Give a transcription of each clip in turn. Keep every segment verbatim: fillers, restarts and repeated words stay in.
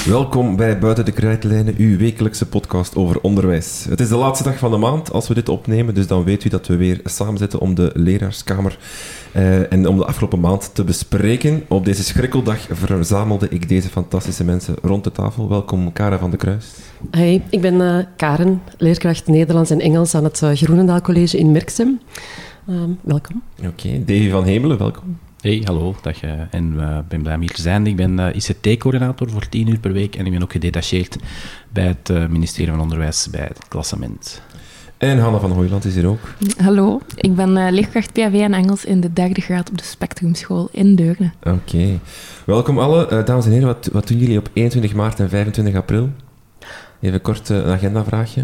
Welkom bij Buiten de Krijtlijnen, uw wekelijkse podcast over onderwijs. Het is de laatste dag van de maand als we dit opnemen, dus dan weet u dat we weer samen zitten om de leraarskamer uh, en om de afgelopen maand te bespreken. Op deze schrikkeldag verzamelde ik deze fantastische mensen rond de tafel. Welkom Karen van de Kruis. Hey, ik ben uh, Karen, leerkracht Nederlands en Engels aan het uh, Groenendaal College in Merksem. Uh, welkom. Oké, okay. Davy van Hemelen, welkom. Hey, hallo, dag. Uh, en ik uh, ben blij om hier te zijn. Ik ben uh, I C T-coördinator voor tien uur per week en ik ben ook gedetacheerd bij het uh, ministerie van Onderwijs bij het klassement. En Hanna van Hooiland is hier ook. Hallo, ik ben uh, leerkracht P H V en Engels in de derde graad op de Spectrumschool in Deurne. Oké. Okay. Welkom alle. Uh, dames en heren, wat, wat doen jullie op eenentwintig maart en vijfentwintig april? Even kort uh, een agendavraagje.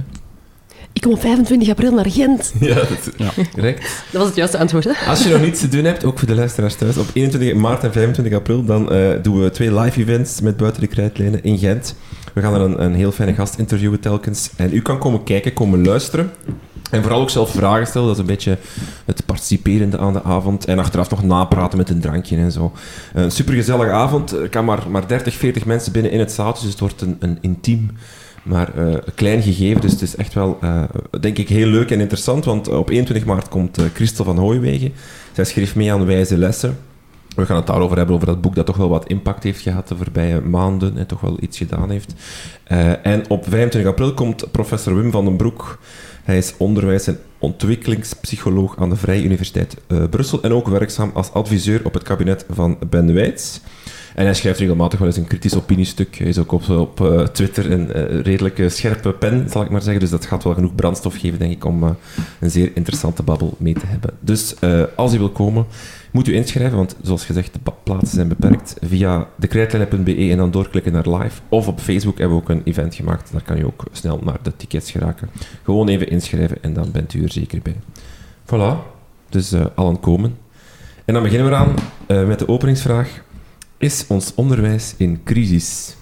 Ik kom op vijfentwintig april naar Gent. Ja, dat, ja. Correct. Dat was het juiste antwoord, hè? Als je nog niets te doen hebt, ook voor de luisteraars thuis, op eenentwintig maart en vijfentwintig april, dan uh, doen we twee live events met Buiten de Krijtlijnen in Gent. We gaan er een, een heel fijne gast interviewen telkens. En u kan komen kijken, komen luisteren. En vooral ook zelf vragen stellen. Dat is een beetje het participerende aan de avond. En achteraf nog napraten met een drankje en zo. Een supergezellige avond. Er kan maar, maar dertig, veertig mensen binnen in het zaaltje, dus het wordt een, een intiem... Maar uh, klein gegeven, dus het is echt wel, uh, denk ik, heel leuk en interessant. Want op eenentwintig maart komt uh, Christel van Hooiwegen. Zij schreef mee aan Wijze Lessen. We gaan het daarover hebben, over dat boek dat toch wel wat impact heeft gehad de voorbije maanden en toch wel iets gedaan heeft. Uh, en op vijfentwintig april komt professor Wim van den Broek. Hij is onderwijs- en ontwikkelingspsycholoog aan de Vrije Universiteit uh, Brussel en ook werkzaam als adviseur op het kabinet van Ben Wijts. En hij schrijft regelmatig wel eens een kritisch opiniestuk. Hij is ook op, op uh, Twitter een uh, redelijke scherpe pen, zal ik maar zeggen. Dus dat gaat wel genoeg brandstof geven, denk ik, om uh, een zeer interessante babbel mee te hebben. Dus uh, als u wil komen, moet u inschrijven, want zoals gezegd, de plaatsen zijn beperkt. Via dekrijtlijnen punt be en dan doorklikken naar live. Of op Facebook hebben we ook een event gemaakt. Daar kan u ook snel naar de tickets geraken. Gewoon even inschrijven en dan bent u er zeker bij. Voilà, dus uh, allen komen. En dan beginnen we aan uh, met de openingsvraag. Is ons onderwijs in crisis?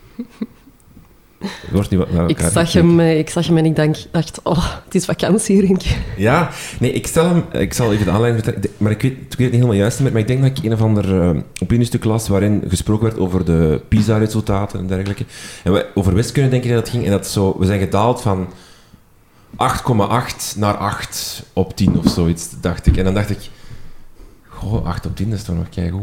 Wordt niet wat naar ik, zag hem, ik zag hem en ik denk, dacht, oh, het is vakantie, denk ik. Ja, nee, ik stel hem... Ik zal even de aanleiding vertellen, maar ik weet, ik weet het niet helemaal juist meer, maar ik denk dat ik een of ander uh, opiniestuk las waarin gesproken werd over de PISA-resultaten en dergelijke. En we, over wiskunde denk ik dat het ging, en dat zo, we zijn gedaald van acht komma acht naar acht op tien of zoiets, dacht ik. En dan dacht ik... Goh, acht op tien, dat is toch nog keigoed.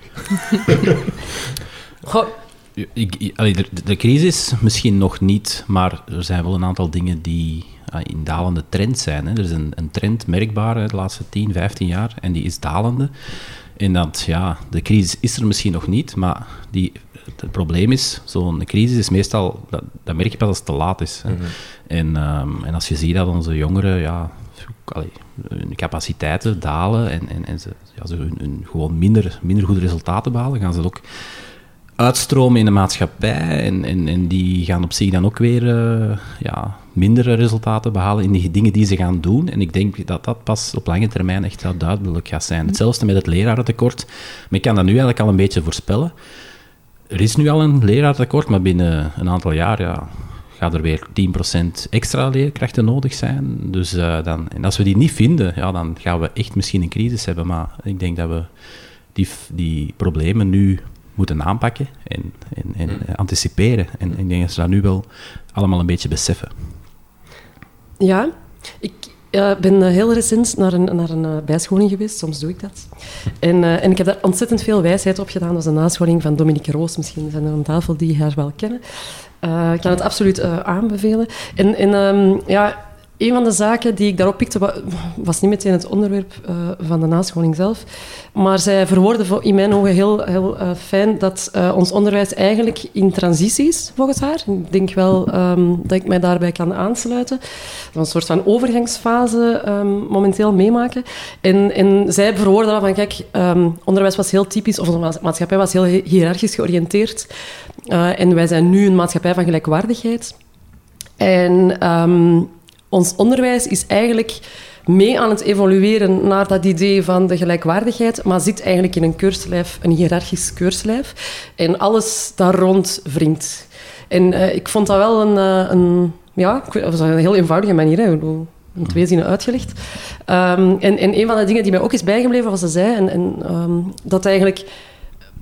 Goh. Ik, ik, allee, de, de crisis misschien nog niet, maar er zijn wel een aantal dingen die uh, in dalende trend zijn. Hè. Er is een, een trend merkbaar hè, de laatste tien, vijftien jaar en die is dalende. En dat, ja, de crisis is er misschien nog niet, maar die, het probleem is, zo'n crisis is meestal, dat, dat merk je pas als het te laat is. Hè. Mm-hmm. En, um, en als je ziet dat onze jongeren, ja, allee, hun capaciteiten dalen en, en, en ze, ja, ze hun, hun gewoon minder, minder goede resultaten behalen, gaan ze ook uitstromen in de maatschappij en, en, en die gaan op zich dan ook weer uh, ja, mindere resultaten behalen in die dingen die ze gaan doen. En ik denk dat dat pas op lange termijn echt wel duidelijk gaat zijn. Hetzelfde met het lerarentekort. Maar ik kan dat nu eigenlijk al een beetje voorspellen. Er is nu al een lerarentekort, maar binnen een aantal jaar ja, gaat er weer tien procent extra leerkrachten nodig zijn. Dus, uh, dan, en als we die niet vinden, ja, dan gaan we echt misschien een crisis hebben. Maar ik denk dat we die, die problemen nu moeten aanpakken en, en, en mm. anticiperen. En ik denk dat ze dat nu wel allemaal een beetje beseffen. Ja, ik uh, ben heel recent naar een, naar een uh, bijscholing geweest. Soms doe ik dat. En, uh, en ik heb daar ontzettend veel wijsheid op gedaan. Dat was een nascholing van Dominique Roos. Misschien zijn er aan tafel die haar wel kennen. Uh, ik kan het absoluut uh, aanbevelen. En, en um, ja... Een van de zaken die ik daarop pikte, was niet meteen het onderwerp uh, van de nascholing zelf, maar zij verwoordde in mijn ogen heel, heel uh, fijn dat uh, ons onderwijs eigenlijk in transitie is, volgens haar. Ik denk wel um, dat ik mij daarbij kan aansluiten. Dat we een soort van overgangsfase um, momenteel meemaken. En, en zij verwoordde dat van, kijk, um, onderwijs was heel typisch, of onze maatschappij was heel hiërarchisch georiënteerd. Uh, en wij zijn nu een maatschappij van gelijkwaardigheid. En... Um, Ons onderwijs is eigenlijk mee aan het evolueren naar dat idee van de gelijkwaardigheid, maar zit eigenlijk in een keurslijf, een hiërarchisch keurslijf. En alles daar rond wringt. En uh, ik vond dat wel een... Uh, een ja, dat was een heel eenvoudige manier, hè. Ik bedoel, in twee zinnen uitgelegd. Um, en, en een van de dingen die mij ook is bijgebleven, was ze zei, en, en, um, dat eigenlijk...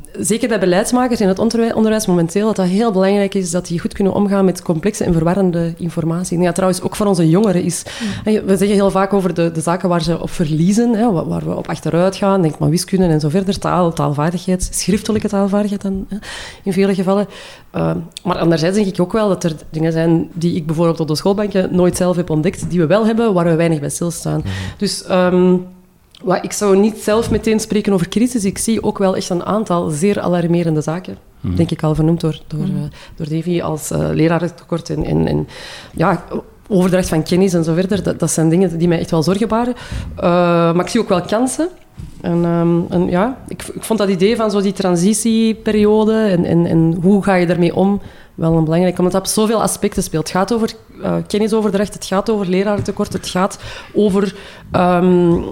zeker bij beleidsmakers in het onderwijs, onderwijs momenteel, dat dat heel belangrijk is dat die goed kunnen omgaan met complexe en verwarrende informatie. En ja, trouwens, ook voor onze jongeren is... Mm. We zeggen heel vaak over de, de zaken waar ze op verliezen, hè, waar we op achteruit gaan, denk maar wiskunde en zo verder, taal, taalvaardigheid, schriftelijke taalvaardigheid dan, hè, in vele gevallen. Uh, maar anderzijds denk ik ook wel dat er dingen zijn die ik bijvoorbeeld op de schoolbanken nooit zelf heb ontdekt, die we wel hebben, waar we weinig bij stilstaan. Mm. Dus... Um, ik zou niet zelf meteen spreken over crisis. Ik zie ook wel echt een aantal zeer alarmerende zaken. Mm. Denk ik al vernoemd door, door, mm. uh, door Davy als uh, lerarentekort en, en, en ja, overdracht van kennis en zo verder. Dat, dat zijn dingen die mij echt wel zorgen baren. Uh, maar ik zie ook wel kansen. En, um, en ja, ik, ik vond dat idee van zo die transitieperiode en, en, en hoe ga je daarmee om wel een belangrijk, omdat dat op zoveel aspecten speelt. Het gaat over uh, kennisoverdracht, het gaat over lerarentekort, het gaat over um,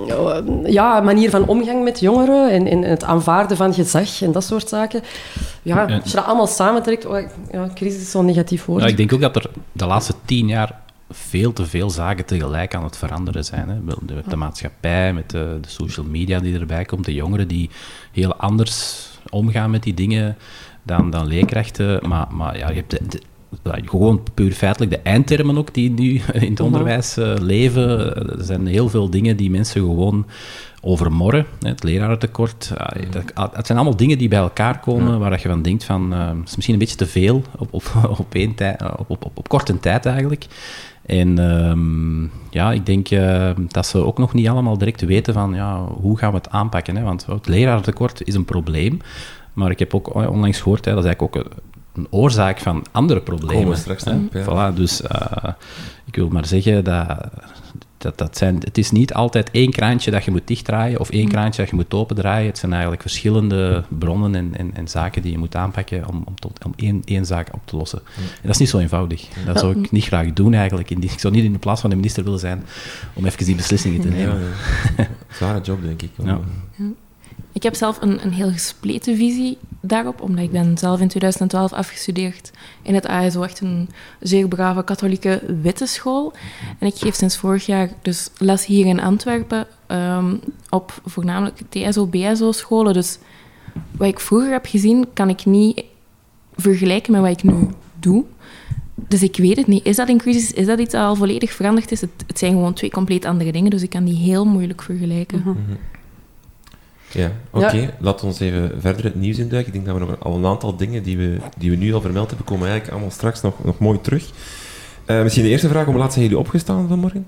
ja, manier van omgang met jongeren en, en het aanvaarden van gezag en dat soort zaken. Ja, als je dat allemaal samentrekt, oh, ja, crisis is zo'n negatief woord. Ja, ik denk ook dat er de laatste tien jaar veel te veel zaken tegelijk aan het veranderen zijn. Hè. De, de maatschappij, met de, de social media die erbij komt, de jongeren die heel anders omgaan met die dingen dan, dan leerkrachten. Maar, maar ja, je hebt de, de, gewoon puur feitelijk de eindtermen ook die nu in het onderwijs uh, leven. Er zijn heel veel dingen die mensen gewoon overmorren. Hè, het lerarentekort. Uh, dat, het zijn allemaal dingen die bij elkaar komen ja. waar je van denkt van, uh, het is misschien een beetje te veel op, op, op, één tij, op, op, op, op korte tijd eigenlijk. En um, ja, ik denk uh, dat ze ook nog niet allemaal direct weten van, ja, hoe gaan we het aanpakken. Hè? Want het lerarentekort is een probleem. Maar ik heb ook onlangs gehoord, hè, dat is eigenlijk ook een, een oorzaak van andere problemen. Komen we straks hè? op, ja. Voilà, dus uh, ik wil maar zeggen dat, dat, dat zijn, het is niet altijd één kraantje dat je moet dichtdraaien of één kraantje dat je moet opendraaien. Het zijn eigenlijk verschillende bronnen en, en, en zaken die je moet aanpakken om, om, tot, om één, één zaak op te lossen. Ja. En dat is niet zo eenvoudig. Dat zou ik niet graag doen eigenlijk. In die, ik zou niet in de plaats van de minister willen zijn om even die beslissingen te nemen. Ja, ja. Zware job, denk ik. Ja. Ja. Ik heb zelf een, een heel gespleten visie daarop, omdat ik ben zelf in twintig twaalf afgestudeerd in het A S O, echt een zeer brave katholieke wittenschool. En ik geef sinds vorig jaar dus les hier in Antwerpen um, op voornamelijk T S O, B S O-scholen. Dus wat ik vroeger heb gezien, kan ik niet vergelijken met wat ik nu doe. Dus ik weet het niet. Is dat een crisis? Is dat iets dat al volledig veranderd is? Het, het zijn gewoon twee compleet andere dingen, dus ik kan die heel moeilijk vergelijken. Mm-hmm. Ja, oké. Okay. Ja. Laten we ons even verder het nieuws induiken. Ik denk dat we nog al een aantal dingen die we, die we nu al vermeld hebben, komen eigenlijk allemaal straks nog, nog mooi terug. Uh, misschien de eerste vraag, hoe laat zijn jullie opgestaan vanmorgen?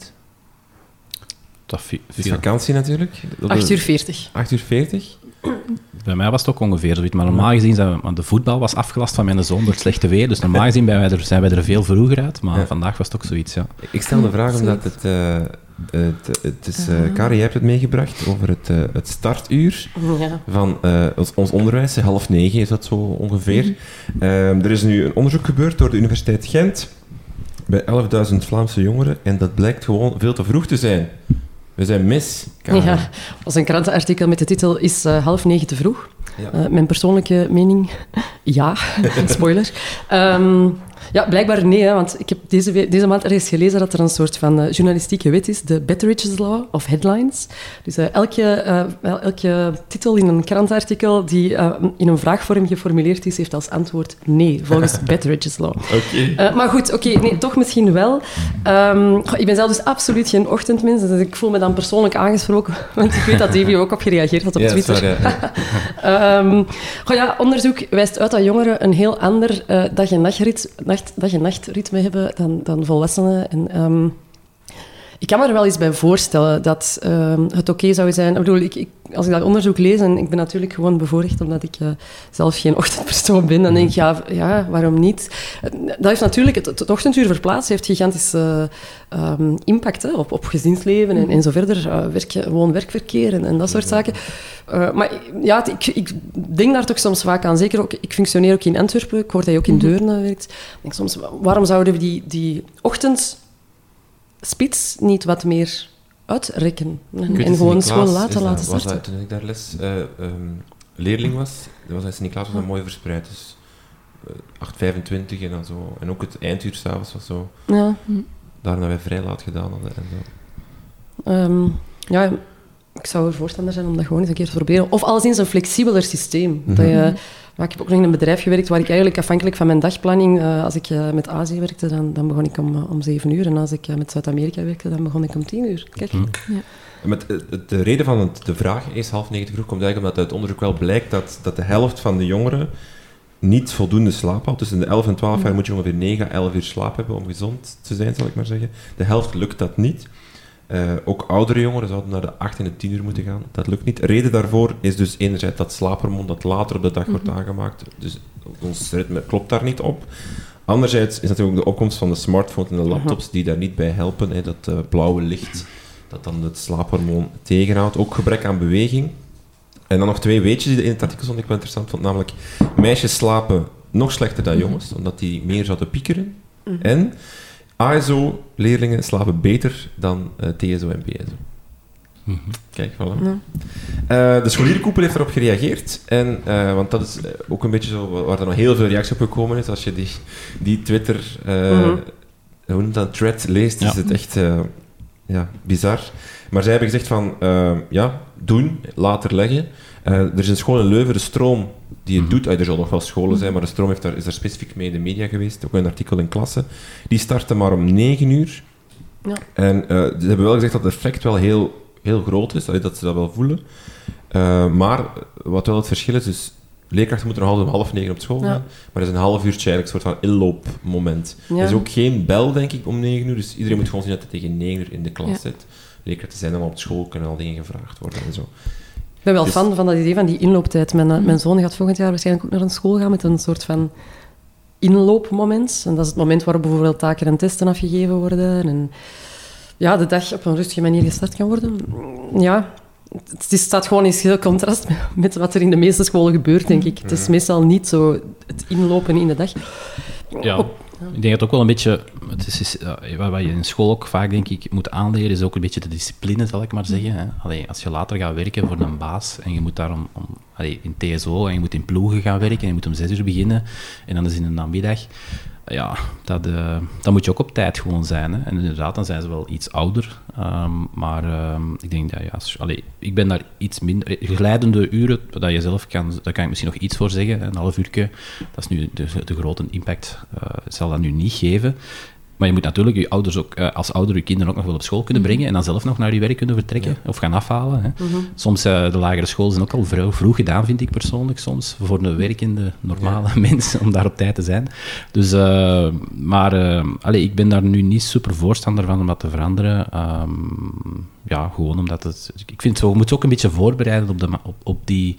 Dat viel. Het is vakantie natuurlijk. acht uur veertig. acht uur veertig? Bij mij was het ook ongeveer zoiets. Maar normaal gezien zijn we, de voetbal was afgelast van mijn zoon door het slechte weer. Dus normaal gezien zijn wij er, zijn wij er veel vroeger uit. Maar ja. vandaag was het ook zoiets, ja. Ik stel de vraag omdat het... Uh, Het, het is, uh, Kari, jij hebt het meegebracht over het, uh, het startuur ja. van uh, ons, ons onderwijs. Half negen is dat zo ongeveer. Mm-hmm. Uh, er is nu een onderzoek gebeurd door de Universiteit Gent bij elfduizend Vlaamse jongeren en dat blijkt gewoon veel te vroeg te zijn. We zijn mis, Kari. Ja, dat was een krantenartikel met de titel Is uh, half negen te vroeg? Ja. Uh, mijn persoonlijke mening, ja. Spoiler. Um, Ja, blijkbaar nee, hè, want ik heb deze, deze maand ergens gelezen dat er een soort van uh, journalistieke wet is, de Betteridge's Law of Headlines. Dus uh, elke, uh, elke titel in een krantenartikel die uh, in een vraagvorm geformuleerd is, heeft als antwoord nee, volgens Betteridge's Law. Okay. Uh, maar goed, oké, okay, nee, toch misschien wel. Um, ik ben zelf dus absoluut geen ochtendmens, dus ik voel me dan persoonlijk aangesproken, want ik weet dat Davy ook op gereageerd had op ja, Twitter. Sorry, ja. um, goh, ja, onderzoek wijst uit dat jongeren een heel ander uh, dag- en nachtrit, nacht, dag- en nachtritme hebben dan, dan volwassenen. En, um, ik kan me er wel eens bij voorstellen dat um, het oké okay zou zijn. Ik bedoel, ik, ik, als ik dat onderzoek lees, en ik ben natuurlijk gewoon bevoorrecht omdat ik uh, zelf geen ochtendpersoon ben, dan denk ik, ja, ja waarom niet? Dat heeft natuurlijk, het, het ochtenduur verplaatsen heeft gigantische uh, um, impact hè, op, op gezinsleven en, en zo verder, uh, werk, gewoon werkverkeer en, en dat soort zaken. Uh, maar ja, ik, ik denk daar toch soms vaak aan. Zeker ook, ik functioneer ook in Antwerpen, ik hoor dat je ook in Deurne werkt. Ik denk soms, waarom zouden we die, die ochtend spits niet wat meer uitrekken en, en gewoon school laten laten starten. Was dat, toen ik daar les uh, um, leerling was, dat was in Sint-Niklaas was dat mooi verspreid. Dus uh, acht vijfentwintig en dan zo. En ook het einduur s'avonds was zo. Ja. Daarna wij vrij laat gedaan hadden en zo. Um, ja, ik zou er voorstander zijn om dat gewoon eens een keer te proberen. Of alleszins een flexibeler systeem. Mm-hmm. Dat je, maar ik heb ook nog in een bedrijf gewerkt waar ik eigenlijk afhankelijk van mijn dagplanning, uh, als ik uh, met Azië werkte, dan, dan begon ik om, uh, om zeven uur. En als ik uh, met Zuid-Amerika werkte, dan begon ik om tien uur. Kijk. Mm-hmm. Ja. Met, de reden van het, de vraag is half negen te vroeg komt eigenlijk omdat uit onderzoek wel blijkt dat, dat de helft van de jongeren niet voldoende slaap had. Tussen de elf en twaalf jaar moet je ongeveer negen à elf uur slaap hebben om gezond te zijn, zal ik maar zeggen. De helft lukt dat niet. Uh, ook oudere jongeren zouden naar de acht en de tien uur moeten gaan. Dat lukt niet. De reden daarvoor is dus enerzijds dat slaaphormoon dat later op de dag wordt aangemaakt. Dus ons ritme klopt daar niet op. Anderzijds is natuurlijk ook de opkomst van de smartphones en de laptops die daar niet bij helpen. Hè. Dat uh, blauwe licht dat dan het slaaphormoon tegenhoudt. Ook gebrek aan beweging. En dan nog twee weetjes die in het artikel stond ik wel interessant vond. Namelijk, meisjes slapen nog slechter dan jongens, omdat die meer zouden piekeren. Mm-hmm. En A S O-leerlingen slapen beter dan uh, T S O en P S O. Mm-hmm. Kijk, voilà. Ja. Uh, de scholierenkoepel heeft erop gereageerd. En, uh, want dat is ook een beetje zo waar er nog heel veel reactie op gekomen is. Als je die, die Twitter, uh, mm-hmm. hoe noemt dat, thread leest, ja. is het echt uh, ja, bizar. Maar zij hebben gezegd van, uh, ja, doen, later leggen. Uh, er is een school in Leuven, de Stroom, die het doet. Uh, er zullen nog wel scholen zijn, maar de Stroom heeft daar, is daar specifiek mee in de media geweest. Ook een artikel in Klasse. Die starten maar om negen uur. Ja. En uh, ze hebben wel gezegd dat het effect wel heel, heel groot is, dat ze dat wel voelen. Uh, maar wat wel het verschil is, dus leerkrachten moeten nog altijd om half negen op school gaan, ja. maar er is een half uurtje eigenlijk een soort van inloopmoment. Ja. Er is ook geen bel, denk ik, om negen uur, dus iedereen moet gewoon zien dat hij tegen negen uur in de klas ja. zit. Leerkrachten zijn dan op school, kunnen al dingen gevraagd worden en zo. Ik ben wel dus... fan van dat idee van die inlooptijd. Mijn, mm. mijn zoon gaat volgend jaar waarschijnlijk ook naar een school gaan met een soort van inloopmoment. En dat is het moment waarop bijvoorbeeld taken en testen afgegeven worden. En ja, de dag op een rustige manier gestart kan worden. Ja, het is, staat gewoon in heel contrast met wat er in de meeste scholen gebeurt, denk ik. Mm. Het is meestal niet zo het inlopen in de dag. Ja. Op, Ja. Ik denk dat het ook wel een beetje... Het is, is, uh, wat je in school ook vaak, denk ik, moet aanleren, is ook een beetje de discipline, zal ik maar zeggen. Hè. Allee, als je later gaat werken voor een baas en je moet daar om, om, allee, in T S O en je moet in ploegen gaan werken en je moet om zes uur beginnen en dan is in de namiddag... Ja, dat, uh, dat moet je ook op tijd gewoon zijn. Hè. En inderdaad, dan zijn ze wel iets ouder. Um, maar um, ik denk dat, ja... Allee, ik ben daar iets minder... Geleidende uren, dat je zelf kan... Daar kan ik misschien nog iets voor zeggen. Een half uurtje, dat is nu de, de grote impact, uh, zal dat nu niet geven. Maar je moet natuurlijk je ouders ook, uh, als ouder je kinderen ook nog wel op school kunnen brengen en dan zelf nog naar je werk kunnen vertrekken ja. of gaan afhalen. Hè. Mm-hmm. Soms, uh, de lagere scholen zijn ook al vroeg, vroeg gedaan, vind ik persoonlijk soms, voor een werkende, normale ja. mens, om daar op tijd te zijn. Dus, uh, maar uh, allez, ik ben daar nu niet super voorstander van om dat te veranderen. Um, ja, gewoon omdat het... Ik vind zo, je moet je ook een beetje voorbereiden op, de, op, op die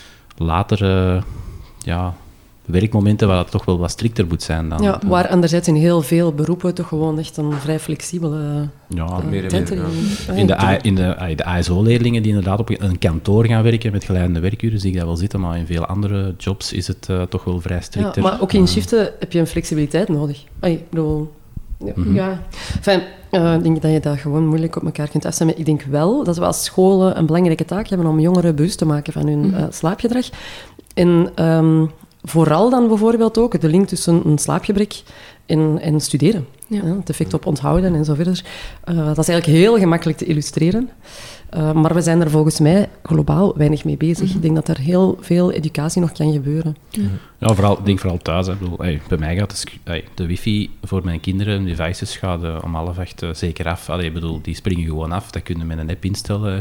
latere... Ja, werkmomenten waar het toch wel wat strikter moet zijn dan. Ja, waar anderzijds in heel veel beroepen toch gewoon echt een vrij flexibele ja, uh, meer tijd in. Ja. In de, A, in de, de A S O-leerlingen die inderdaad op een kantoor gaan werken met geleidende werkuren, zie ik dat wel zitten, maar in veel andere jobs is het uh, toch wel vrij strikter. Ja, maar ook in uh, shiften heb je een flexibiliteit nodig. Ay, ik bedoel... Ja, mm-hmm. ja. Enfin, uh, ik denk dat je dat gewoon moeilijk op elkaar kunt afstemmen. Ik denk wel dat we als scholen een belangrijke taak hebben om jongeren bewust te maken van hun uh, slaapgedrag. En... Um, Vooral dan bijvoorbeeld ook de link tussen een slaapgebrek en, en studeren. Ja. Ja, het effect op onthouden en zo verder. Uh, dat is eigenlijk heel gemakkelijk te illustreren. Uh, maar we zijn er volgens mij globaal weinig mee bezig. Mm-hmm. Ik denk dat er heel veel educatie nog kan gebeuren. Ja, ja vooral, ik denk vooral thuis. Hè. Ik bedoel, hey, bij mij gaat de, hey, de wifi voor mijn kinderen, de devices, gaat uh, om half acht uh, zeker af. Allee, ik bedoel, die springen gewoon af. Dat kun je met een app instellen.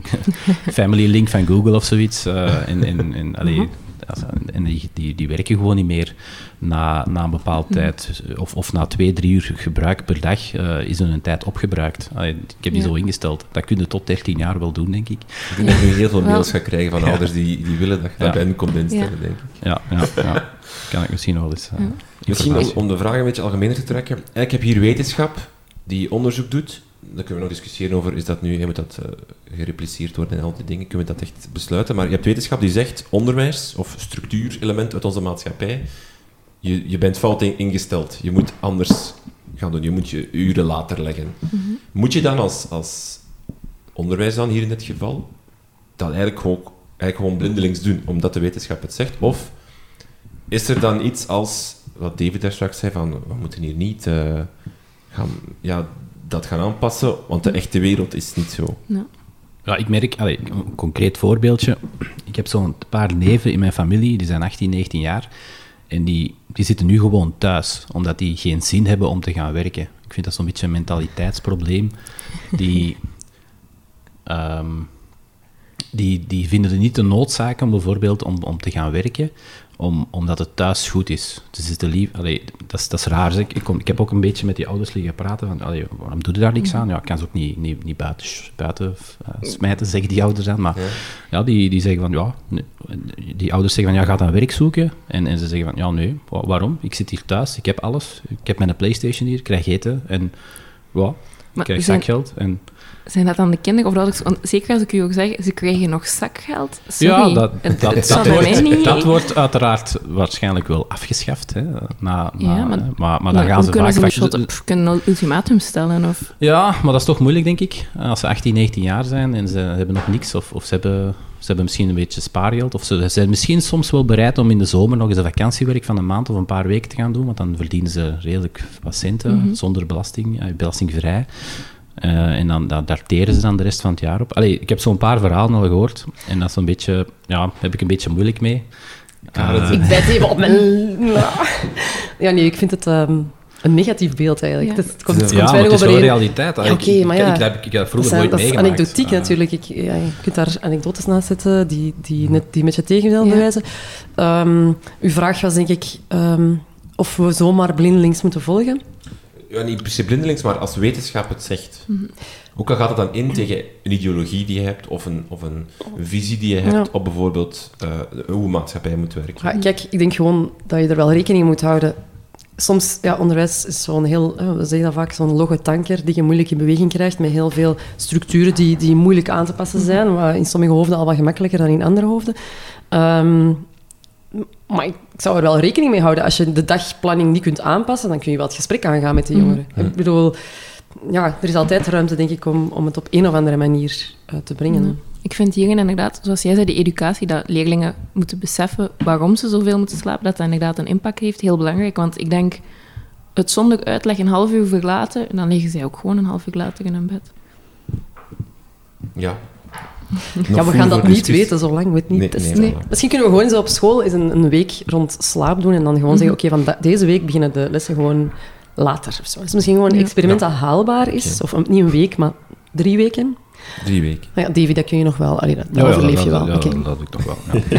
Family Link van Google of zoiets. Uh, en, en, en, allee, mm-hmm. En die, die, die werken gewoon niet meer na, na een bepaald tijd, of, of na twee, drie uur gebruik per dag, uh, is er een tijd opgebruikt. Allee, ik heb die ja. zo ingesteld. Dat kun je tot dertien jaar wel doen, denk ik. Ik denk dat je heel veel mails gaat krijgen van ja. ouders die, die willen dat je dat ja. bij hen komt instellen, ja. denk ik. Ja, ja, ja. Kan ik misschien wel eens... Uh, ja. Misschien om, om de vraag een beetje algemener te trekken. Ik heb hier wetenschap die onderzoek doet. Dan kunnen we nog discussiëren over, is dat nu, moet dat uh, gerepliceerd worden en al die dingen, kunnen we dat echt besluiten. Maar je hebt wetenschap die zegt, onderwijs of structuurelement uit onze maatschappij, je, je bent fout in, ingesteld. Je moet anders gaan doen. Je moet je uren later leggen. Mm-hmm. Moet je dan als, als onderwijs dan, hier in dit geval, dat eigenlijk gewoon, eigenlijk gewoon blindelings doen, omdat de wetenschap het zegt? Of is er dan iets als, wat David daar straks zei, van, we moeten hier niet uh, gaan... Ja, dat gaan aanpassen, want de echte wereld is niet zo. Ja. Ja, ik merk, allee, een concreet voorbeeldje. Ik heb zo'n paar neven in mijn familie, die zijn achttien, negentien jaar. En die, die zitten nu gewoon thuis, omdat die geen zin hebben om te gaan werken. Ik vind dat zo'n beetje een mentaliteitsprobleem. Die, um, die, die vinden het niet de noodzaak om bijvoorbeeld om, om te gaan werken, om, omdat het thuis goed is. Dus is de lief, allee, dat, is, dat is raar. Ik, kom, ik heb ook een beetje met die ouders liggen praten van, allee, waarom doe je daar niks aan? Ja, ik kan ze ook niet, niet, niet buiten, buiten uh, smijten, zeggen die ouders dan. Maar ja, ja die, die zeggen van, ja, nee, die ouders zeggen van, ja, ga dan werk zoeken. En, en ze zeggen van, ja, nee, waarom? Ik zit hier thuis, ik heb alles. Ik heb mijn PlayStation hier, ik krijg eten en ja, ik krijg zakgeld. En zijn dat dan de kinderen of de ouders? Want zeker als ik u ook zeg, ze krijgen nog zakgeld. Sorry. Ja, dat, dat, dat, dat, dat, wordt, dat wordt uiteraard waarschijnlijk wel afgeschaft. Hè, na, na, ja, maar, maar, maar dan gaan ze kunnen vaak... Ze niet tot, kunnen een ultimatum stellen? Of? Ja, maar dat is toch moeilijk, denk ik. Als ze achttien, negentien jaar zijn en ze hebben nog niks, of, of ze, hebben, ze hebben misschien een beetje spaargeld, of ze zijn misschien soms wel bereid om in de zomer nog eens een vakantiewerk van een maand of een paar weken te gaan doen, want dan verdienen ze redelijk wat centen, mm-hmm. zonder belasting, belastingvrij. Uh, en dan dat dateren ze dan de rest van het jaar op. Allee, ik heb zo'n paar verhalen al gehoord. En dat is een beetje... Ja, heb ik een beetje moeilijk mee. Uh, ik bijt even op mijn... Ja, nee, ik vind het um, een negatief beeld eigenlijk. Ja, het, het komt, het ja komt maar het is wel overeen. realiteit. Ja, Oké, okay, maar ja... Ik, ik, ik, ik, ik heb vroeger dat nooit dat meegemaakt. Dat is anekdotiek uh. natuurlijk. Ik, ja, je kunt daar anekdotes naast zetten die, die, net, die met je tegendeel bewijzen. Ja. Um, uw vraag was denk ik um, of we zomaar blindelings moeten volgen. Ja, niet per se blindelings, maar als wetenschap het zegt. Mm-hmm. Ook al gaat het dan in tegen een ideologie die je hebt, of een, of een visie die je hebt, ja. op bijvoorbeeld uh, hoe een maatschappij moet werken. Ja, kijk, ik denk gewoon dat je er wel rekening mee moet houden. Soms, ja, onderwijs is zo'n heel, we zeggen dat vaak, zo'n logge tanker die je moeilijk in beweging krijgt, met heel veel structuren die, die moeilijk aan te passen zijn, maar in sommige hoofden al wat gemakkelijker dan in andere hoofden. Um, Maar ik zou er wel rekening mee houden. Als je de dagplanning niet kunt aanpassen, dan kun je wel het gesprek aangaan met de jongeren. Mm. Ik bedoel, ja, er is altijd ruimte, denk ik, om, om het op een of andere manier uh, te brengen. Mm. Ik vind hierin inderdaad, zoals jij zei, de educatie, dat leerlingen moeten beseffen waarom ze zoveel moeten slapen, dat dat inderdaad een impact heeft, heel belangrijk. Want ik denk, het zonder uitleg een half uur verlaten, en dan liggen zij ook gewoon een half uur later in hun bed. Ja. Ja, we gaan dat niet weten, zolang we het niet nee, testen. Nee, nee. Misschien kunnen we gewoon zo op school eens een, een week rond slaap doen en dan gewoon mm-hmm. zeggen, oké, okay, van da- deze week beginnen de lessen gewoon later. Of zo. Dus misschien gewoon een experiment ja. dat haalbaar is. Okay. Of niet een week, maar drie weken. Drie weken. Nou ja, Davy, dat kun je nog wel. Allee, dat ja, overleef ja, je dat, wel. Ja, okay. dat, dat doe ik toch wel. Ja.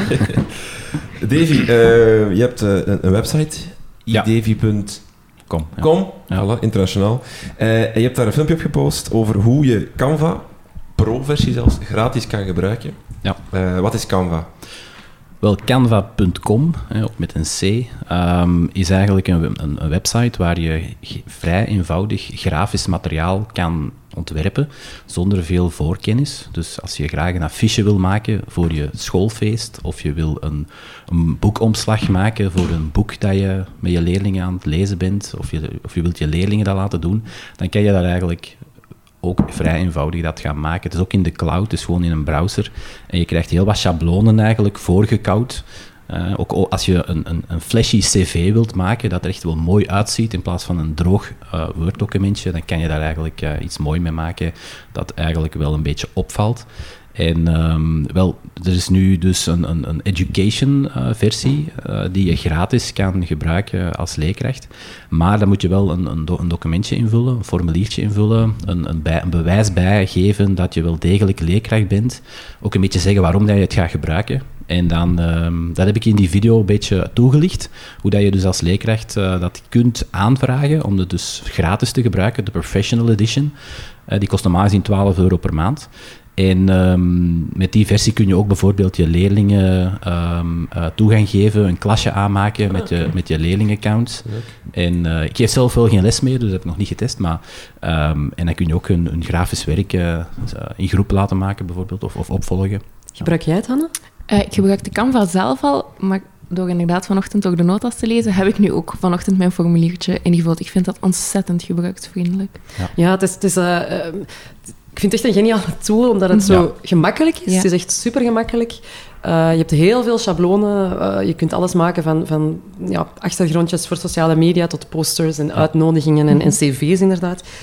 Davy, uh, je hebt uh, een, een website, ja. i davy punt com. Ja. Com, ja. voilà, internationaal. Uh, en je hebt daar een filmpje op gepost over hoe je Canva, pro-versie zelfs, gratis kan gebruiken. Ja. Uh, wat is Canva? Wel, canva punt com, ook met een C, um, is eigenlijk een, een, een website waar je g- vrij eenvoudig grafisch materiaal kan ontwerpen, zonder veel voorkennis. Dus als je graag een affiche wil maken voor je schoolfeest, of je wil een, een boekomslag maken voor een boek dat je met je leerlingen aan het lezen bent, of je, of je wilt je leerlingen dat laten doen, dan kan je daar eigenlijk ook vrij eenvoudig dat gaan maken. Het is ook in de cloud, dus gewoon in een browser. En je krijgt heel wat schablonen eigenlijk voorgekoud. Uh, ook als je een, een, een flashy cv wilt maken, dat er echt wel mooi uitziet, in plaats van een droog uh, Word-documentje, dan kan je daar eigenlijk uh, iets mooi mee maken dat eigenlijk wel een beetje opvalt. En um, wel, er is nu dus een, een, een education-versie uh, uh, die je gratis kan gebruiken als leerkracht. Maar dan moet je wel een, een, do- een documentje invullen, een formuliertje invullen, een, een, bij, een bewijs bijgeven dat je wel degelijk leerkracht bent. Ook een beetje zeggen waarom dat je het gaat gebruiken. En dan, um, dat heb ik in die video een beetje toegelicht, hoe dat je dus als leerkracht uh, dat kunt aanvragen om het dus gratis te gebruiken, de Professional Edition. Uh, die kost normaal gezien twaalf euro per maand. En um, met die versie kun je ook bijvoorbeeld je leerlingen um, uh, toegang geven, een klasje aanmaken met je, met je leerlingenaccounts. En uh, ik geef zelf wel geen les meer, dus dat heb ik nog niet getest. Maar, um, en dan kun je ook een, een grafisch werk uh, in groep laten maken, bijvoorbeeld, of, of opvolgen. Gebruik jij het, Hanne? Uh, ik gebruik de Canva zelf al, maar door inderdaad vanochtend ook de notas te lezen, heb ik nu ook vanochtend mijn formuliertje ingevuld. Ik vind dat ontzettend gebruiksvriendelijk. Ja, ja het is... Het is uh, uh, Ik vind het echt een geniale tool, omdat het zo ja. gemakkelijk is. Ja. Het is echt super gemakkelijk. Uh, je hebt heel veel schablonen. Uh, je kunt alles maken van, van ja, achtergrondjes voor sociale media tot posters en uitnodigingen en, en cv's inderdaad.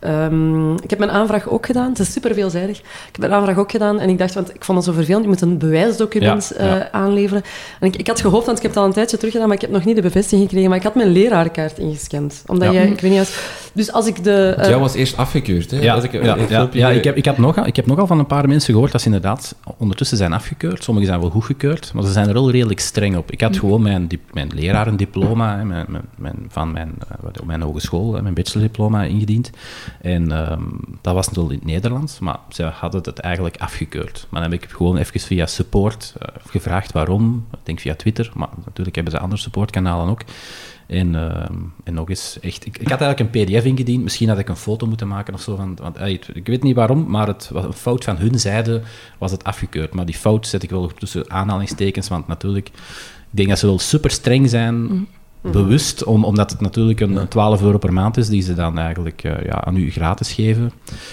Um, ik heb mijn aanvraag ook gedaan. Het is super veelzijdig. Ik heb mijn aanvraag ook gedaan en ik dacht, want ik vond het zo vervelend, je moet een bewijsdocument ja, ja. Uh, aanleveren. En ik, ik had gehoopt, want ik heb het al een tijdje teruggedaan, maar ik heb nog niet de bevestiging gekregen, maar ik had mijn lerarenkaart ingescand. Omdat ja. jij, ik weet niet als... Dus als ik de... Uh, Jou was eerst afgekeurd, hè? Ja, als ik, ja, ja, ja ik, heb, ik, heb nog, ik heb nogal van een paar mensen gehoord dat ze inderdaad ondertussen zijn afgekeurd. Sommigen zijn wel goedgekeurd, maar ze zijn er wel redelijk streng op. Ik had gewoon mijn, mijn lerarendiploma hè, mijn, mijn, mijn, van mijn, uh, mijn hogeschool, mijn bachelordiploma ingediend. En um, dat was natuurlijk in het Nederlands, maar ze hadden het eigenlijk afgekeurd. Maar dan heb ik gewoon even via support uh, gevraagd waarom. Ik denk via Twitter, maar natuurlijk hebben ze andere supportkanalen ook. En, uh, en nog eens, echt... Ik, ik had eigenlijk een pdf ingediend. Misschien had ik een foto moeten maken of zo. Van, want, uh, ik weet niet waarom, maar het was een fout van hun zijde was het afgekeurd. Maar die fout zet ik wel tussen aanhalingstekens, want natuurlijk... Ik denk dat ze wel super streng zijn... Mm. Bewust, om, omdat het natuurlijk een, een twaalf euro per maand is, die ze dan eigenlijk uh, ja, aan u gratis geven.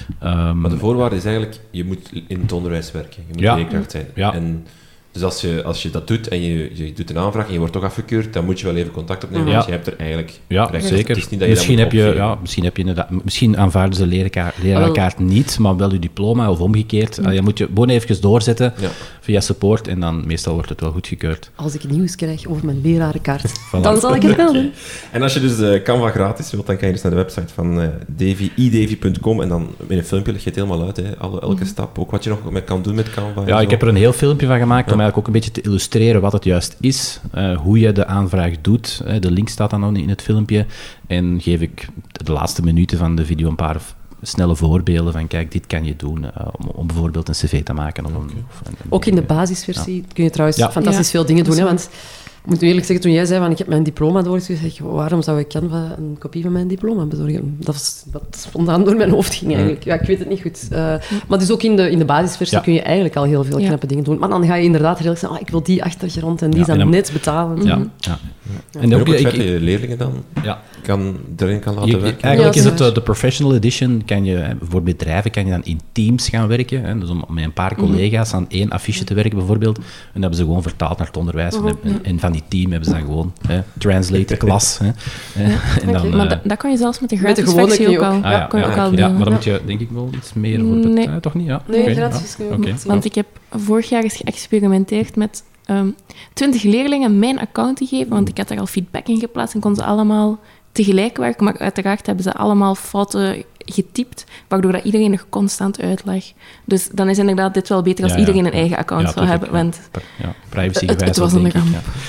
Um, maar de voorwaarde is eigenlijk, je moet in het onderwijs werken. Je moet ja, leerkracht zijn. Ja. En dus als je, als je dat doet en je, je doet een aanvraag en je wordt toch afgekeurd, dan moet je wel even contact opnemen, ja. want je hebt er eigenlijk... Ja, recht. zeker. Het is niet dat je misschien, dat heb moet je, ja, misschien heb je inderdaad... Misschien aanvaarden ze leraarkaart, leraarkaart niet, maar wel je diploma of omgekeerd. Mm. Je moet je gewoon even doorzetten ja. via support en dan meestal wordt het wel goedgekeurd. Als ik nieuws krijg over mijn lerarenkaart, voilà. Dan zal ik het wel doen. En als je dus uh, Canva gratis wilt, dan kan je dus naar de website van uh, Davy, i davy punt com en dan in een filmpje leg je het helemaal uit, hè, alle, elke mm. stap. Ook wat je nog met kan doen met Canva. Ja, ik heb er een heel filmpje van gemaakt ja. om eigenlijk ook een beetje te illustreren wat het juist is, uh, hoe je de aanvraag doet. Uh, de link staat dan ook in het filmpje. En geef ik de laatste minuten van de video een paar snelle voorbeelden van kijk, dit kan je doen uh, om, om bijvoorbeeld een cv te maken. Of een, okay. of een, ook in de basisversie ja. kun je trouwens ja. fantastisch ja. veel dingen doen. Hè, want ik moet eerlijk zeggen, toen jij zei van ik heb mijn diploma doorgestuurd, zeg ik, waarom zou ik Canva een kopie van mijn diploma bezorgen? Dat was wat spontaan door mijn hoofd ging eigenlijk. Ja, ik weet het niet goed. Uh, maar dus ook in de, in de basisversie ja. kun je eigenlijk al heel veel ja. knappe dingen doen. Maar dan ga je inderdaad redelijk zeggen, oh, ik wil die achtergrond en die ja, dan, dan net betalen. Ja, mm-hmm. ja. ja. En ook het feit dat je leerlingen dan ja. kan, erin kan laten je, werken. Eigenlijk ja, is het de, de professional edition, kan je, voor bedrijven kan je dan in teams gaan werken. Hè, dus om met een paar collega's aan één affiche te werken bijvoorbeeld. En dat hebben ze gewoon vertaald naar het onderwijs. Mm-hmm. En, en van die team hebben ze dan gewoon hè, translate klas. Hè, ja, en dan, okay. Maar uh, dat, dat kan je zelfs met de gratis versie ook, ook al, ah, ja, kan je ja, ook al ja, doen. maar dan moet je denk ik wel iets meer voor betalen. Nee. Toch niet? Ja? Nee, okay. gratis ja. okay. Want ik heb vorig jaar eens geëxperimenteerd met um, twintig leerlingen mijn account te geven, want ik had daar al feedback in geplaatst en kon ze allemaal tegelijk werken, maar uiteraard hebben ze allemaal fouten getypt, waardoor dat iedereen er constant uitlag. Dus dan is inderdaad dit wel beter als ja, ja. iedereen een eigen account ja, zou hebben, ja. want ja, privacy het, het was een ramp.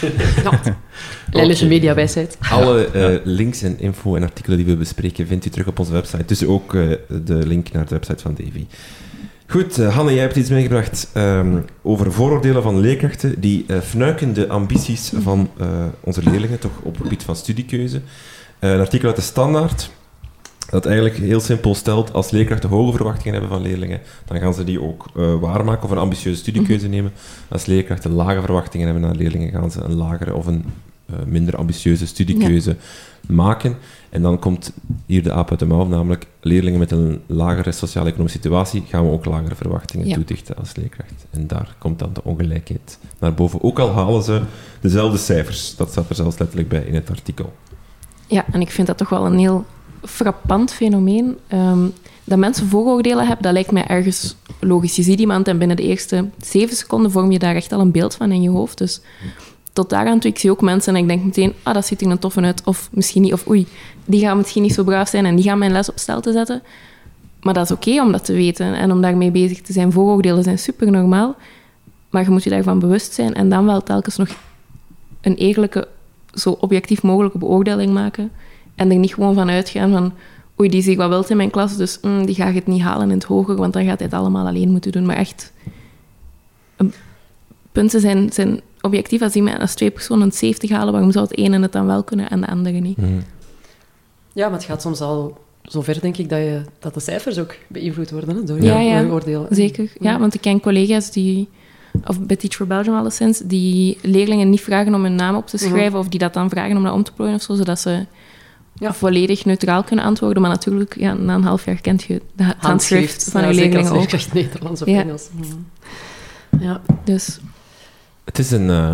Ja. Lelijke mediawijsheid. Alle uh, links en info en artikelen die we bespreken vindt u terug op onze website, dus ook uh, de link naar de website van Davy. Goed, uh, Hanne, jij hebt iets meegebracht um, over vooroordelen van leerkrachten die uh, fnuiken de ambities van uh, onze leerlingen, toch op het gebied van studiekeuze. Uh, een artikel uit de Standaard, dat eigenlijk heel simpel stelt, als leerkrachten hoge verwachtingen hebben van leerlingen, dan gaan ze die ook uh, waarmaken of een ambitieuze studiekeuze nemen. Als leerkrachten lage verwachtingen hebben naar leerlingen, gaan ze een lagere of een uh, minder ambitieuze studiekeuze ja. maken. En dan komt hier de aap uit de mouw, namelijk leerlingen met een lagere sociaal-economische situatie gaan we ook lagere verwachtingen ja. toedichten als leerkracht. En daar komt dan de ongelijkheid naar boven. Ook al halen ze dezelfde cijfers. Dat staat er zelfs letterlijk bij in het artikel. Ja, en ik vind dat toch wel een heel frappant fenomeen. Um, dat mensen vooroordelen hebben, dat lijkt mij ergens logisch. Je ziet iemand en binnen de eerste zeven seconden vorm je daar echt al een beeld van in je hoofd. Dus tot daaraan toe, ik zie ook mensen en ik denk meteen, ah, dat ziet er een toffe uit. Of misschien niet, of oei, die gaan misschien niet zo braaf zijn en die gaan mijn les op stel te zetten. Maar dat is oké okay om dat te weten en om daarmee bezig te zijn. Vooroordelen zijn super normaal, maar je moet je daarvan bewust zijn en dan wel telkens nog een eerlijke, zo objectief mogelijke beoordeling maken. En er niet gewoon van uitgaan van, oei, die zie ik wat wilt in mijn klas, dus mm, die gaat het niet halen in het hoger, want dan gaat hij het allemaal alleen moeten doen. Maar echt, um, punten zijn, zijn objectief. Als, die, als twee personen een zeventig halen, waarom zou het ene het dan wel kunnen en de andere niet? Mm. Ja, maar het gaat soms al zover, denk ik, dat, je, dat de cijfers ook beïnvloed worden hè, door ja, je ja, oordeel. Zeker. Ja, want ik ken collega's die, of bij Teach for Belgium alleszins, die leerlingen niet vragen om hun naam op te schrijven, mm-hmm. of die dat dan vragen om dat om te plooien of zo, zodat ze ja. volledig neutraal kunnen antwoorden. Maar natuurlijk, ja, na een half jaar kent je het handschrift, handschrift van ja, je leerlingen ook. Zeker Nederlands of ja. Engels. Mm. Ja. Dus. Het is een, uh,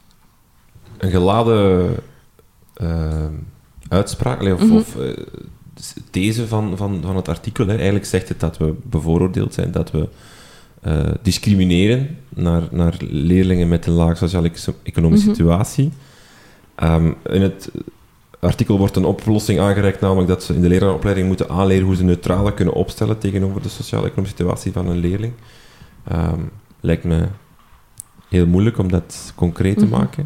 een geladen uh, uitspraak, of, mm-hmm. of uh, these van, van, van het artikel. Hè. Eigenlijk zegt het dat we bevooroordeeld zijn, dat we uh, discrimineren naar, naar leerlingen met een laag sociaal-economische mm-hmm. situatie. Um, in het artikel wordt een oplossing aangereikt, namelijk dat ze in de leraaropleiding moeten aanleren hoe ze neutraler kunnen opstellen tegenover de sociaal-economische situatie van een leerling. Um, lijkt me heel moeilijk om dat concreet te mm-hmm. maken.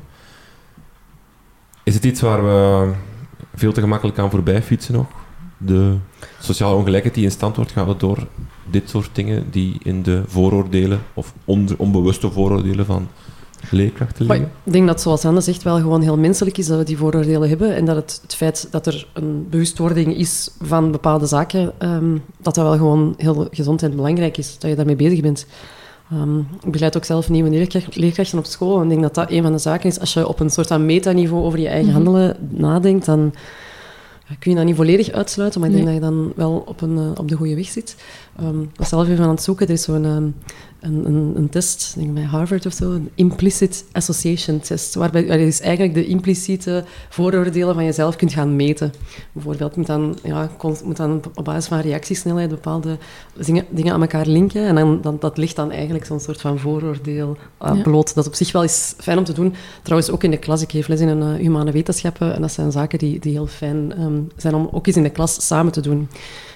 Is het iets waar we veel te gemakkelijk aan voorbij fietsen nog? De sociale ongelijkheid die in stand wordt gehouden door dit soort dingen die in de vooroordelen of on- onbewuste vooroordelen van leerkrachten liggen? Ik denk dat, zoals Anne zegt, wel gewoon heel menselijk is dat we die vooroordelen hebben en dat het, het feit dat er een bewustwording is van bepaalde zaken, um, dat dat wel gewoon heel gezond en belangrijk is, dat je daarmee bezig bent. Um, ik begeleid ook zelf nieuwe leerkracht, leerkrachten op school en ik denk dat dat een van de zaken is. Als je op een soort van metaniveau over je eigen mm-hmm. handelen nadenkt, dan ja, kun je dat niet volledig uitsluiten, maar ik denk nee. dat je dan wel op, een, uh, op de goede weg zit. Um, ik was zelf even aan het zoeken. Er is zo'n um, een, een, een test, denk ik bij Harvard of zo, een implicit association test, waarbij je dus eigenlijk de impliciete vooroordelen van jezelf kunt gaan meten. Bijvoorbeeld, je moet dan, ja, moet dan op basis van reactiesnelheid bepaalde dingen, dingen aan elkaar linken en dan, dan, dat ligt dan eigenlijk zo'n soort van vooroordeel uh, ja. bloot. Dat op zich wel is fijn om te doen. Trouwens, ook in de klas. Ik geef les in een uh, humane wetenschappen en dat zijn zaken die, die heel fijn um, zijn om ook eens in de klas samen te doen.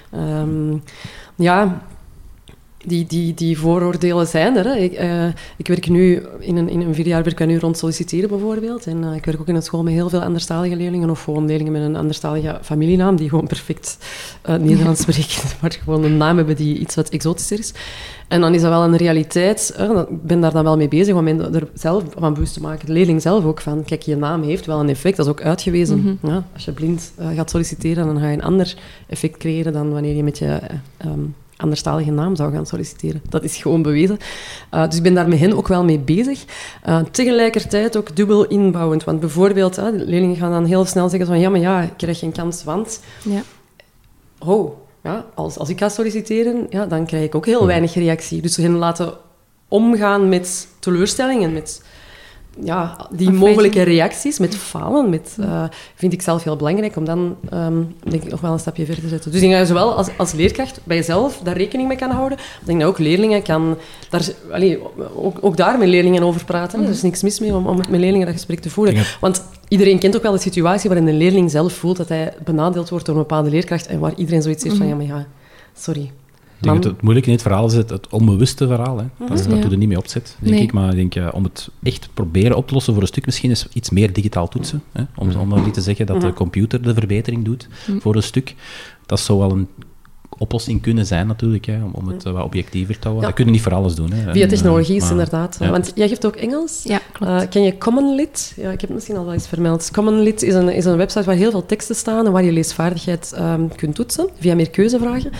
Um, ja... Die, die, die vooroordelen zijn er. Hè. Ik, uh, ik werk nu in een, in een vier jaar werk ik nu rond solliciteren bijvoorbeeld. En uh, ik werk ook in een school met heel veel anderstalige leerlingen of gewoon leerlingen met een anderstalige familienaam die gewoon perfect uh, Nederlands spreken, maar gewoon een naam hebben die iets wat exotischer is. En dan is dat wel een realiteit. Hè. Ik ben daar dan wel mee bezig om me er zelf van bewust te maken. De leerling zelf ook van, kijk, je naam heeft wel een effect. Dat is ook uitgewezen. Mm-hmm. Ja, als je blind uh, gaat solliciteren, dan ga je een ander effect creëren dan wanneer je met je... Uh, um, anderstalige naam zou gaan solliciteren. Dat is gewoon bewezen. Uh, dus ik ben daar met hen ook wel mee bezig. Uh, tegelijkertijd ook dubbel inbouwend. Want bijvoorbeeld, uh, de leerlingen gaan dan heel snel zeggen van ja, maar ja, ik krijg geen kans, want... Ja. Oh, ja, als, als ik ga solliciteren, ja, dan krijg ik ook heel weinig reactie. Dus hen laten omgaan met teleurstellingen, met... Ja, die Afwijzen. mogelijke reacties met falen, met, uh, vind ik zelf heel belangrijk om dan um, denk ik, nog wel een stapje verder te zetten. Dus ik denk dat je zowel als, als leerkracht bij jezelf daar rekening mee kan houden. Ik denk dat ook leerlingen kan... Daar, allee, ook, ook daar met leerlingen over praten. Mm-hmm. Er is niks mis mee om, om met leerlingen dat gesprek te voeren. Ja. Want iedereen kent ook wel de situatie waarin een leerling zelf voelt dat hij benadeeld wordt door een bepaalde leerkracht en waar iedereen zoiets heeft mm-hmm. van, ja, maar ja, sorry... Ik denk dat het moeilijke in het verhaal is het, het onbewuste verhaal. Hè. Dat, dat ja. doe je niet mee opzet, denk nee. ik. Maar ik denk, ja, om het echt proberen op te lossen voor een stuk, misschien is iets meer digitaal toetsen. Hè. Om, om dan niet te zeggen dat de computer de verbetering doet voor een stuk. Dat zou wel een oplossing kunnen zijn, natuurlijk, hè, om, om het uh, wat objectiever te houden. Ja. Dat kunnen niet voor alles doen. Hè. Via technologie is uh, inderdaad. Ja. Want jij geeft ook Engels. Ja, klopt. Uh, ken je Commonlit? Ja, ik heb het misschien al wel eens vermeld. Commonlit is een, is een website waar heel veel teksten staan en waar je leesvaardigheid um, kunt toetsen, via meer keuzevragen.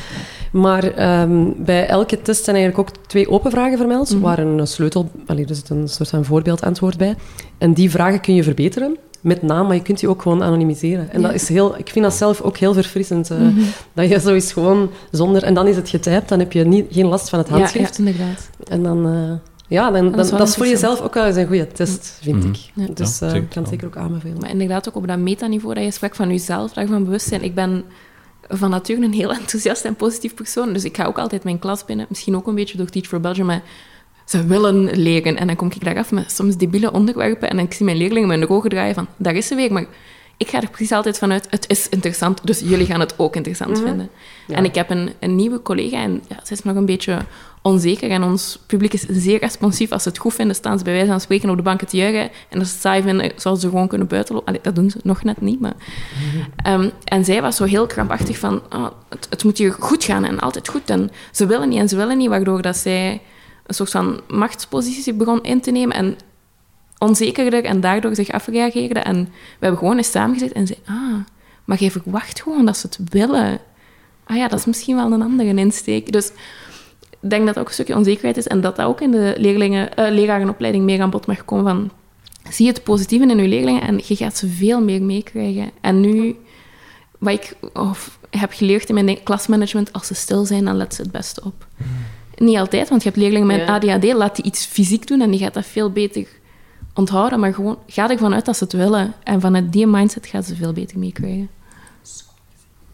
Maar um, bij elke test zijn eigenlijk ook twee open vragen vermeld, mm-hmm. waar een sleutel... Allee, er zit een soort van voorbeeldantwoord bij. En die vragen kun je verbeteren. Met naam, maar je kunt die ook gewoon anonimiseren. En ja. dat is heel, ik vind dat zelf ook heel verfrissend. Uh, mm-hmm. Dat je zo is gewoon zonder... En dan is het getypt, dan heb je niet, geen last van het handschrift. Ja, ja inderdaad. En dan... Uh, ja, dan, dan, dat is, dat is voor jezelf ook wel eens een goede test, vind mm-hmm. ik. Ja. Dus uh, ik kan het zeker ook aanbevelen. Maar inderdaad ook op dat metaniveau dat je sprak van jezelf, dat je van bewustzijn. Ik ben van nature een heel enthousiast en positief persoon, dus ik ga ook altijd mijn klas binnen. Misschien ook een beetje door Teach for Belgium, maar... Ze willen leren. En dan kom ik daar af met soms debiele onderwerpen en ik zie mijn leerlingen met hun ogen draaien van, daar is ze weer. Maar ik ga er precies altijd vanuit, het is interessant, dus jullie gaan het ook interessant mm-hmm. vinden. Ja. En ik heb een, een nieuwe collega en ja, ze is nog een beetje onzeker en ons publiek is zeer responsief. Als ze het goed vinden, staan ze bij wijze van spreken op de banken te juichen. En als ze het saai vinden, zouden ze gewoon kunnen buitenlopen. Allee, dat doen ze nog net niet, maar... Mm-hmm. Um, en zij was zo heel krampachtig van, oh, het, het moet hier goed gaan en altijd goed. En ze willen niet en ze willen niet, waardoor dat zij... een soort van machtspositie begon in te nemen en onzekerder en daardoor zich afreageerde. En we hebben gewoon eens samengezeten en zei, ah, maar jij verwacht gewoon dat ze het willen. Ah ja, dat is misschien wel een andere insteek. Dus ik denk dat dat ook een stukje onzekerheid is en dat dat ook in de leerlingen, uh, lerarenopleiding meer aan bod mag komen van, zie het positieve in je leerlingen en je gaat ze veel meer meekrijgen. En nu, wat ik of, heb geleerd in mijn klasmanagement, als ze stil zijn, dan let ze het beste op. Niet altijd, want je hebt leerlingen met ja. A D H D, laat die iets fysiek doen en die gaat dat veel beter onthouden, maar gewoon, ga ervan uit dat ze het willen. En vanuit die mindset gaan ze veel beter meekrijgen.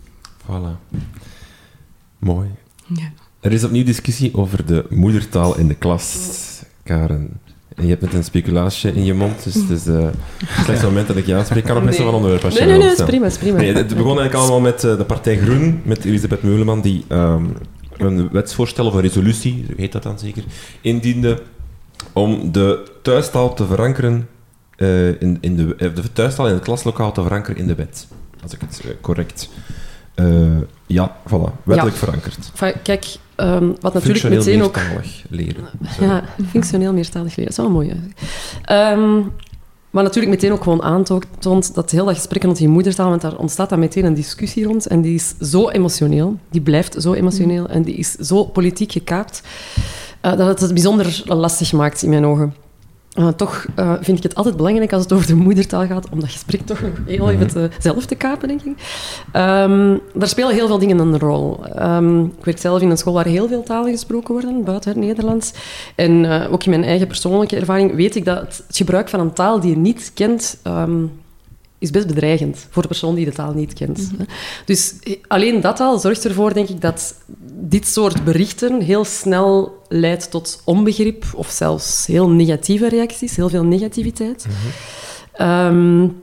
Voilà. Mooi. Ja. Er is opnieuw discussie over de moedertaal in de klas, Karen. En je hebt net een speculatie in je mond, dus het is uh, het slechtste moment dat ik je aanspreek. Ik kan nog best wel van onderwerp als je Nee, nee, nee, wilt dat is stellen. prima, is prima. Nee, het begon eigenlijk allemaal met uh, de partij Groen, met Elisabeth Meuleman, die um, een wetsvoorstel of een resolutie, heet dat dan zeker, indiende om de thuistaal te verankeren, uh, in, in de, de thuistaal in het klaslokaal te verankeren in de wet. Als ik het uh, correct... Uh, ja, voilà, wettelijk Ja. verankerd. Enfin, kijk, um, wat natuurlijk Functioneel meteen ook... meertalig leren. Sorry. Ja, functioneel meertalig leren. Dat is wel mooi. Um, maar natuurlijk meteen ook gewoon aantoont dat heel dat gesprek rond die moedertaal, want daar ontstaat dan meteen een discussie rond en die is zo emotioneel, die blijft zo emotioneel en die is zo politiek gekaapt, uh, dat het het bijzonder lastig maakt in mijn ogen. Uh, toch uh, vind ik het altijd belangrijk als het over de moedertaal gaat, om dat gesprek toch nog heel even te, zelf te kapen, denk ik. Um, daar spelen heel veel dingen een rol. Um, ik werk zelf in een school waar heel veel talen gesproken worden, buiten het Nederlands. En uh, ook in mijn eigen persoonlijke ervaring weet ik dat het gebruik van een taal die je niet kent... Um, is best bedreigend voor de persoon die de taal niet kent. Mm-hmm. Dus alleen dat al zorgt ervoor, denk ik, dat dit soort berichten heel snel leidt tot onbegrip of zelfs heel negatieve reacties, heel veel negativiteit. Mm-hmm. Um,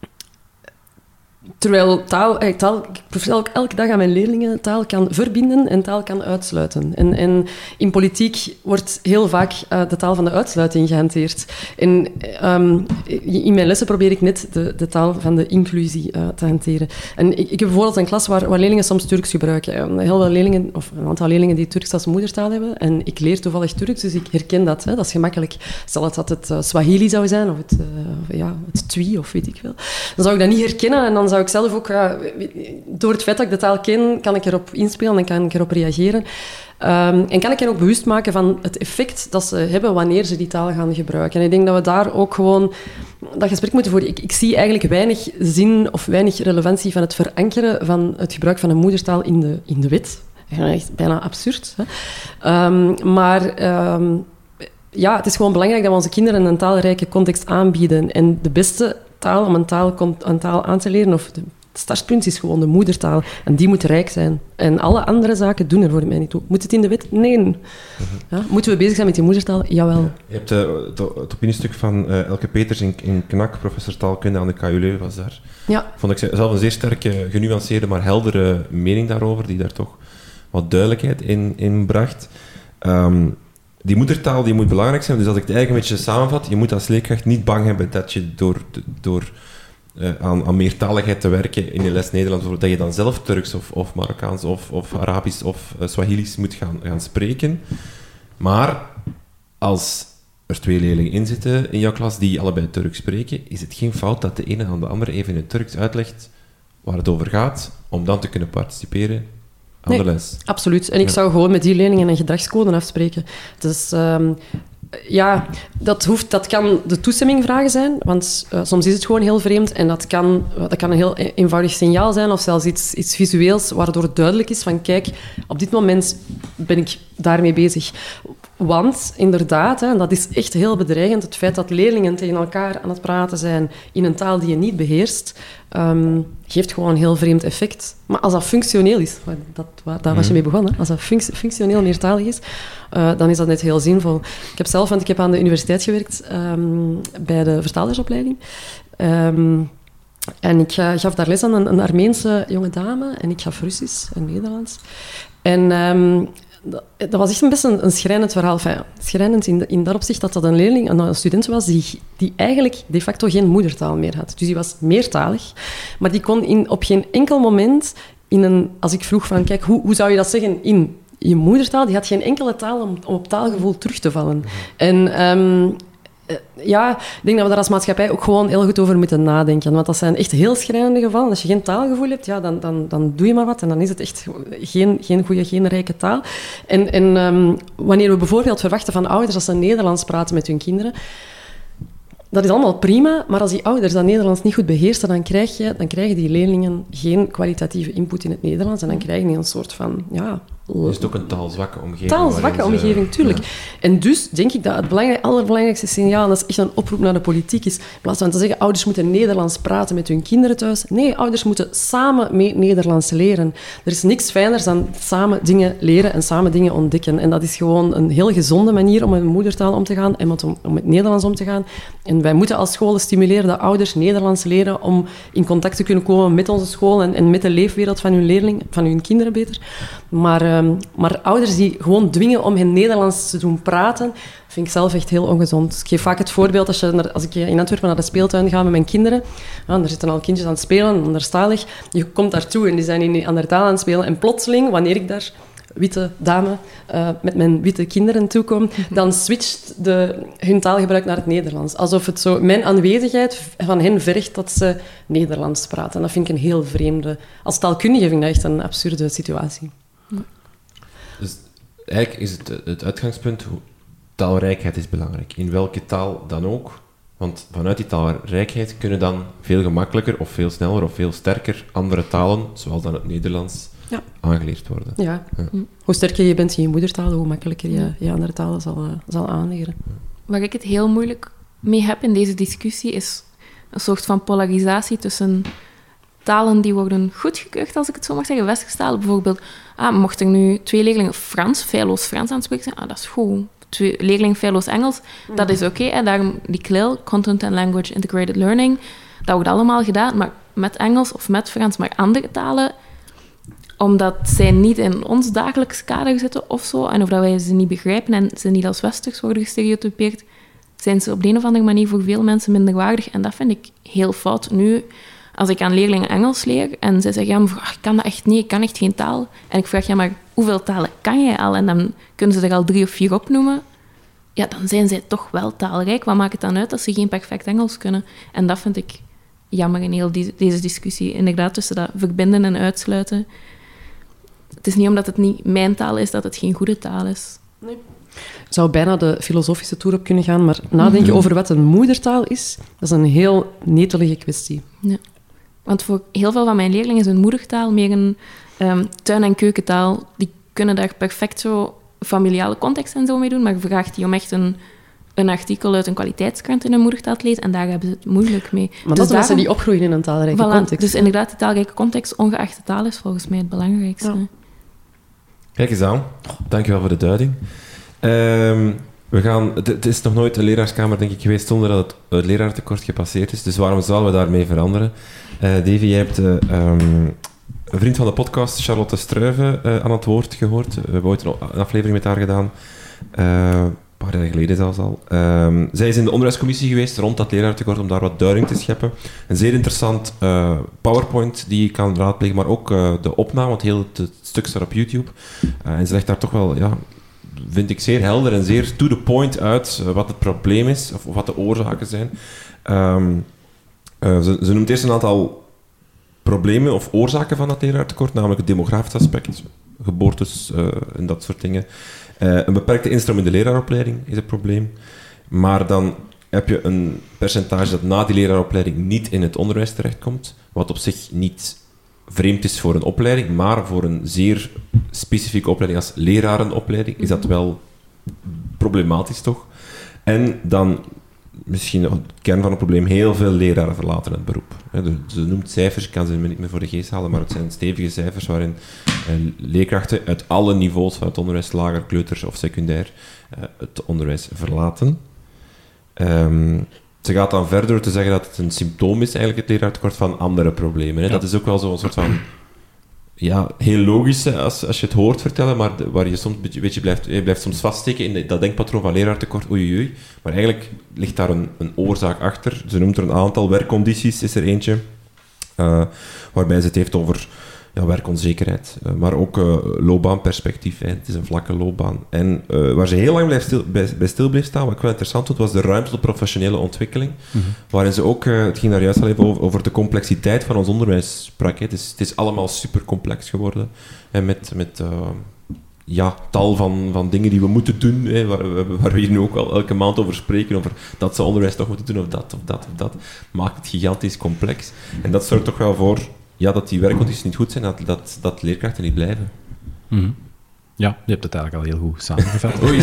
terwijl taal, taal, ik vertel ook elke dag aan mijn leerlingen, taal kan verbinden en taal kan uitsluiten. En, en in politiek wordt heel vaak uh, de taal van de uitsluiting gehanteerd. En um, in mijn lessen probeer ik net de, de taal van de inclusie uh, te hanteren. En ik, ik heb bijvoorbeeld een klas waar, waar leerlingen soms Turks gebruiken. Heel veel leerlingen, of een aantal leerlingen die Turks als moedertaal hebben. En ik leer toevallig Turks, dus ik herken dat. Hè. Dat is gemakkelijk. Stel het dat het uh, Swahili zou zijn, of het, uh, ja, het Twi, of weet ik veel. Dan zou ik dat niet herkennen en dan zou ik zelf ook, ja, door het feit dat ik de taal ken, kan ik erop inspelen en kan ik erop reageren. Um, en kan ik hen ook bewust maken van het effect dat ze hebben wanneer ze die taal gaan gebruiken. En ik denk dat we daar ook gewoon dat gesprek moeten voeren. Ik, ik zie eigenlijk weinig zin of weinig relevantie van het verankeren van het gebruik van een moedertaal in de, in de wet. Echt bijna absurd. Hè? Um, maar... Um, ja, het is gewoon belangrijk dat we onze kinderen een taalrijke context aanbieden. En de beste taal om een taal, een taal aan te leren, of de, het startpunt is gewoon de moedertaal. En die moet rijk zijn. En alle andere zaken doen er voor mij niet toe. Moet het in de wet? Nee. Mm-hmm. Ja, moeten we bezig zijn met die moedertaal? Jawel. Je hebt uh, het, het opiniestuk van uh, Elke Peters in, in Knak, professor taalkunde aan de K U Leuven, was daar. Ja. Vond ik zelf een zeer sterke, genuanceerde, maar heldere mening daarover, die daar toch wat duidelijkheid in, in bracht. Um, Die moedertaal die moet belangrijk zijn, dus als ik het eigenlijk een beetje samenvat, je moet als leerkracht niet bang hebben dat je door, door uh, aan, aan meertaligheid te werken in je les Nederlands, dat je dan zelf Turks of, of Marokkaans of, of Arabisch of uh, Swahili's moet gaan, gaan spreken. Maar als er twee leerlingen in zitten in jouw klas die allebei Turks spreken, is het geen fout dat de ene aan de andere even in het Turks uitlegt waar het over gaat, om dan te kunnen participeren aan nee, de les. Absoluut. En ik ja. zou gewoon met die leerlingen een gedragscode afspreken. Dus um, ja, dat, hoeft, dat kan de toestemming vragen zijn, want uh, soms is het gewoon heel vreemd en dat kan, dat kan een heel eenvoudig signaal zijn of zelfs iets, iets visueels, waardoor het duidelijk is van kijk, op dit moment ben ik daarmee bezig. Want inderdaad, hè, dat is echt heel bedreigend, het feit dat leerlingen tegen elkaar aan het praten zijn in een taal die je niet beheerst, um, geeft gewoon een heel vreemd effect. Maar als dat functioneel is, dat, daar was je mee begonnen, als dat func- functioneel meertalig is, uh, dan is dat net heel zinvol. Ik heb zelf, want ik heb aan de universiteit gewerkt, um, bij de vertalersopleiding. Um, en ik uh, gaf daar les aan een, een Armeense jonge dame en ik gaf Russisch en Nederlands. En... Um, Dat was echt een best een, een schrijnend verhaal. Enfin, schrijnend in, de, in dat opzicht dat dat een leerling, een, een student was die, die eigenlijk de facto geen moedertaal meer had. Dus die was meertalig, maar die kon in, op geen enkel moment, in een, als ik vroeg van, kijk, hoe, hoe zou je dat zeggen in je moedertaal, die had geen enkele taal om, om op taalgevoel terug te vallen. En... Um, ja, ik denk dat we daar als maatschappij ook gewoon heel goed over moeten nadenken. Want dat zijn echt heel schrijnende gevallen. Als je geen taalgevoel hebt, ja, dan, dan, dan doe je maar wat. En dan is het echt geen, geen goede, geen rijke taal. En, en um, wanneer we bijvoorbeeld verwachten van ouders dat ze Nederlands praten met hun kinderen, dat is allemaal prima, maar als die ouders dat Nederlands niet goed beheersen, dan, krijg je, dan krijgen die leerlingen geen kwalitatieve input in het Nederlands. En dan krijgen die een soort van... ja. Is het ook een taalzwakke omgeving? Taalzwakke omgeving, ze, tuurlijk. Ja. En dus denk ik dat het belangrijk, allerbelangrijkste signaal, en dat is echt een oproep naar de politiek, is in plaats van te zeggen, ouders moeten Nederlands praten met hun kinderen thuis. Nee, ouders moeten samen mee Nederlands leren. Er is niks fijners dan samen dingen leren en samen dingen ontdekken. En dat is gewoon een heel gezonde manier om met moedertaal om te gaan en met, om met Nederlands om te gaan. En wij moeten als scholen stimuleren dat ouders Nederlands leren om in contact te kunnen komen met onze school en, en met de leefwereld van hun leerling, van hun kinderen beter. Maar... Um, Maar ouders die gewoon dwingen om hen Nederlands te doen praten, vind ik zelf echt heel ongezond. Ik geef vaak het voorbeeld, als, je naar, als ik in Antwerpen naar de speeltuin ga met mijn kinderen, ja, er zitten al kindjes aan het spelen, anderstalig. Je komt daartoe en die zijn in een andere taal aan het spelen. En plotseling, wanneer ik daar, witte dame, uh, met mijn witte kinderen toekom, dan switcht de, hun taalgebruik naar het Nederlands. Alsof het zo, mijn aanwezigheid van hen vergt dat ze Nederlands praten. En dat vind ik een heel vreemde... Als taalkundige vind ik dat echt een absurde situatie. Dus eigenlijk is het, het uitgangspunt, taalrijkheid is belangrijk. In welke taal dan ook. Want vanuit die taalrijkheid kunnen dan veel gemakkelijker of veel sneller of veel sterker andere talen, zoals dan het Nederlands, ja. aangeleerd worden. Ja. Ja. Hoe sterker je bent in je moedertaal, hoe makkelijker je, je andere talen zal, uh, zal aanleren. Waar ik het heel moeilijk mee heb in deze discussie, is een soort van polarisatie tussen... talen die worden goedgekeurd, als ik het zo mag zeggen. Westerse talen bijvoorbeeld. Ah, mocht er nu twee leerlingen Frans, feilloos Frans aan het spreken zijn, ah, dat is goed. Twee leerlingen feilloos Engels, mm. dat is oké. Okay. En daarom die C L I L, Content and Language Integrated Learning, dat wordt allemaal gedaan, maar met Engels of met Frans. Maar andere talen, omdat zij niet in ons dagelijks kader zitten of zo, en of dat wij ze niet begrijpen en ze niet als Westers worden gestereotypeerd, zijn ze op de een of andere manier voor veel mensen minder waardig. En dat vind ik heel fout. Nu... Als ik aan leerlingen Engels leer en zij zeggen, ja, mevrouw, ik kan dat echt niet, ik kan echt geen taal. En ik vraag, ja, maar hoeveel talen kan jij al? En dan kunnen ze er al drie of vier opnoemen. Ja, dan zijn zij toch wel taalrijk. Wat maakt het dan uit als ze geen perfect Engels kunnen? En dat vind ik jammer in heel die, deze discussie. Inderdaad, tussen dat verbinden en uitsluiten. Het is niet omdat het niet mijn taal is, dat het geen goede taal is. Nee. Ik zou bijna de filosofische toer op kunnen gaan, maar nadenken mm-hmm. over wat een moedertaal is, dat is een heel netelige kwestie. Ja. Want voor heel veel van mijn leerlingen is een moedertaal meer een um, tuin- en keukentaal. Die kunnen daar perfect zo familiale context en zo mee doen, maar je vraagt die om echt een, een artikel uit een kwaliteitskrant in een moedertaal te lezen en daar hebben ze het moeilijk mee. Maar dus dat is dat ze die opgroeien in een taalrijke voilà, context. Dus inderdaad, die taalrijke context, ongeacht de taal, is volgens mij het belangrijkste. Ja. Kijk eens aan. Dankjewel voor de duiding. Um, we gaan, het, het is nog nooit een leraarskamer, denk ik, geweest zonder dat het, het leraartekort gepasseerd is. Dus waarom zouden we daarmee veranderen? Uh, Davy, jij hebt uh, um, een vriend van de podcast, Charlotte Struiven, uh, aan het woord gehoord. We hebben ooit een, een aflevering met haar gedaan. Uh, een paar jaar geleden zelfs al. Um, zij is in de onderwijscommissie geweest rond dat leraartekort om daar wat duiding te scheppen. Een zeer interessant uh, PowerPoint die je kan raadplegen, maar ook uh, de opname, want heel het, het stuk staat op YouTube. Uh, en ze legt daar toch wel... Ja, vind ik zeer helder en zeer to the point uit uh, wat het probleem is, of, of wat de oorzaken zijn. Um, uh, ze, ze noemt eerst een aantal problemen of oorzaken van dat leraartekort, namelijk het demografisch aspect, geboortes uh, en dat soort dingen. Uh, een beperkte instroom in de leraaropleiding is het probleem. Maar dan heb je een percentage dat na die leraaropleiding niet in het onderwijs terechtkomt, wat op zich niet vreemd is voor een opleiding, maar voor een zeer specifieke opleiding als lerarenopleiding is dat wel problematisch, toch? En dan, misschien nog het kern van het probleem, heel veel leraren verlaten het beroep. Ze noemt cijfers, ik kan ze niet meer voor de geest halen, maar het zijn stevige cijfers waarin leerkrachten uit alle niveaus van het onderwijs, lager, kleuter of secundair, het onderwijs verlaten. Um, Ze gaat dan verder door te zeggen dat het een symptoom is, eigenlijk het leraartekort, van andere problemen. Hè. Ja. Dat is ook wel zo'n soort van... Ja, heel logisch hè, als, als je het hoort vertellen, maar de, waar je soms een beetje, beetje blijft, je blijft soms vaststeken in de, dat denkpatroon van leraartekort, oei, oei. Maar eigenlijk ligt daar een, een oorzaak achter. Ze noemt er een aantal. Werkcondities is er eentje, uh, waarbij ze het heeft over... Ja, werkonzekerheid, uh, maar ook uh, loopbaanperspectief. Hè. Het is een vlakke loopbaan. En uh, waar ze heel lang blijft stil, bij, bij stil bleef staan, wat ik wel interessant vond, was de ruimte tot professionele ontwikkeling. Mm-hmm. Waarin ze ook, uh, het ging daar juist al even over, over de complexiteit van ons onderwijs sprak. Hè. Het, is, het is allemaal super complex geworden. En met, met uh, ja, tal van, van dingen die we moeten doen, hè, waar, waar we hier nu ook al elke maand over spreken, over dat ze onderwijs toch moeten doen, of dat, of dat, of dat, maakt het gigantisch complex. En dat zorgt toch wel voor... Ja, dat die werkcondities niet goed zijn, dat, dat, dat leerkrachten niet blijven. Mm-hmm. Ja, je hebt het eigenlijk al heel goed samengevat. Oei.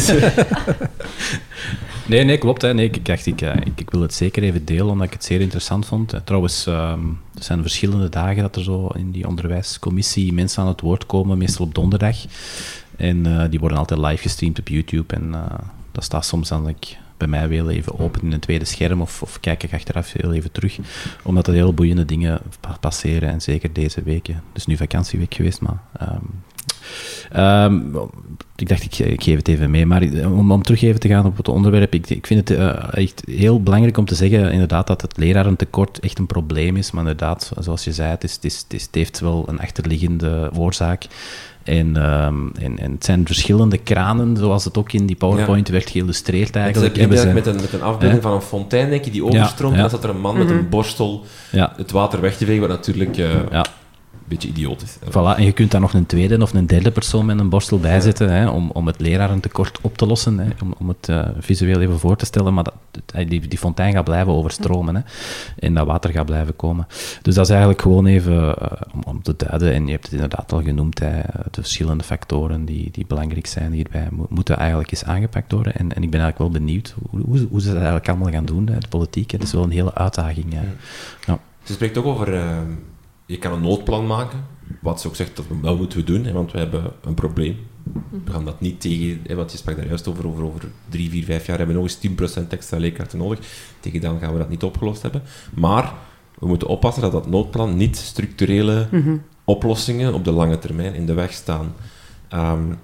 nee, nee, klopt. Hè. Nee, ik, dacht, ik, ik, ik wil het zeker even delen, omdat ik het zeer interessant vond. Trouwens, um, er zijn verschillende dagen dat er zo in die onderwijscommissie mensen aan het woord komen, meestal op donderdag. En uh, die worden altijd live gestreamd op YouTube. En uh, dat staat soms dan ik, bij mij weer even open in een tweede scherm, of, of kijk ik achteraf heel even terug. Omdat er heel boeiende dingen passeren, en zeker deze week. Het is nu vakantieweek geweest, maar... Um, Um, ik dacht, ik, ik geef het even mee, maar om, om terug even te gaan op het onderwerp, ik, ik vind het uh, echt heel belangrijk om te zeggen inderdaad dat het lerarentekort echt een probleem is, maar inderdaad, zoals je zei, het, is, het, is, het, is, het heeft wel een achterliggende oorzaak. En, um, en, en het zijn verschillende kranen, zoals het ook in die PowerPoint ja. werd geïllustreerd eigenlijk. Het is ze... met, een, met een afbeelding ja. van een fontein, denk je, die overstroomt, ja, ja. en dan zat er een man mm-hmm. met een borstel ja. het water weg te vegen, wat natuurlijk... Uh, ja. een beetje idiotisch. Voilà, en je kunt daar nog een tweede of een derde persoon met een borstel bij zetten, hè, om, om het lerarentekort op te lossen, hè, om, om het uh, visueel even voor te stellen, maar dat, die, die fontein gaat blijven overstromen, hè, en dat water gaat blijven komen. Dus dat is eigenlijk gewoon even uh, om, om te duiden, en je hebt het inderdaad al genoemd, hè, de verschillende factoren die, die belangrijk zijn hierbij, mo- moeten eigenlijk eens aangepakt worden, en, en ik ben eigenlijk wel benieuwd hoe, hoe, hoe ze dat eigenlijk allemaal gaan doen, hè, de politiek, hè. Dat is wel een hele uitdaging. Hè. Ja. Ze spreekt ook over... Uh... Je kan een noodplan maken, wat ze ook zegt, dat, dat moeten we doen, hè, want we hebben een probleem. We gaan dat niet tegen, hè, want je sprak daar juist over, over, over drie, vier, vijf jaar hebben we nog eens tien procent extra leerkrachten nodig. Tegen dan gaan we dat niet opgelost hebben. Maar we moeten oppassen dat dat noodplan niet structurele mm-hmm. oplossingen op de lange termijn in de weg staan. Um,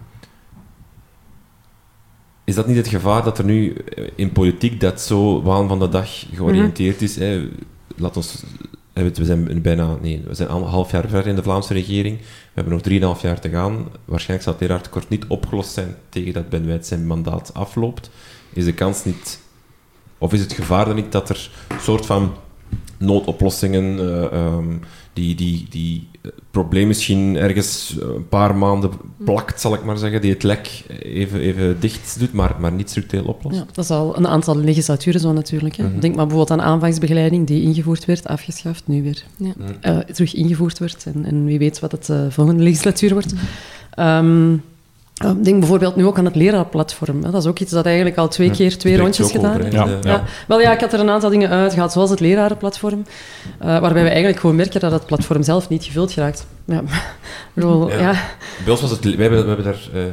is dat niet het gevaar dat er nu in politiek dat zo waan van de dag georiënteerd mm-hmm. is? Hè? Laat ons... We zijn bijna, nee, we zijn een half jaar verder in de Vlaamse regering. We hebben nog drieënhalf jaar te gaan. Waarschijnlijk zal het leraartekort niet opgelost zijn tegen dat Ben Wijts zijn mandaat afloopt. Is de kans niet, of is het gevaar dan niet dat er een soort van noodoplossingen, uh, um, die, die, die uh, probleem misschien ergens een paar maanden plakt, zal ik maar zeggen, die het lek even, even dicht doet, maar, maar niet structureel oplost. Ja, dat is al een aantal legislaturen zo natuurlijk. Hè. Mm-hmm. Denk maar bijvoorbeeld aan aanvangsbegeleiding, die ingevoerd werd, afgeschaft, nu weer ja. uh, terug ingevoerd wordt. En, en wie weet wat het uh, volgende legislatuur wordt. Mm-hmm. Um, Ik denk bijvoorbeeld nu ook aan het leraarplatform. Dat is ook iets dat eigenlijk al twee keer twee ja, rondjes gedaan heeft. Ja, ja. Ja. Wel ja, ik had er een aantal dingen uitgehaald, zoals het lerarenplatform, uh, waarbij we eigenlijk gewoon merken dat het platform zelf niet gevuld geraakt. Ja. Bedoel, ja. Ja. Bij ons was het... We hebben, we hebben daar... Uh,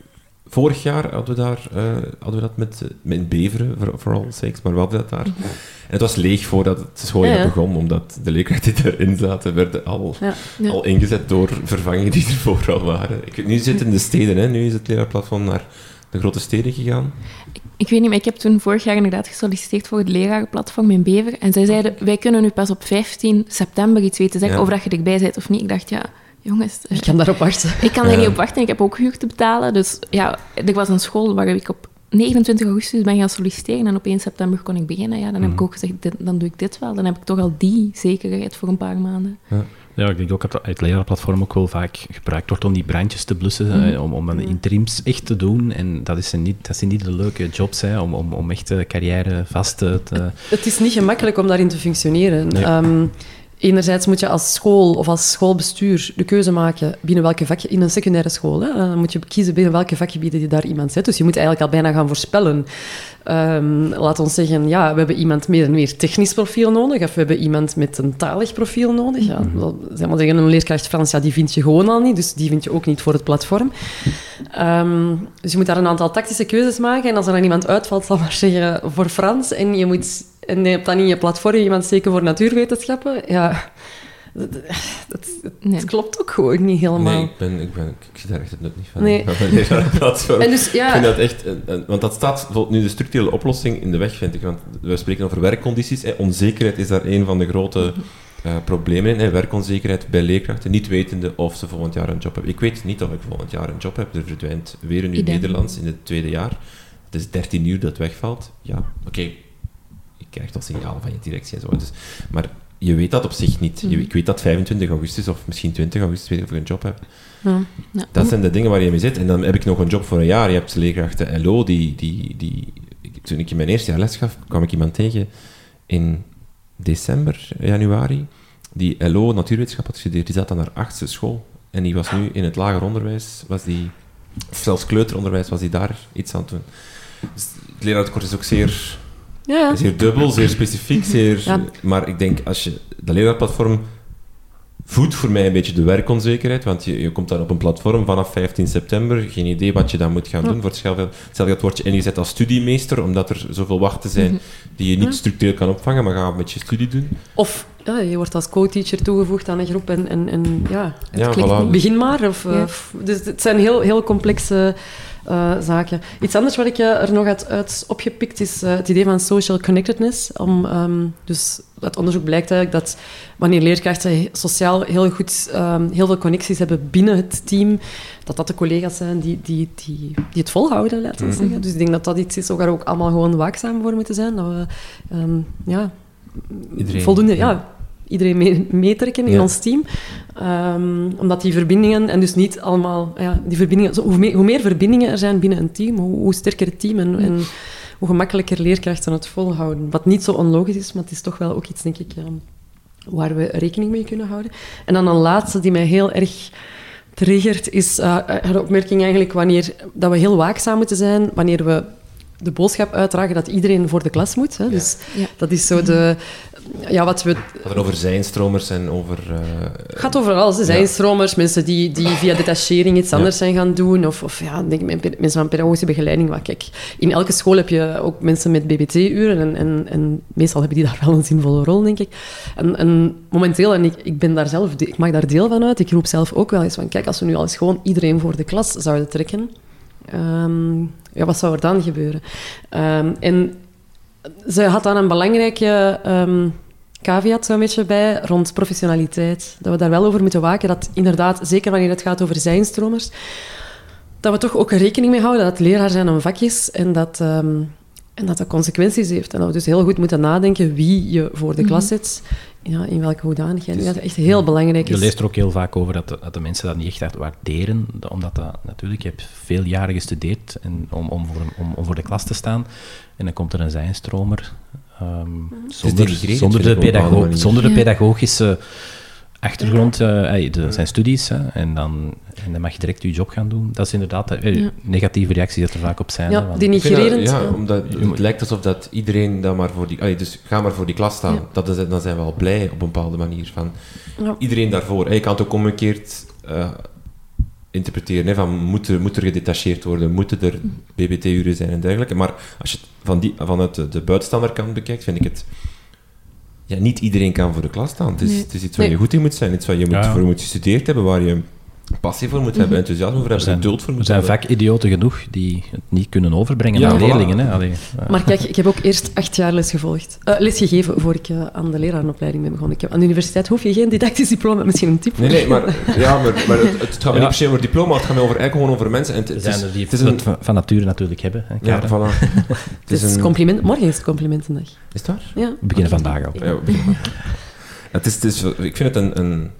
vorig jaar hadden we, daar, uh, hadden we dat met, met Beveren, voor, voor all sakes, maar we hadden dat daar. En het was leeg voordat het schooljaar ja, ja. begon, omdat de leerkrachten die erin zaten, werden al, ja. Ja. al ingezet door vervangingen die ervoor al waren. Ik weet, nu zit het in de steden, hè. Nu is het leraarplatform naar de grote steden gegaan. Ik, ik weet niet, maar ik heb toen vorig jaar inderdaad gesolliciteerd voor het lerarenplatform in Bever. En zij zeiden, wij kunnen nu pas op vijftien september iets weten zeggen, ja. of dat je erbij bent of niet. Ik dacht, ja... Jongens, ik kan daarop wachten. Ik kan er ja. niet op wachten. Ik heb ook huur te betalen. Dus ja, er was een school waar ik op negenentwintig augustus ben gaan solliciteren en op één september kon ik beginnen. Ja, dan heb mm. ik ook gezegd, dit, dan doe ik dit wel. Dan heb ik toch al die zekerheid voor een paar maanden. Ja. Ja, ik denk ook dat het lerarenplatform ook wel vaak gebruikt wordt om die brandjes te blussen, mm. eh, om, om een interims echt te doen. En dat, is niet, dat zijn niet de leuke jobs, hè, om, om, om echt de carrière vast te... Het, het is niet gemakkelijk om daarin te functioneren. Nee. Um, Enerzijds moet je als school of als schoolbestuur de keuze maken binnen welke vak, in een secundaire school, hè, dan moet je kiezen binnen welke vakgebieden je daar iemand zet. Dus je moet eigenlijk al bijna gaan voorspellen. Um, laat ons zeggen, ja, we hebben iemand met een meer technisch profiel nodig, of we hebben iemand met een talig profiel nodig. Ja, zeg maar zeggen, een leerkracht Frans, ja, die vind je gewoon al niet, dus die vind je ook niet voor het platform. Um, dus je moet daar een aantal tactische keuzes maken, en als er dan iemand uitvalt, zal maar zeggen, voor Frans, en je moet... En je hebt dan in je platform iemand zeker voor natuurwetenschappen. Ja, dat, dat, dat nee. klopt ook gewoon niet helemaal. Nee, ik, ben, ik, ben, ik zie daar echt het nut niet van. Nee. Van platform. En dus, ja. Ik vind dat echt... Want dat staat nu de structurele oplossing in de weg, vind ik. Want we spreken over werkcondities. Hè. Onzekerheid is daar een van de grote uh, problemen in. Hè. Werkonzekerheid bij leerkrachten, niet wetende of ze volgend jaar een job hebben. Ik weet niet of ik volgend jaar een job heb. Er verdwijnt weer een uur Nederlands in het tweede jaar. Het is dertien uur dat wegvalt. Ja, oké. Okay. Je krijgt al signalen van je directie en zo. Dus, maar je weet dat op zich niet. Je, ik weet dat vijfentwintig augustus of misschien twintig augustus weet ik of ik een job heb. Ja. Ja. Dat zijn de dingen waar je mee zit. En dan heb ik nog een job voor een jaar. Je hebt leerkrachten L O, die, die, die... Toen ik in mijn eerste jaar les gaf, kwam ik iemand tegen in december, januari, die L O natuurwetenschap had gestudeerd. Die zat aan haar achtste school. En die was nu in het lager onderwijs, was die Of zelfs kleuteronderwijs was hij daar iets aan het doen. Dus het lerarentekort is ook zeer, Ja. zeer dubbel, zeer specifiek. Zeer, Ja. Maar ik denk, als je dat leraarplatform voedt voor mij een beetje de werkonzekerheid, want je, je komt dan op een platform vanaf vijftien september, geen idee wat je dan moet gaan Ja. doen. Voor hetzelfde hetzelfde word je ingezet als studiemeester, omdat er zoveel wachten zijn Mhm. die je niet Ja. structureel kan opvangen, maar ga met je studie doen. Of ja, je wordt als co-teacher toegevoegd aan een groep en, en, en ja, het Ja, klikt voilà. niet. Begin maar. Of, Ja. of- dus het zijn heel, heel complexe uh, zaken. Iets anders wat ik uh, er nog had uit opgepikt is uh, het idee van social connectedness. Om, um, dus uit onderzoek blijkt eigenlijk dat wanneer leerkrachten sociaal heel goed um, heel veel connecties hebben binnen het team, dat dat de collega's zijn die, die, die, die het volhouden, laten we Mhm. zeggen. Dus ik denk dat dat iets is waar we ook allemaal gewoon waakzaam voor moeten zijn. Dat we um, ja, Iedereen, voldoende... ja. Ja, iedereen mee, meetrekken in Ja. ons team. Um, omdat die verbindingen, en dus niet allemaal... Ja, die verbindingen, zo, hoe, meer, hoe meer verbindingen er zijn binnen een team, hoe, hoe sterker het team en, en hoe gemakkelijker leerkrachten het volhouden. Wat niet zo onlogisch is, maar het is toch wel ook iets, denk ik, um, waar we rekening mee kunnen houden. En dan een laatste die mij heel erg triggert, is uh, een opmerking eigenlijk wanneer dat we heel waakzaam moeten zijn, wanneer we de boodschap uitdragen dat iedereen voor de klas moet. Hè. Ja. Dus Ja. dat is zo de... Ja, wat we... Het gaat er over zijnstromers en over... uh, Het gaat over alles. Er zijn Ja. stromers, mensen die, die via detachering iets anders zijn gaan doen. Of, of ja, denk ik, met mensen van pedagogische begeleiding. Maar kijk, in elke school heb je ook mensen met B B T-uren. En, en, en meestal hebben die daar wel een zinvolle rol, denk ik. En, en momenteel, en ik, ik ben daar zelf... Ik maak daar deel van uit. Ik roep zelf ook wel eens van... Kijk, als we nu al eens gewoon iedereen voor de klas zouden trekken... Um, ja, wat zou er dan gebeuren? Um, en ze had dan een belangrijke um, caveat zo'n beetje bij rond professionaliteit. Dat we daar wel over moeten waken. Dat inderdaad, zeker wanneer het gaat over zijnstromers, dat we toch ook rekening mee houden dat leraar zijn een vak is en dat, um, en dat dat consequenties heeft. En dat we dus heel goed moeten nadenken wie je voor de klas zet, ja, in welke hoedanigheid. Dus, dat is echt heel belangrijk. Je is. leest er ook heel vaak over dat de, dat de mensen dat niet echt uit waarderen, omdat dat natuurlijk, je hebt veel jaren gestudeerd en om, om, voor, om, om voor de klas te staan, en dan komt er een zijnstromer um, zonder, denigrerend, zonder, de vind ik op een bepaalde pedago- manier. zonder de Ja. pedagogische achtergrond, uh, hey, de, zijn studies, hè, en, dan, en dan mag je direct je job gaan doen. Dat is inderdaad uh, Ja. negatieve reacties dat er vaak op zijn. hè, Ja, want- Ik vind dat- denigrerend. ja, ja. omdat het lijkt alsof dat iedereen dan maar voor die... allee, dus ga maar voor die klas staan. Ja. Dat is, dan zijn we al blij op een bepaalde manier. Van, Ja. iedereen daarvoor. Hey, je kan het ook omgekeerd uh, interpreteren. Hè, van, moet, er, moet er gedetacheerd worden? Moeten er B B T-uren zijn en dergelijke? Maar als je het van die, vanuit de, de buitenstaander bekijkt, vind ik het... Ja, niet iedereen kan voor de klas staan. Het is, Nee. het is iets waar Nee. je goed in moet zijn. Iets waar je moet, Ja. voor moet gestudeerd hebben, waar je passie voor moet hebben, enthousiasme voor Er hebben, zijn, geduld voor er moet zijn hebben. vakidioten genoeg die het niet kunnen overbrengen Ja, aan voilà. leerlingen. Hè. Allee, uh, Maar kijk, ik heb ook eerst acht jaar les gevolgd. Uh, les gegeven voor ik uh, aan de lerarenopleiding ben begonnen. Ik heb, aan de universiteit hoef je geen didactisch diploma, misschien een tip. Nee, nee, maar, ja, maar, maar het, het gaat me Ja. niet per se over diploma, het gaat me over, eigenlijk gewoon over mensen. En het, er het zijn is, er die het is een... dat van, van nature natuurlijk hebben. Hè, Ja, Karen. voilà. Het Het is een... compliment, morgen is het complimentendag. Is het waar? Ja. We beginnen vandaag al. Ja, we beginnen. het is, het is, ik vind het een, een...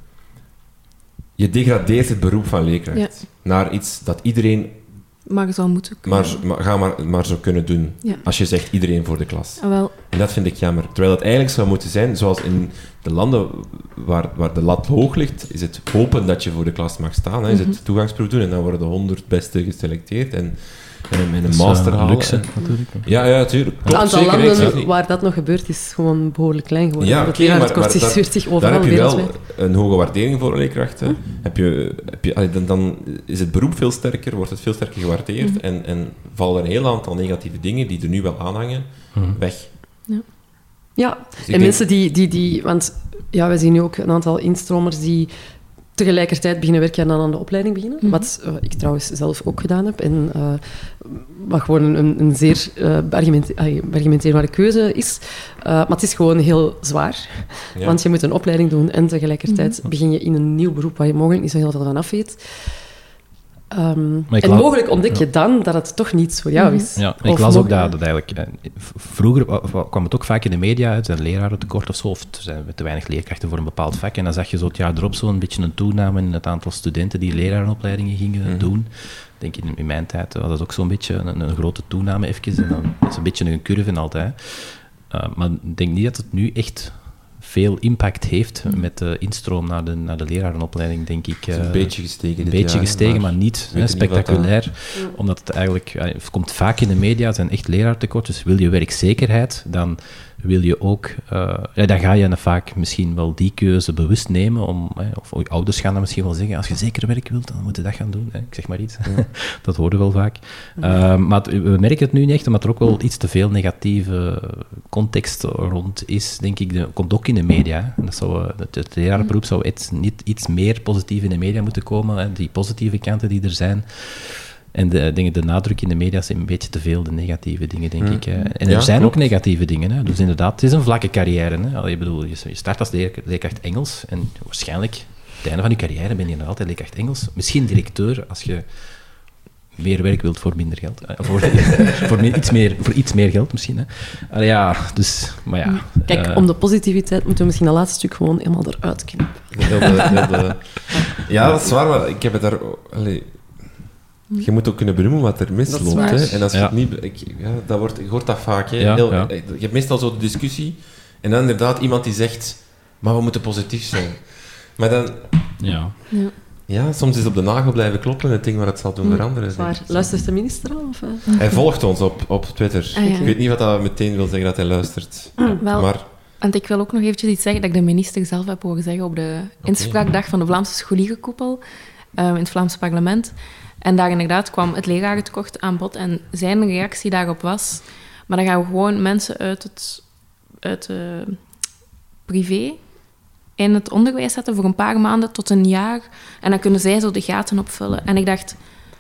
Je degradeert het beroep van leerkracht Ja. naar iets dat iedereen Maar zou moeten kunnen. maar, maar, ga maar, maar zou kunnen doen. Ja. Als je zegt iedereen voor de klas. Ah, wel, En dat vind ik jammer. Terwijl het eigenlijk zou moeten zijn, zoals in de landen waar, waar de lat hoog ligt, is het hopen dat je voor de klas mag staan. Hè. Is het toegangsproef doen en dan worden de honderd beste geselecteerd en, en, en een Dat is, master uh, halen. luxe, En- natuurlijk. Ja, ja, natuurlijk. Het Klopt, aantal zeker. hè. Ik zeg landen niet- waar dat nog gebeurt is gewoon behoorlijk klein geworden. Ja, het oké, maar- lerarentekort maar zich daar- stuurt zich Daar overal heb je wel wereldwijd. een hoge waardering voor leerkrachten. Heb je, heb je, allee, dan, dan is het beroep veel sterker, wordt het veel sterker gewaardeerd en, en vallen er een heel aantal negatieve dingen die er nu wel aanhangen, weg. Ja, Dus ik en denk- mensen die, die, die... Want ja, we zien nu ook een aantal instromers die tegelijkertijd beginnen werken en dan aan de opleiding beginnen. Mhm. Wat uh, ik trouwens zelf ook gedaan heb. En uh, wat gewoon een, een zeer uh, beargumente- ay, beargumenteerbare keuze is. Uh, maar het is gewoon heel zwaar. Ja. Want je moet een opleiding doen en tegelijkertijd begin je in een nieuw beroep waar je mogelijk niet zo heel veel van af weet. Um, Maar ik en la- mogelijk ontdek je dan dat het toch niets voor jou is. Ja, ik Of las ook mogelijk- dat, dat eigenlijk... eh, v- Vroeger wa- wa- kwam het ook vaak in de media uit, een lerarentekort of zo, of er zijn te weinig leerkrachten voor een bepaald vak. En dan zag je zo het jaar erop zo'n beetje een toename in het aantal studenten die lerarenopleidingen gingen Mhm. doen. Ik denk in, in mijn tijd was dat ook zo'n beetje een, een grote toename even. En dan is een beetje een curve en altijd. Uh, maar ik denk niet dat het nu echt veel impact heeft met de instroom naar de, naar de lerarenopleiding, denk ik. Het is een beetje gestegen Een dit beetje jaar, gestegen, maar, maar niet weet hè, niet wat spectaculair. dat- Omdat het eigenlijk... ja, het komt vaak in de media, het zijn echt leraartekort. Dus wil je werkzekerheid, dan wil je ook... Uh, ja, dan ga je vaak misschien wel die keuze bewust nemen. Om, hè, of je ouders gaan dan misschien wel zeggen, als je zeker werk wilt, dan moet je dat gaan doen. Hè. Ik zeg maar iets. Ja. Dat horen we wel vaak. Uh, maar het, we merken het nu niet echt, omdat er ook wel iets te veel negatieve context rond is, denk ik. Dat komt ook in de media. Hè. Dat zou, het, het lerarenberoep zou iets, niet, iets meer positief in de media moeten komen. Hè. Die positieve kanten die er zijn. En de, denk, de nadruk in de media is een beetje te veel de negatieve dingen, denk Mm. ik. Hè. En er Ja, zijn klopt. ook negatieve dingen. Hè. Dus inderdaad, het is een vlakke carrière. Hè. Allee, ik bedoel, je, je start als leer, leerkracht Engels en waarschijnlijk, aan het einde van je carrière ben je nog altijd leerkracht Engels. Misschien directeur, als je meer werk wilt voor minder geld. Eh, voor, voor, meer, iets meer, voor iets meer geld misschien. Hè. Allee, ja, dus, maar ja. Kijk, eh, om de positiviteit moeten we misschien dat laatste stuk gewoon helemaal eruit knippen. Heel de- heel de- Ja, dat is waar, maar ik heb het daar... Allee, je moet ook kunnen benoemen wat er Dat is misloopt. waar. Hè. En als je Ja. het niet... Ik, ja, dat wordt, je hoort dat vaak. Hè. Ja, Heel, ja. Je hebt meestal zo de discussie en dan inderdaad iemand die zegt maar we moeten positief zijn. Maar dan... ja. Ja. Ja, soms is op de nagel blijven kloppen het ding waar het zal doen Hm, veranderen. Zwaar. denk ik. Luistert de minister al? Of, eh? Hij volgt ons op, op Twitter. Ah, ja. Ik weet niet wat dat meteen wil zeggen dat hij luistert. Wel, Maar want ik wil ook nog eventjes iets zeggen dat ik de minister zelf heb horen zeggen op de inspraakdag van de Vlaamse scholierenkoepel uh, in het Vlaamse parlement. En daar inderdaad kwam het lerarentekort aan bod en zijn reactie daarop was, maar dan gaan we gewoon mensen uit het uit, uh, privé in het onderwijs zetten voor een paar maanden tot een jaar en dan kunnen zij zo de gaten opvullen. En ik dacht...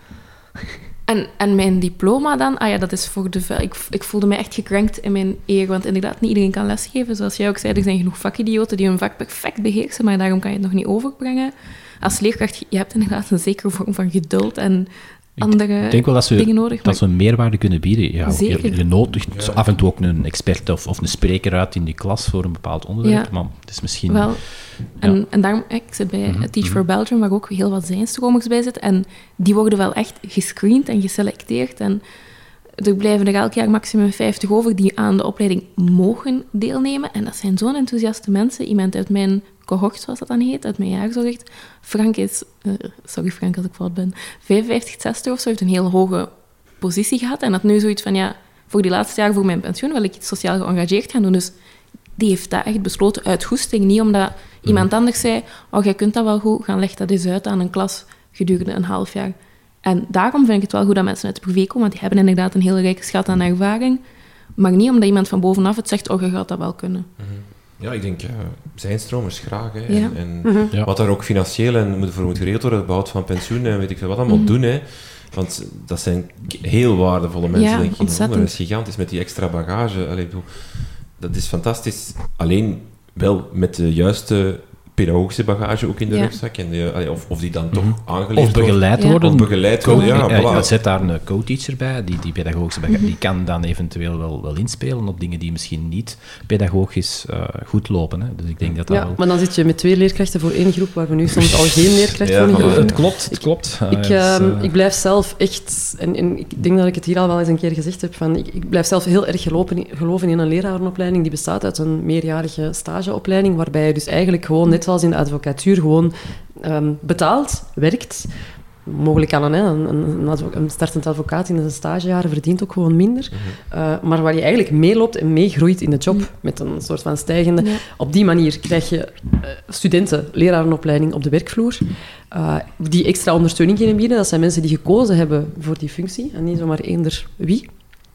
En, en mijn diploma dan? Ah ja, dat is voor de... vuil. Ik, ik voelde me echt gekrenkt in mijn eer, want inderdaad, niet iedereen kan lesgeven. Zoals jij ook zei, er zijn genoeg vakidioten die hun vak perfect beheersen, maar daarom kan je het nog niet overbrengen. Als leerkracht, je hebt inderdaad een zekere vorm van geduld en andere Ik denk wel dat ze, dingen nodig. dat ze een meerwaarde kunnen bieden. Ja, Zeker. Je, je nodigt zo af en toe ook een expert of, of een spreker uit in die klas voor een bepaald onderwerp, Ja. maar het is misschien... Wel, en, Ja. en daarom, ik zit bij Mhm, Teach mhm. for Belgium, waar ook heel wat zijnstromers bij zitten. En die worden wel echt gescreend en geselecteerd. En er blijven er elk jaar maximum vijftig over die aan de opleiding mogen deelnemen. En dat zijn zo'n enthousiaste mensen. Iemand uit mijn cohort, zoals dat dan heet, uit mijn jaar zo zegt. Frank is, uh, sorry Frank als ik fout ben, vijfenvijftig, zestig of zo, heeft een heel hoge positie gehad. En had nu zoiets van, ja, voor die laatste jaar voor mijn pensioen wil ik iets sociaal geëngageerd gaan doen. Dus die heeft dat echt besloten uit goesting. Niet omdat iemand anders zei, oh, jij kunt dat wel goed, gaan leg dat eens uit aan een klas gedurende een half jaar. En daarom vind ik het wel goed dat mensen uit de privé komen, want die hebben inderdaad een hele rijke schat aan ervaring. Maar niet omdat iemand van bovenaf het zegt, oh, je gaat dat wel kunnen. ja, ik denk, ja, zijnstromers graag. Hè. Ja. En, en Mhm. Ja. wat daar ook financieel en moet voor moet geregeld worden, het behoud van pensioen en weet ik veel wat allemaal Mhm. doen. Hè. Want dat zijn k- heel waardevolle mensen, Ja, denk ik. in het ontzettend. onderwijs. Gigantisch, met die extra bagage. Allee, ik bedoel, dat is fantastisch. Alleen wel met de juiste pedagogische bagage ook in de Ja. rugzak. En de, allee, of, of die dan toch Mhm. aangeleerd Of begeleid Ja. worden. Of begeleid worden, ja, Co- ja, voilà. zet daar een co-teacher bij, die, die pedagogische bagage, Mhm. die kan dan eventueel wel, wel inspelen op dingen die misschien niet pedagogisch uh, goed lopen. Hè. Dus ik denk dat dat Ja, wel... maar dan zit je met twee leerkrachten voor één groep, waar we nu soms al geen leerkracht Ja, voor een maar groep het hebben. klopt, het klopt. Uh, Ik, het is, ehm, uh, ik blijf zelf echt, en, en ik denk dat ik het hier al wel eens een keer gezegd heb, van, ik, ik blijf zelf heel erg gelopen, geloven in een lerarenopleiding die bestaat uit een meerjarige stageopleiding, waarbij je dus eigenlijk gewoon, net zoals in de advocatuur, gewoon um, betaalt, werkt. Mogelijk kan een, hè, een, een, advo- een startend advocaat in zijn stagejaren verdient ook gewoon minder. Mhm. Uh, maar waar je eigenlijk meeloopt en meegroeit in de job, met een soort van stijgende... Ja. Op die manier krijg je uh, studenten, lerarenopleiding op de werkvloer, uh, die extra ondersteuning kunnen bieden. Dat zijn mensen die gekozen hebben voor die functie, en niet zomaar eender wie.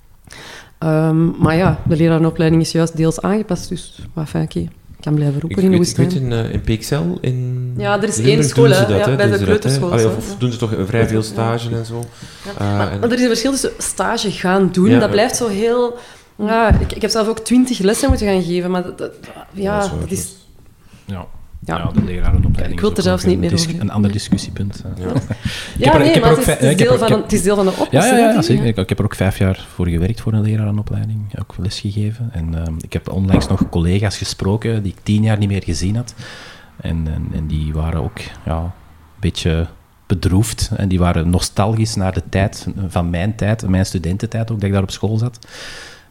Um, maar ja, de lerarenopleiding is juist deels aangepast, dus enfin, oké, ik kan blijven Ik roepen in de weet, ik weet woestijn. in, uh, in Peexel, in Ja, er is Limburg één school, doen ze hè. dat, Ja, hè, bij doen de ze dat, hè. kleuterschool Allee, zo, of, of ja. doen ze toch vrij veel Ja. stage en zo. Ja. Uh, Maar, en- maar er is een verschil tussen stage gaan doen, Ja, dat ja. blijft zo heel... Ja, ik, ik heb zelf ook twintig lessen moeten gaan geven, maar dat, dat- ja, dat is waar, dat is... ja. Ja. Ja, de lerarenopleiding Ik wil is er ook zelfs nog niet een, meer dis- over een ander discussiepunt. uh. Ja. Ja, er- nee, ik heb maar er het ook is, vij- het, is ik heb deel er- van ik heb- een, het is deel van de Ja, oplossing. ja, ja, hè, zeker. ja. Ik, ik heb er ook vijf jaar voor gewerkt voor een lerarenopleiding. Ook lesgegeven. En ehm, ik heb onlangs nog collega's gesproken die ik tien jaar niet meer gezien had. En, en, en die waren ook ja, een beetje bedroefd. En die waren nostalgisch naar de tijd van mijn tijd, mijn studententijd ook, dat ik daar op school zat.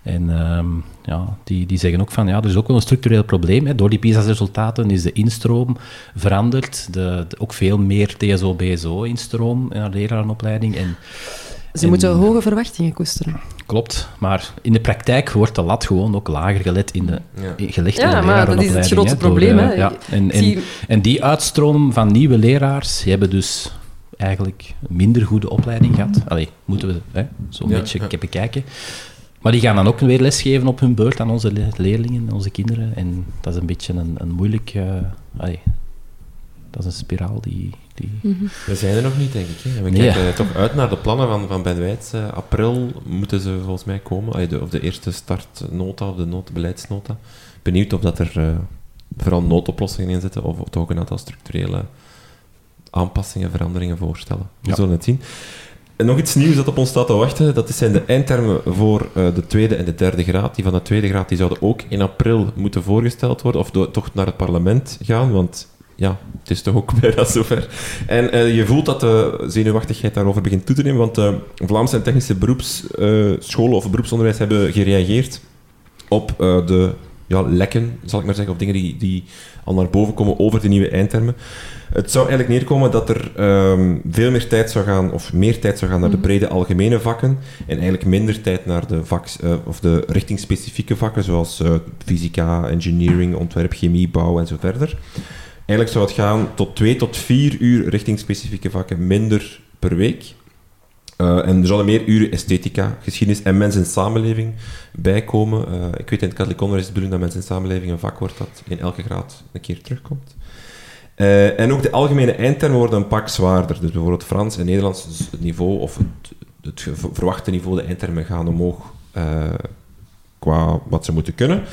En um, ja, die, die zeggen ook van, ja, er is ook wel een structureel probleem. Hè. Door die PISA-resultaten is de instroom veranderd. De, de, ook veel meer T S O, B S O-instroom naar de lerarenopleiding. En, Ze en, moeten hoge verwachtingen koesteren. Klopt, maar in de praktijk wordt de lat gewoon ook lager gelet in de, Ja. gelegd Ja, in de maar dat is het lerarenopleiding. grootste hè, door, probleem, uh, hè. ja. En, en, Zie- en die uitstroom van nieuwe leraars, die hebben dus eigenlijk een minder goede opleiding gehad. Allee, moeten we hè, zo'n Ja, beetje ja. bekijken. Maar die gaan dan ook weer lesgeven op hun beurt aan onze le- leerlingen, onze kinderen. En dat is een beetje een, een moeilijk... Uh, allee, dat is een spiraal die... die... Mhm. We zijn er nog niet, denk ik. Hè. En we Nee, kijken ja. toch uit naar de plannen van, van Ben Wijts. Uh, april moeten ze volgens mij komen. Allee, de, of de eerste startnota, of de not, beleidsnota. Benieuwd of dat er uh, vooral noodoplossingen in zitten, of toch ook een aantal structurele aanpassingen, veranderingen voorstellen. We Ja. zullen het zien. En nog iets nieuws dat op ons staat te wachten, dat zijn de eindtermen voor uh, de tweede en de derde graad. Die van de tweede graad die zouden ook in april moeten voorgesteld worden, of do- toch naar het parlement gaan, want ja, het is toch ook bijna zover. En uh, je voelt dat de zenuwachtigheid daarover begint toe te nemen, want de Vlaamse en technische beroepsscholen of beroepsonderwijs hebben gereageerd op uh, de ja, lekken, zal ik maar zeggen, of dingen die, die al naar boven komen over de nieuwe eindtermen. Het zou eigenlijk neerkomen dat er um, veel meer tijd zou gaan, of meer tijd zou gaan naar de brede algemene vakken, en eigenlijk minder tijd naar de vaks, uh, of de richtingspecifieke vakken, zoals uh, fysica, engineering, ontwerp, chemie, bouw en zo verder. Eigenlijk zou het gaan tot twee tot vier uur richtingspecifieke vakken minder per week. Uh, en er zouden meer uren esthetica, geschiedenis en mens en samenleving bijkomen. Uh, ik weet in het katholiek onderwijs is de bedoeling dat mens en samenleving een vak wordt dat in elke graad een keer terugkomt. Uh, en ook de algemene eindtermen worden een pak zwaarder. Dus bijvoorbeeld Frans en Nederlands, dus het niveau of het, het verwachte niveau, de eindtermen gaan omhoog uh, qua wat ze moeten kunnen.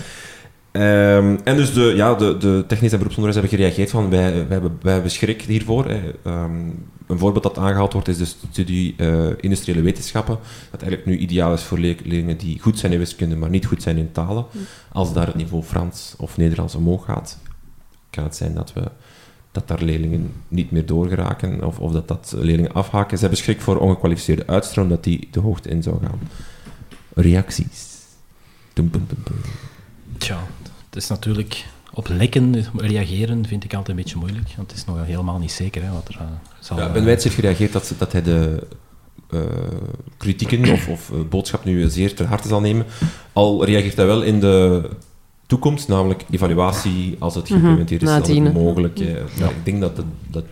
Um, en dus de, ja, de, de technisch en beroepsonderwijs hebben gereageerd van wij, wij, hebben, wij hebben schrik hiervoor. Hè. Um, een voorbeeld dat aangehaald wordt is de studie uh, industriële wetenschappen, dat eigenlijk nu ideaal is voor leerlingen die goed zijn in wiskunde, maar niet goed zijn in talen. Als daar het niveau Frans of Nederlands omhoog gaat, kan het zijn dat, we, dat daar leerlingen niet meer doorgeraken of, of dat, dat leerlingen afhaken. Ze hebben schrik voor ongekwalificeerde uitstroom, dat die de hoogte in zou gaan. Reacties. Dum, dum, dum, dum. Tja, het is natuurlijk... Op lekken reageren vind ik altijd een beetje moeilijk, want het is nog helemaal niet zeker hè, wat er uh, zal... Ja, Ben Wijts heeft gereageerd dat, ze, dat hij de uh, kritieken of, of uh, boodschap nu zeer ter harte zal nemen. Al reageert hij wel in de toekomst, namelijk evaluatie, als het geïmplementeerd is, Na is het tienen. mogelijk. Ja. Ja, ik denk dat... dat, dat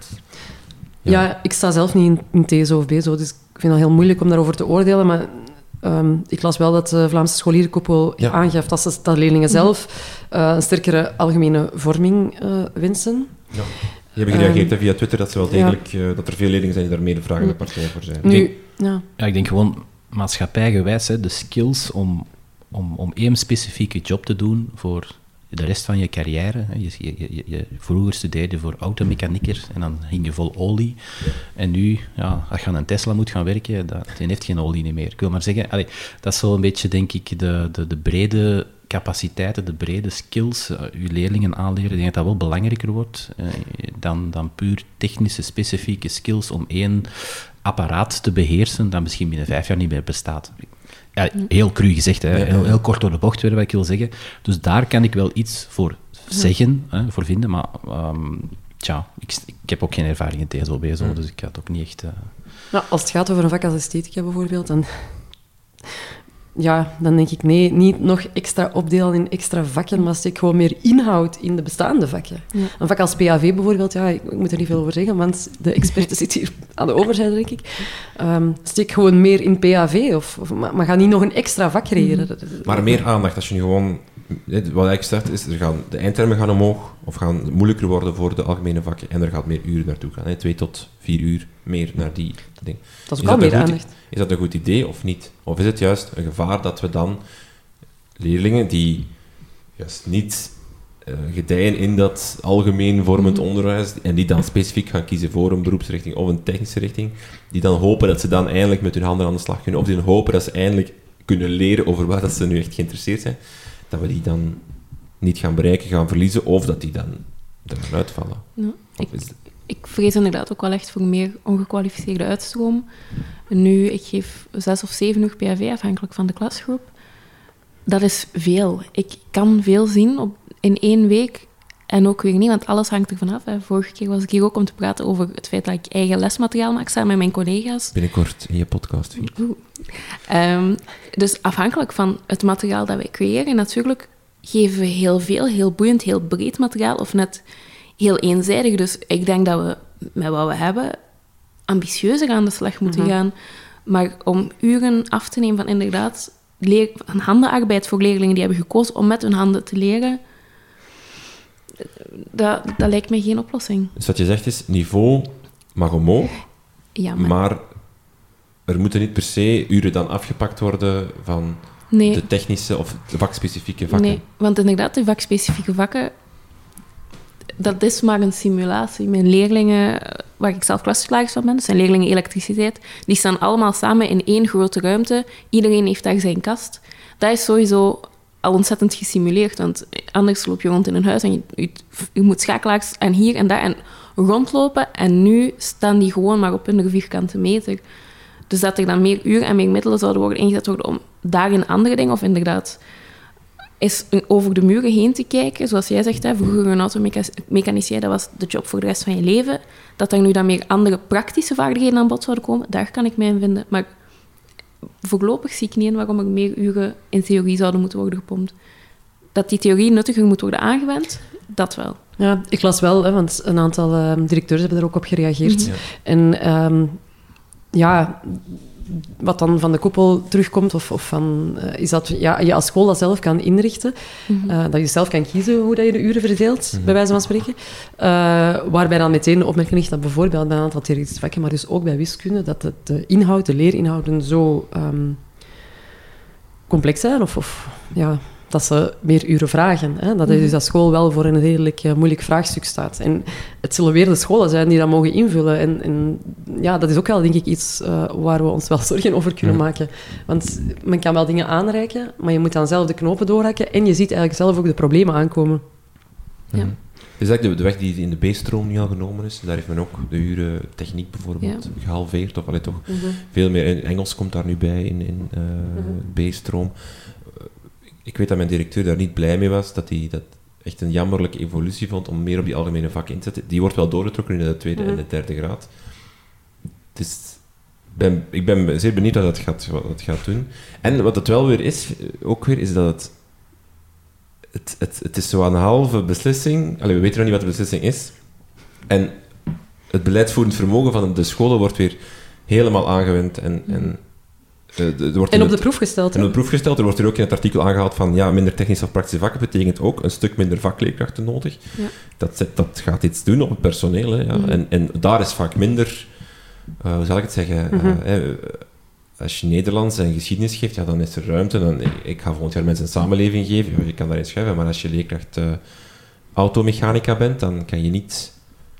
Ja. ja, ik sta zelf niet in, in T S O of B S O, dus ik vind het heel moeilijk om daarover te oordelen, maar um, ik las wel dat de Vlaamse scholierenkoepel Ja. aangaf dat, ze, dat leerlingen zelf uh, een sterkere algemene vorming uh, wensen. Ja. Die hebben gereageerd Um, via Twitter dat, ze wel degelijk, uh, dat er veel leerlingen zijn die daar medevragende partijen voor zijn. Nu, ja. Ja, ik denk gewoon maatschappijgewijs, hè, de skills om, om, om één specifieke job te doen voor de rest van je carrière. Hè. Je, je, je, je, vroeger studeerde je voor automechanieker en dan ging je vol olie. En nu, ja, als je aan een Tesla moet gaan werken, dat, die heeft geen olie niet meer. Ik wil maar zeggen, allee, dat is zo een beetje, denk ik, de, de, de brede capaciteiten, de brede skills, uh, je leerlingen aanleren. Ik denk dat dat wel belangrijker wordt uh, dan, dan puur technische, specifieke skills om één apparaat te beheersen dat misschien binnen vijf jaar niet meer bestaat. Ja, heel cru gezegd, hè. Heel, heel kort door de bocht weer, wat ik wil zeggen. Dus daar kan ik wel iets voor zeggen, hè, voor vinden, maar um, tja, ik, ik heb ook geen ervaring in T S O B S O, dus ik ga het ook niet echt... Uh... Nou, als het gaat over een vak als esthetica bijvoorbeeld, dan... Ja, dan denk ik, nee, niet nog extra opdelen in extra vakken, maar steek gewoon meer inhoud in de bestaande vakken. Ja. Een vak als P A V bijvoorbeeld, ja, ik, ik moet er niet veel over zeggen, want de experte zit hier aan de overzijde, denk ik. Um, steek gewoon meer in P A V, of, of, maar, maar ga niet nog een extra vak creëren. Mm-hmm. Maar meer aandacht, als je nu gewoon... Wat ik zeg is, er gaan, de eindtermen gaan omhoog, of gaan moeilijker worden voor de algemene vakken, en er gaat meer uren naartoe gaan. Hè. Twee tot vier uur meer naar die dingen. Dat is ook al meer aandacht. Is dat een goed idee of niet? Of is het juist een gevaar dat we dan leerlingen die juist niet uh, gedijen in dat algemeen vormend onderwijs, en die dan specifiek gaan kiezen voor een beroepsrichting of een technische richting, die dan hopen dat ze dan eindelijk met hun handen aan de slag kunnen, of die dan hopen dat ze eindelijk kunnen leren over waar dat ze nu echt geïnteresseerd zijn, dat we die dan niet gaan bereiken, gaan verliezen, of dat die dan er gaan uitvallen. Ja, Of ik, is het... ik vrees inderdaad ook wel echt voor meer ongekwalificeerde uitstroom. Nu, ik geef zes of zeven uur P A V, afhankelijk van de klasgroep. Dat is veel. Ik kan veel zien op, in één week en ook weer niet, want alles hangt ervan af. Hè. Vorige keer was ik hier ook om te praten over het feit dat ik eigen lesmateriaal maak samen met mijn collega's. Binnenkort in je podcast. Um, dus afhankelijk van het materiaal dat wij creëren, natuurlijk geven we heel veel, heel boeiend, heel breed materiaal of net heel eenzijdig. Dus ik denk dat we met wat we hebben ambitieuzer aan de slag moeten mm-hmm. gaan. Maar om uren af te nemen van inderdaad leer, van handenarbeid voor leerlingen die hebben gekozen om met hun handen te leren, dat, dat lijkt mij geen oplossing. Dus wat je zegt is, niveau mag omhoog, ja, maar... maar er moeten niet per se uren dan afgepakt worden van nee. de technische of de vakspecifieke vakken. Nee, want inderdaad, de vakspecifieke vakken, dat is maar een simulatie. Mijn leerlingen, waar ik zelf klasslagers van ben, dat zijn leerlingen elektriciteit, die staan allemaal samen in één grote ruimte. Iedereen heeft daar zijn kast. Dat is sowieso al ontzettend gesimuleerd, want anders loop je rond in een huis en je, je, je moet schakelaars en hier en daar en rondlopen. En nu staan die gewoon maar op hun vierkante meter. Dus dat er dan meer uren en meer middelen zouden worden ingezet worden om daarin andere dingen, of inderdaad is over de muren heen te kijken. Zoals jij zegt, hè, vroeger een automechanicien, dat was de job voor de rest van je leven. Dat er nu dan meer andere praktische vaardigheden aan bod zouden komen, daar kan ik mij in vinden. Maar voorlopig zie ik niet in waarom er meer uren in theorie zouden moeten worden gepompt. Dat die theorie nuttiger moet worden aangewend, dat wel. Ja, ik las wel, hè, want een aantal uh, directeurs hebben er ook op gereageerd. Mm-hmm. En um, ja... wat dan van de koepel terugkomt, of, of van, uh, is dat ja, je als school dat zelf kan inrichten, mm-hmm. uh, dat je zelf kan kiezen hoe dat je de uren verdeelt, mm-hmm. bij wijze van spreken. Uh, waarbij dan meteen de opmerking ligt dat bijvoorbeeld bij een aantal theoretische vakken, maar dus ook bij wiskunde, dat de, de inhoud, de leerinhouden zo um, complex zijn, of, of ja... dat ze meer uren vragen. Hè? Dat is dus dat school wel voor een redelijk uh, moeilijk vraagstuk staat. En het zullen weer de scholen zijn die dat mogen invullen. En, en ja, dat is ook wel, denk ik, iets uh, waar we ons wel zorgen over kunnen ja. maken. Want men kan wel dingen aanreiken, maar je moet dan zelf de knopen doorhakken en je ziet eigenlijk zelf ook de problemen aankomen. Ja. Mm. Is dat de, de weg die in de B-stroom nu al genomen is? Daar heeft men ook de uren techniek bijvoorbeeld ja. gehalveerd. Of allee, toch mm-hmm. veel meer. Engels komt daar nu bij in, in uh, mm-hmm. B-stroom. Ik weet dat mijn directeur daar niet blij mee was, dat hij dat echt een jammerlijke evolutie vond om meer op die algemene vakken in te zetten. Die wordt wel doorgetrokken in de tweede mm-hmm. en de derde graad. Dus ben, ik ben zeer benieuwd wat dat gaat, wat dat gaat doen. En wat het wel weer is, ook weer, is dat het... Het, het, het is zo een halve beslissing. Allee, we weten nog niet wat de beslissing is. En het beleidsvoerend vermogen van de scholen wordt weer helemaal aangewend en... en Uh, wordt en op het, de proef gesteld. En op de proef gesteld. Er wordt hier ook in het artikel aangehaald van ja, minder technische of praktische vakken betekent ook een stuk minder vakleerkrachten nodig. Ja. Dat, dat gaat iets doen op het personeel. Hè, ja. mm-hmm. en, en daar is vaak minder, uh, hoe zal ik het zeggen, mm-hmm. uh, uh, als je Nederlands en geschiedenis geeft, ja, dan is er ruimte. Dan, ik, ik ga volgend jaar mensen een samenleving geven, ja, je kan daarin schuiven, maar als je leerkracht uh, automechanica bent, dan kan je niet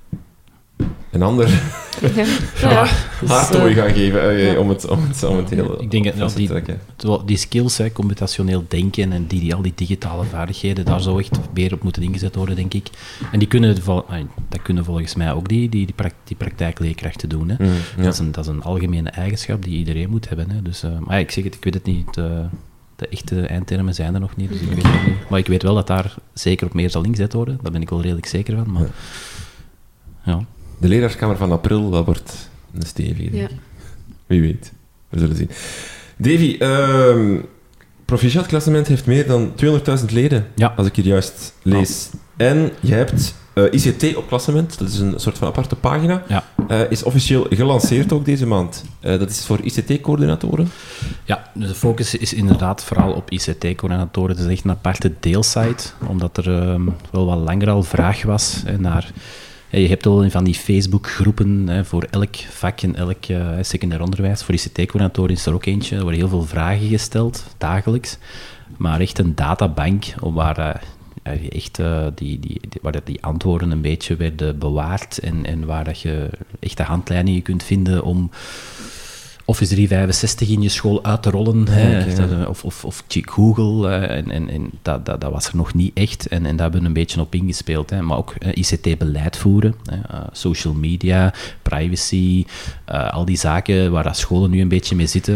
een ander ja. ja. haartooi gaan geven uh, ja. om, het, om, het, om het heel ik denk dat nou, die, die skills, hè, computationeel denken en die, die, al die digitale vaardigheden, daar zou echt meer op moeten ingezet worden, denk ik. En die kunnen, dat kunnen volgens mij ook die, die, die, pract, die praktijkleerkrachten doen. Hè. Mm, ja. dat, is een, dat is een algemene eigenschap die iedereen moet hebben. Hè. Dus, uh, maar ja, ik zeg het, ik weet het niet. De, de echte eindtermen zijn er nog niet, dus ik weet het niet. Maar ik weet wel dat daar zeker op meer zal ingezet worden. Daar ben ik wel redelijk zeker van. Maar, ja. ja. De leraarskamer van april, dat wordt een stevige. Ja. Wie weet. We zullen zien. Davy, uh, Proficiat Klassement heeft meer dan tweehonderdduizend leden, ja. als ik hier juist lees. Ja. En je hebt uh, I C T op Klassement, dat is een soort van aparte pagina, ja. uh, is officieel gelanceerd ook deze maand. Uh, dat is voor I C T-coördinatoren. Ja, dus de focus is inderdaad vooral op I C T-coördinatoren. Het is echt een aparte deelsite, omdat er uh, wel wat langer al vraag was hè, naar... Je hebt al van die Facebook-groepen hè, voor elk vak en elk uh, secundair onderwijs. Voor I C T-coördinatoren is er ook eentje. Er worden heel veel vragen gesteld, dagelijks. Maar echt een databank waar, uh, je echt, uh, die, die, die, waar die antwoorden een beetje werden bewaard en, en waar dat je echte handleidingen kunt vinden om Office driehonderdvijfenzestig in je school uit te rollen. Ja, hè, okay, ja. Of, of, of Google. Uh, en en, en dat, dat, dat was er nog niet echt. En, en daar hebben we een beetje op ingespeeld. Hè. Maar ook uh, I C T-beleid voeren. Hè. Uh, social media, privacy. Uh, al die zaken waar dat scholen nu een beetje mee zitten.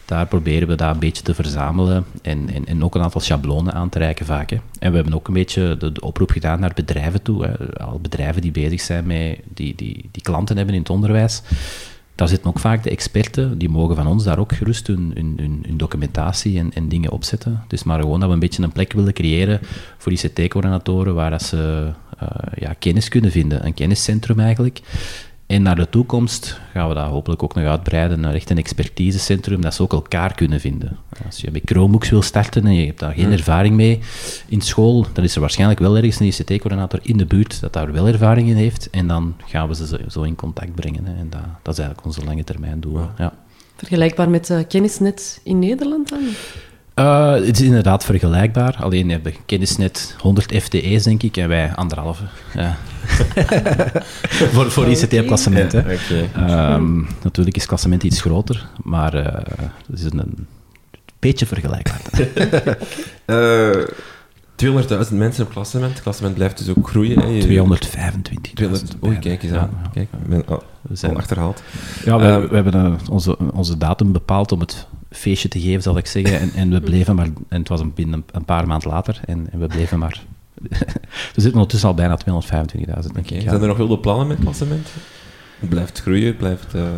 Daar proberen we dat een beetje te verzamelen en, en, en ook een aantal schablonen aan te reiken vaak. Hè. En we hebben ook een beetje de, de oproep gedaan naar bedrijven toe. Hè. Al bedrijven die bezig zijn met, die, die, die klanten hebben in het onderwijs. Daar zitten ook vaak de experten, die mogen van ons daar ook gerust hun, hun, hun, hun documentatie en, en dingen opzetten. Dus maar gewoon dat we een beetje een plek willen creëren voor I C T-coördinatoren, waar dat ze uh, ja, kennis kunnen vinden. Een kenniscentrum eigenlijk. En naar de toekomst gaan we dat hopelijk ook nog uitbreiden naar echt een expertisecentrum, dat ze ook elkaar kunnen vinden. Als je bij Chromebooks wil starten en je hebt daar geen hmm. ervaring mee in school, dan is er waarschijnlijk wel ergens een I C T-coördinator in de buurt dat daar wel ervaring in heeft. En dan gaan we ze zo in contact brengen. Hè. En dat, dat is eigenlijk onze lange termijn doel. Ja. Ja. Vergelijkbaar met uh, Kennisnet in Nederland dan? Uh, het is inderdaad vergelijkbaar, alleen hebben Kennisnet honderd F T E's, denk ik, en wij anderhalve. Ja. voor voor I C T-klassement. Ja, okay. um, natuurlijk is het klassement iets groter, maar uh, het is een, een beetje vergelijkbaar. uh, tweehonderdduizend mensen op klassement. Het klassement blijft dus ook groeien. Hè. tweehonderdvijfentwintigduizend. Oei, kijk eens aan. Ja. Kijk, ik ben oh, we zijn al achterhaald. Ja, we, uh, we hebben uh, onze, onze datum bepaald om het feestje te geven, zal ik zeggen. En, en we bleven maar... En het was een, binnen een paar maanden later. En, en we bleven maar... we zitten ondertussen al bijna tweehonderdvijfentwintigduizend, denk okay. ik. Ja. Zijn er nog wilde plannen met klassement? Het blijft groeien, het blijft... Uh...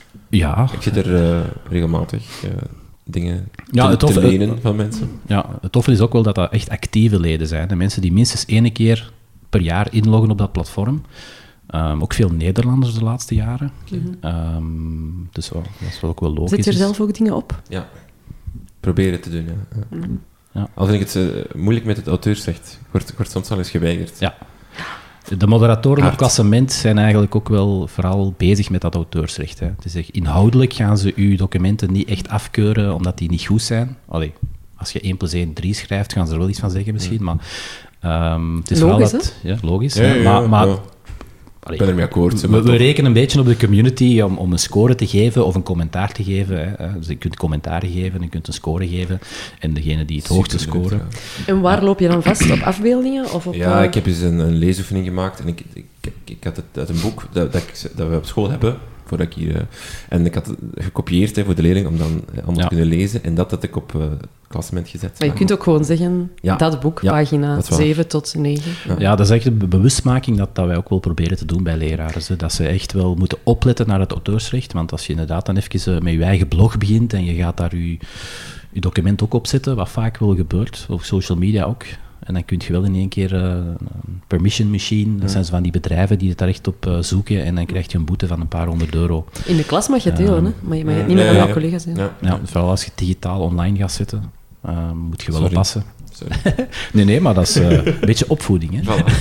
Ja. Ik zit er uh, regelmatig... Uh, dingen ja, te, toffe, te lenen van mensen. Ja, het toffe is ook wel dat dat echt actieve leden zijn. De mensen die minstens één keer per jaar inloggen op dat platform. Um, ook veel Nederlanders de laatste jaren. Mm-hmm. Um, dus oh, dat is wel ook wel logisch. Zet je er zelf ook dingen op? Ja. Proberen te doen, ja. ja. Mm-hmm. Ja. Al vind ik het uh, moeilijk met het auteursrecht. Wordt, wordt soms al eens geweigerd. Ja. De moderatoren Hard. op klassement zijn eigenlijk ook wel vooral bezig met dat auteursrecht. Hè. Het is echt, inhoudelijk gaan ze uw documenten niet echt afkeuren omdat die niet goed zijn. Allee, als je één plus één drie schrijft, gaan ze er wel iets van zeggen misschien, maar um, het is logisch, wel dat... Ja, logisch. Ja, ja, ja, maar, maar ja. Ik ben ermee akkoord. We, we rekenen een beetje op de community om, om een score te geven of een commentaar te geven. Hè. Dus je kunt commentaren geven en je kunt een score geven. En degene die het Super hoogste scoren... Ja. En waar loop je dan vast? Op afbeeldingen? Of op, ja, uh... ik heb eens een, een leesoefening gemaakt. En ik, ik, ik, ik had het uit een boek dat, dat, ik, dat we op school hebben. Voordat ik hier, uh, en ik had het gekopieerd hè, voor de leerling om dan uh, allemaal ja. te kunnen lezen. En dat had ik op uh, klassement gezet. Maar je kunt ook gewoon zeggen, ja. dat boek, ja, pagina zeven tot negen. Ja. ja, dat is echt de bewustmaking dat, dat wij ook wel proberen te doen bij leraren. Hè. Dat ze echt wel moeten opletten naar het auteursrecht. Want als je inderdaad dan even uh, met je eigen blog begint en je gaat daar je, je document ook op zetten, wat vaak wel gebeurt, op social media ook... En dan kun je wel in één keer uh, een permission machine, dat zijn zo van die bedrijven die het daar echt op uh, zoeken, en dan krijg je een boete van een paar honderd euro. In de klas mag je het delen, um, hè? Maar je mag het niet meer aan jouw collega's delen. Ja. Ja, vooral als je het digitaal online gaat zetten, uh, moet je wel Sorry. oppassen. Sorry. nee, nee, maar dat is uh, een beetje opvoeding. Hè? Voilà.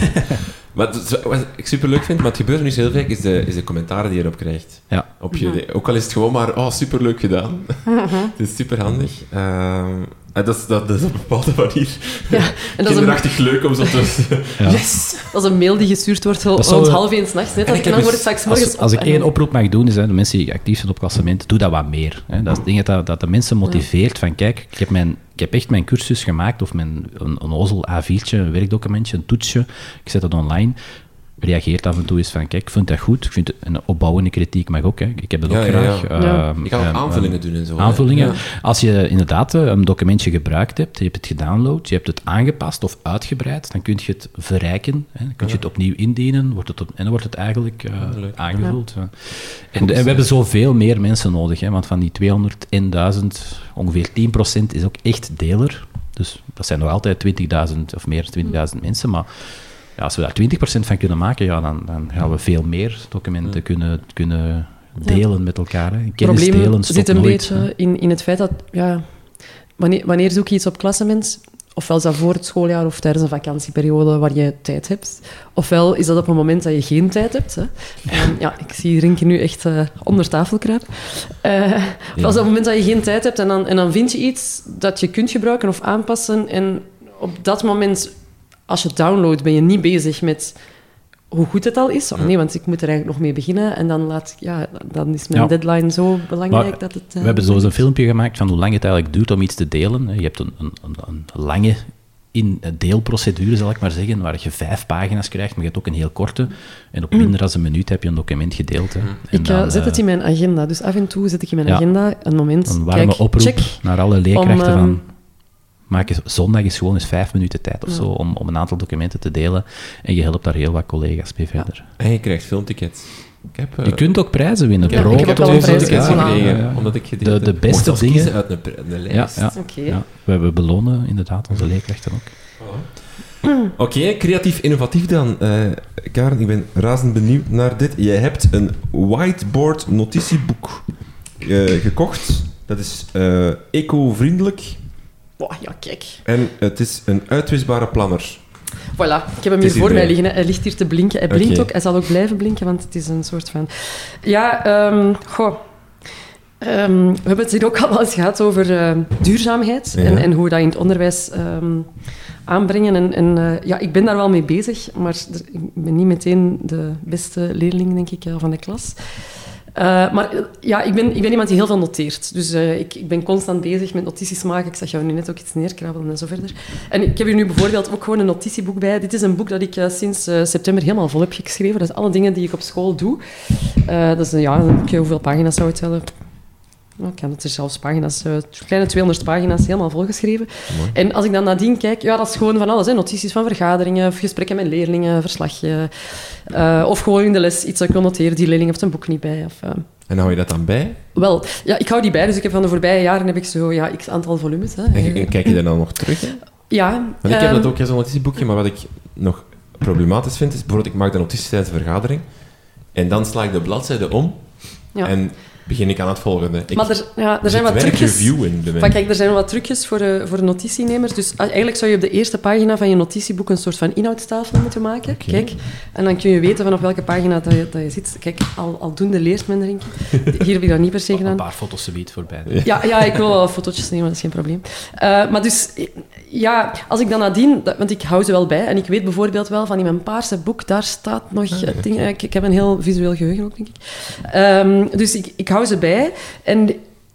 Wat, wat ik super leuk vind, maar het gebeurt nu zo heel vaak, is de, is de commentaren die je erop krijgt. Ja. Op je, mm-hmm. Ook al is het gewoon maar, oh, super leuk gedaan. Mm-hmm. Het is super handig. Um, dat, is, dat, dat is op een bepaalde manier ja, en dat kinderachtig een... leuk om zo te... Ja. Yes! Dat is een mail die gestuurd wordt rond zo... half één 's nachts, net als ik dan word straks morgens Als, als ik één oproep mag doen, is hè, de mensen die actief zijn op klassement, doe dat wat meer. Hè. Dat is dingen dat, dat de mensen motiveert van, kijk, ik heb, mijn, ik heb echt mijn cursus gemaakt, of mijn, een, een ozel A viertje, een werkdocumentje, een toetsje, ik zet dat online. Reageert af en toe eens van, kijk, ik vind dat goed. Ik vind het, een opbouwende kritiek mag ook, hè. Ik heb dat ja, ook ja, graag. Ja. Ja. Uh, je kan ook uh, aanvullingen doen en zo. Aanvullingen. Ja. Als je inderdaad een documentje gebruikt hebt, je hebt het gedownload, je hebt het aangepast of uitgebreid, dan kun je het verrijken. Hè. Dan kun je ja. het opnieuw indienen, wordt het op, en dan wordt het eigenlijk uh, ja, aangevuld. Ja. En, en we hebben zoveel meer mensen nodig, hè, want van die tweehonderd en duizend, ongeveer tien procent is ook echt deler. Dus dat zijn nog altijd twintigduizend of meer dan twintigduizend mensen, maar... Ja, als we daar twintig procent van kunnen maken, ja, dan, dan gaan we veel meer documenten ja. kunnen, kunnen delen ja. met elkaar. Hè. Kennis probleem delen zit een nooit, beetje in, in het feit dat... Ja, wanneer, wanneer zoek je iets op klassement? Ofwel is dat voor het schooljaar of tijdens een vakantieperiode waar je tijd hebt. Ofwel is dat op een moment dat je geen tijd hebt. Hè. En, ja, ik zie Rinke nu echt uh, onder tafel kruipen. Uh, ja. Ofwel is dat op het moment dat je geen tijd hebt en dan, en dan vind je iets dat je kunt gebruiken of aanpassen. En op dat moment... Als je downloadt, ben je niet bezig met hoe goed het al is. Oh, nee, want ik moet er eigenlijk nog mee beginnen. En dan, laat, ja, dan is mijn ja. deadline zo belangrijk maar dat het... Uh, we hebben zo eens een filmpje gemaakt van hoe lang het eigenlijk duurt om iets te delen. Je hebt een, een, een lange in deelprocedure, zal ik maar zeggen, waar je vijf pagina's krijgt, maar je hebt ook een heel korte. En op minder dan een minuut heb je een document gedeeld. Hè. En ik dan, uh, zet het in mijn agenda. Dus af en toe zet ik in mijn ja, agenda een moment. Een warme kijk, oproep check, naar alle leerkrachten om, um, van... Maak eens, zondag is gewoon eens vijf minuten tijd of ja. zo om, om een aantal documenten te delen. En je helpt daar heel wat collega's mee verder. Ja. En je krijgt filmtickets. Ik heb, uh, je kunt ook prijzen winnen. Ja, Pro, ik heb ook wel een prijs gekregen, ja, ja. omdat ik de, de beste dingen uit een, een lijst. Ja, ja. Okay. ja. We, we belonen inderdaad onze leerkrachten ook. Oh. Oké, okay, creatief innovatief dan. Uh, Karen, ik ben razend benieuwd naar dit. Jij hebt een whiteboard notitieboek uh, gekocht. Dat is uh, eco-vriendelijk. Oh, ja, kijk. En het is een uitwisbare planner. Voilà, ik heb hem hier voor mij liggen. Hè. Hij ligt hier te blinken. Hij blinkt okay. ook. Hij zal ook blijven blinken, want het is een soort van... Ja, um, goh... Um, we hebben het hier ook al eens gehad over uh, duurzaamheid ja. en, en hoe we dat in het onderwijs um, aanbrengen. En, en uh, ja, ik ben daar wel mee bezig, maar er, ik ben niet meteen de beste leerling, denk ik, van de klas. Uh, maar uh, ja, ik ben, ik ben iemand die heel veel noteert. Dus uh, ik, ik ben constant bezig met notities maken. Ik zag jou nu net ook iets neerkrabbelen en zo verder. En ik heb hier nu bijvoorbeeld ook gewoon een notitieboek bij. Dit is een boek dat ik uh, sinds uh, september helemaal vol heb geschreven. Dat is alle dingen die ik op school doe. Uh, dat is, uh, ja, een boekje, hoeveel pagina's zou het tellen? Ik kan het er zelfs pagina's, uh, kleine tweehonderd pagina's, helemaal volgeschreven. Mooi. En als ik dan nadien kijk, ja, dat is gewoon van alles. Hè. Notities van vergaderingen, gesprekken met leerlingen, verslagje. Uh, of gewoon in de les iets dat ik wil noteren. Die leerling heeft een boek niet bij. Of, uh... En hou je dat dan bij? Wel, ja, ik hou die bij. Dus ik heb van de voorbije jaren heb ik zo ja, x aantal volumes. Hè. En, en kijk je daar dan nog terug? Hè? Ja. Want ik heb um... dat ook, zo'n notitieboekje, maar wat ik nog problematisch vind, is bijvoorbeeld, ik maak de notities tijdens de vergadering en dan sla ik de bladzijde om ja. en begin ik aan het volgende. Ik, maar er, ja, er zijn wat trucjes. In van, kijk, er zijn wat trucjes voor, uh, voor notitienemers. Dus eigenlijk zou je op de eerste pagina van je notitieboek een soort van inhoudstafel moeten maken. Okay. Kijk, en dan kun je weten van op welke pagina dat je, dat je zit. Kijk, al, aldoende leert men, denk ik. Hier heb ik dat niet per se gedaan. Een paar foto's zoiets voorbij. Ja, ja, ik wil wel fotootjes nemen, dat is geen probleem. Uh, maar dus, ja, als ik dan nadien... Want ik hou ze wel bij. En ik weet bijvoorbeeld wel van in mijn paarse boek, daar staat nog... Ah, okay. dingen, ik, ik heb een heel visueel geheugen ook, denk ik. Um, dus ik, ik hou ze bij. En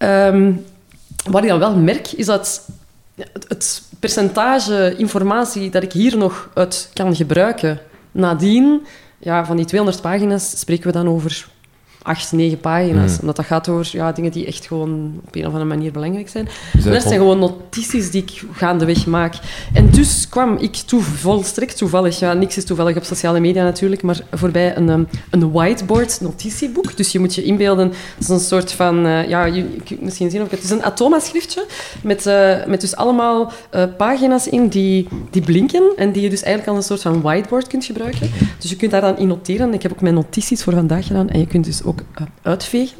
um, wat ik dan wel merk, is dat het, het percentage informatie dat ik hier nog uit kan gebruiken nadien, ja, van die tweehonderd pagina's spreken we dan over acht, negen pagina's. Mm. Omdat dat gaat over ja, dingen die echt gewoon op een of andere manier belangrijk zijn. Dus en dat zijn gewoon notities die ik gaandeweg maak. En dus kwam ik toe, volstrekt toevallig, ja, niks is toevallig op sociale media natuurlijk, maar voorbij een, um, een whiteboard notitieboek. Dus je moet je inbeelden, het is een soort van, uh, ja, je, je kunt misschien zien of het is een Atoma-schriftje met, uh, met dus allemaal uh, pagina's in die, die blinken en die je dus eigenlijk als een soort van whiteboard kunt gebruiken. Dus je kunt daar dan in noteren. Ik heb ook mijn notities voor vandaag gedaan en je kunt dus ook uitvegen.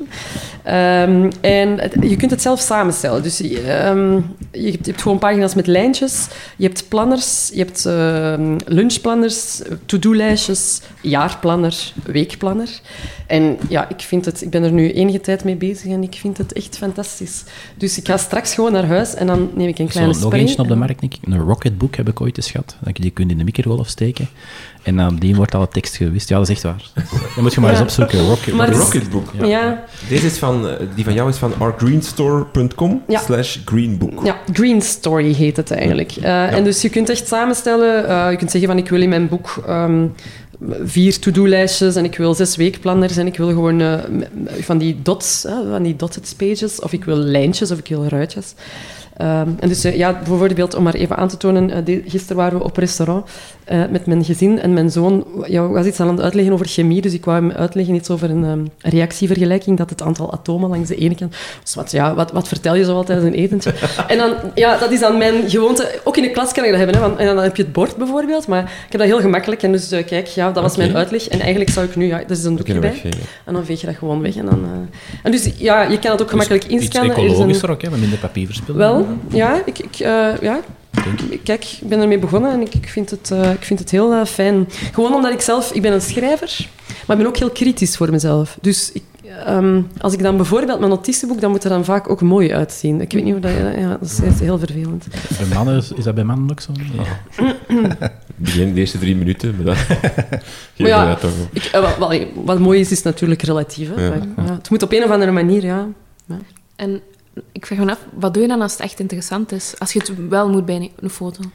Um, en het, je kunt het zelf samenstellen. Dus um, je, hebt, je hebt gewoon pagina's met lijntjes, je hebt planners, je hebt uh, lunchplanners, to-do-lijstjes, jaarplanner, weekplanner. En ja, ik vind het... Ik ben er nu enige tijd mee bezig en ik vind het echt fantastisch. Dus ik ga straks gewoon naar huis en dan neem ik een kleine Zo, spray. Nog eentje op de markt, Nick. Een Rocketbook heb ik ooit eens gehad. Dat je die kunt in de microgolf steken. En dan die wordt alle tekst gewist. Ja, dat is echt waar. Dan moet je maar ja. eens opzoeken. Rocket, maar dus, Rocketbook. Ja. ja. Deze is van, die van jou is van our green store punt com ja. slash greenbook. Ja, Green Story heet het eigenlijk. Uh, ja. En dus je kunt echt samenstellen. Uh, je kunt zeggen van ik wil in mijn boek um, vier to-do-lijstjes en ik wil zes weekplanners en ik wil gewoon uh, van die dots, uh, van die dotted pages, of ik wil lijntjes of ik wil ruitjes. Um, en dus uh, ja, bijvoorbeeld, om maar even aan te tonen, uh, de, gisteren waren we op restaurant uh, met mijn gezin en mijn zoon ja, was iets aan het uitleggen over chemie, dus ik wou hem uitleggen iets over een um, reactievergelijking, dat het aantal atomen langs de ene kant... Dus wat, ja, wat, wat vertel je zo al tijdens een etentje? En dan, ja, dat is dan mijn gewoonte. Ook in de klas kan ik dat hebben, hè, want, en dan heb je het bord bijvoorbeeld, maar ik heb dat heel gemakkelijk. En dus uh, kijk, ja, dat was okay. mijn uitleg. En eigenlijk zou ik nu... Ja, er is een doekje bij. En dan veeg je dat gewoon weg. En, dan, uh... en dus ja, je kan het ook gemakkelijk dus inscannen. Iets ecologischer een... ook, hè, met minder papier verspillen. Wel, ja, ik... ik uh, ja. Kijk, ik ben ermee begonnen en ik, ik, vind, het, uh, ik vind het heel uh, fijn. Gewoon omdat ik zelf... Ik ben een schrijver, maar ik ben ook heel kritisch voor mezelf. Dus ik, um, als ik dan bijvoorbeeld mijn notitieboek, dan moet er dan vaak ook mooi uitzien. Ik weet niet hoe dat... Ja, dat is heel vervelend. Bij mannen, is dat bij mannen ook zo? Ja. Begin de eerste drie minuten, maar dat... maar ja, toch ik, uh, wat, wat, wat mooi is, is natuurlijk relatief. Hè? Ja. Maar, ja, het moet op een of andere manier, ja. ja. En... Ik vraag me af, wat doe je dan als het echt interessant is? Als je het wel moet bij een foto?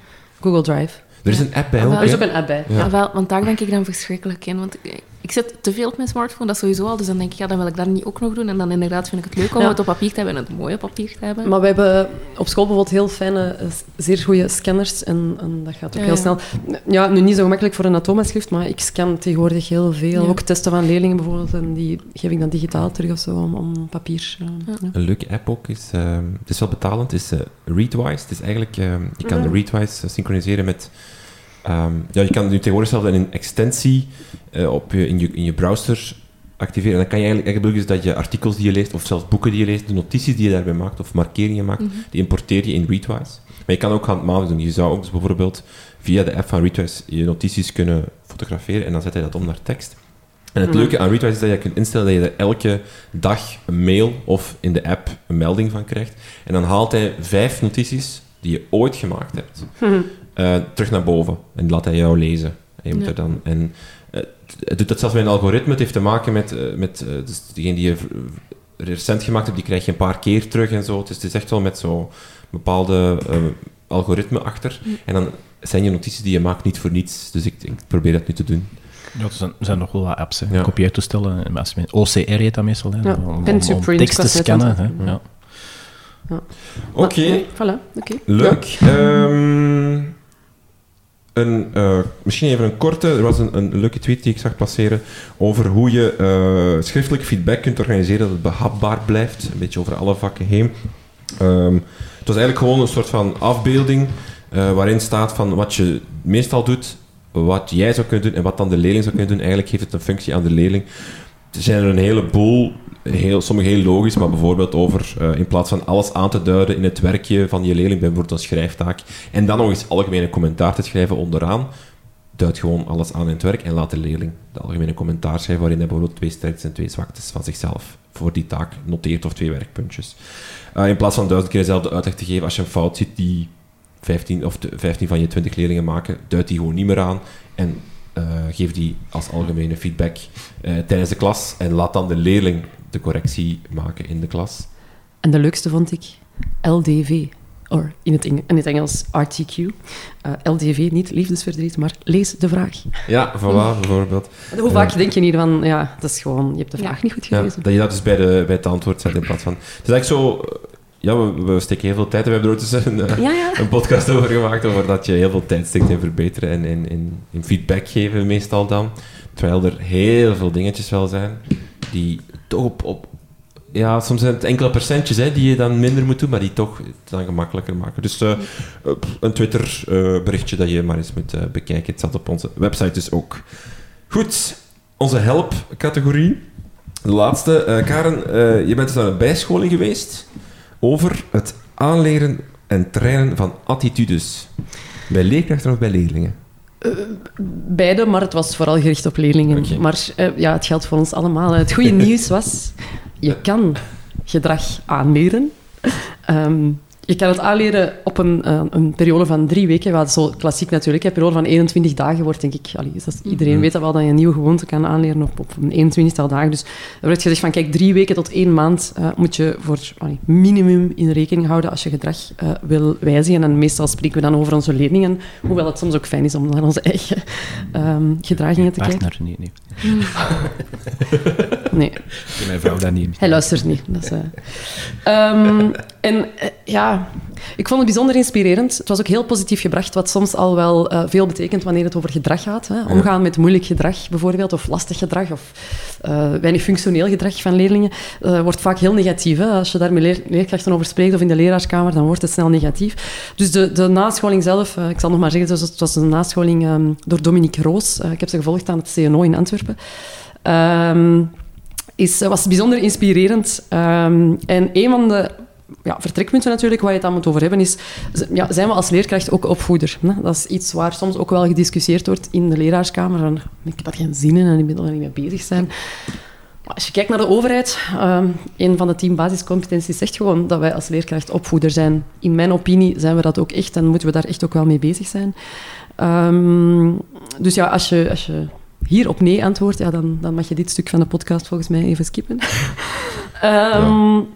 Google Drive. Er is een app bij Ah, ook, wel. Er is hè? ook een app bij. Ja. Ja, wel, want daar denk ik dan verschrikkelijk in. Want ik, ik zit te veel op mijn smartphone, dat sowieso al. Dus dan denk ik, ja, dan wil ik dat niet ook nog doen. En dan inderdaad vind ik het leuk om Ja. het op papier te hebben en het mooie papier te hebben. Maar we hebben op school bijvoorbeeld heel fijne, eh, zeer goede scanners. En, en dat gaat ook Ja, heel ja. snel. Ja, nu niet zo gemakkelijk voor een atoomschrift, maar ik scan tegenwoordig heel veel. Ja. Ook testen van leerlingen bijvoorbeeld. En die geef ik dan digitaal terug of zo, om, om papier. eh, Ja. ja. Een leuke app ook is, uh, het is wel betalend, het is uh, Readwise. Het is eigenlijk, uh, je kan Mhm. Readwise synchroniseren met, um, ja, je kan nu tegenwoordig zelfs een extensie uh, op je, in, je, in je browser activeren. En dan kan je eigenlijk, eigenlijk bedoelen is dat je artikels die je leest, of zelfs boeken die je leest, de notities die je daarbij maakt, of markeringen maakt, Mhm. die importeer je in Readwise. Maar je kan ook handmatig doen. Je zou ook dus bijvoorbeeld via de app van Readwise je notities kunnen fotograferen en dan zet hij dat om naar tekst. En het Mhm. leuke aan Readwise is dat je kunt instellen dat je er elke dag een mail of in de app een melding van krijgt. En dan haalt hij vijf notities die je ooit gemaakt hebt, Mhm. uh, terug naar boven. En laat hij jou lezen. En je moet Ja. er dan... En, uh, het doet dat zelfs bij een algoritme. Het heeft te maken met... Uh, met uh, dus degene die je v- recent gemaakt hebt, die krijg je een paar keer terug en zo. Dus het is echt wel met zo'n bepaalde uh, algoritme achter. Mm. En dan zijn je notities die je maakt niet voor niets. Dus ik, ik probeer dat nu te doen. Ja, er zijn, er zijn nog wel wat apps, hè. Ja. Kopieertoestellen. Als je- O C R heet dat meestal, hè. Ja, om, om, pen to om print, tekst te ik was net aan scannen. het Hè. zeggen. Ja. Oké. Maar, nee, voilà, oké. Leuk. Ehm, een, uh, misschien even een korte. Er was een, een leuke tweet die ik zag passeren over hoe je uh, schriftelijk feedback kunt organiseren dat het behapbaar blijft. Een beetje over alle vakken heen. Um, het was eigenlijk gewoon een soort van afbeelding uh, waarin staat van wat je meestal doet, wat jij zou kunnen doen en wat dan de leerling zou kunnen doen. Eigenlijk geeft het een functie aan de leerling. Er zijn er een heleboel, heel, sommige heel logisch, maar bijvoorbeeld over uh, in plaats van alles aan te duiden in het werkje van je leerling, bijvoorbeeld een schrijftaak, en dan nog eens algemene commentaar te schrijven onderaan, duid gewoon alles aan in het werk en laat de leerling de algemene commentaar schrijven waarin hij bijvoorbeeld twee sterktes en twee zwaktes van zichzelf voor die taak noteert of twee werkpuntjes. Uh, in plaats van duizend keer dezelfde uitleg te geven als je een fout ziet die vijftien of de vijftien van je twintig leerlingen maken, duid die gewoon niet meer aan en uh, geef die als algemene feedback uh, tijdens de klas en laat dan de leerling de correctie maken in de klas. En de leukste vond ik L D V, of in het, Eng- in het Engels R T Q. Uh, L D V, niet liefdesverdriet, maar lees de vraag. Ja, voilà, bijvoorbeeld. Hoe vaak denk je niet van, ja, dat is gewoon, je hebt de vraag Ja. niet goed Ja, gelezen. dat je dat dus bij, de, bij het antwoord zet in plaats van... Het is eigenlijk zo... Ja, we, we steken heel veel tijd. We hebben er ooit eens een, uh, Ja, ja. een podcast over gemaakt, over dat je heel veel tijd steekt in verbeteren en in, in, in feedback geven meestal dan. Terwijl er heel veel dingetjes wel zijn die toch op... op ja, soms zijn het enkele percentjes hè, die je dan minder moet doen, maar die toch het dan gemakkelijker maken. Dus uh, een Twitter-berichtje uh, dat je maar eens moet uh, bekijken. Het staat op onze website dus ook. Goed, onze help-categorie. De laatste. Uh, Karen, uh, je bent dus naar een bijscholing geweest over het aanleren en trainen van attitudes. Bij leerkrachten of bij leerlingen? Uh, beide, maar het was vooral gericht op leerlingen. Okay. Maar uh, ja, het geldt voor ons allemaal. Het goede nieuws was, je kan gedrag aanleren. Um, je kan het aanleren op een, uh, een periode van drie weken. Wat zo klassiek natuurlijk. Een periode van eenentwintig dagen wordt, denk ik... Allee, dat is, iedereen weet dat wel, dat je een nieuwe gewoonte kan aanleren op, op een eenentwintigtal dagen. Dus er wordt gezegd van, kijk, drie weken tot één maand uh, moet je voor allee, minimum in rekening houden als je gedrag uh, wil wijzigen. En meestal spreken we dan over onze leerlingen. Hoewel het soms ook fijn is om naar onze eigen um, gedragingen te Partner, kijken. nee, nee. Nee. Mijn vrouw dat niet. Hij luistert niet. Dat is, uh... um, en uh, ja, ik vond het bijzonder inspirerend. Het was ook heel positief gebracht, wat soms al wel uh, veel betekent wanneer het over gedrag gaat. Hè. Omgaan met moeilijk gedrag bijvoorbeeld, of lastig gedrag, of uh, weinig functioneel gedrag van leerlingen, uh, wordt vaak heel negatief. Hè. Als je daar met leer- leerkrachten over spreekt, of in de leraarskamer, dan wordt het snel negatief. Dus de, de nascholing zelf, uh, ik zal nog maar zeggen, het was een nascholing um, door Dominique Roos. Uh, ik heb ze gevolgd aan het C N O in Antwerpen. Um, is, was bijzonder inspirerend. Um, en een van de ja, vertrekpunten natuurlijk, waar je het dan moet over hebben, is... Ja, zijn we als leerkracht ook opvoeder? Hè? Dat is iets waar soms ook wel gediscussieerd wordt in de leraarskamer. En ik heb daar geen zin in en ik wil er niet mee bezig zijn. Maar als je kijkt naar de overheid, um, een van de tien basiscompetenties zegt gewoon dat wij als leerkracht opvoeder zijn. In mijn opinie zijn we dat ook echt en moeten we daar echt ook wel mee bezig zijn. Um, dus ja, als je... Als je hier op nee antwoordt, ja, dan, dan mag je dit stuk van de podcast volgens mij even skippen. um, ja.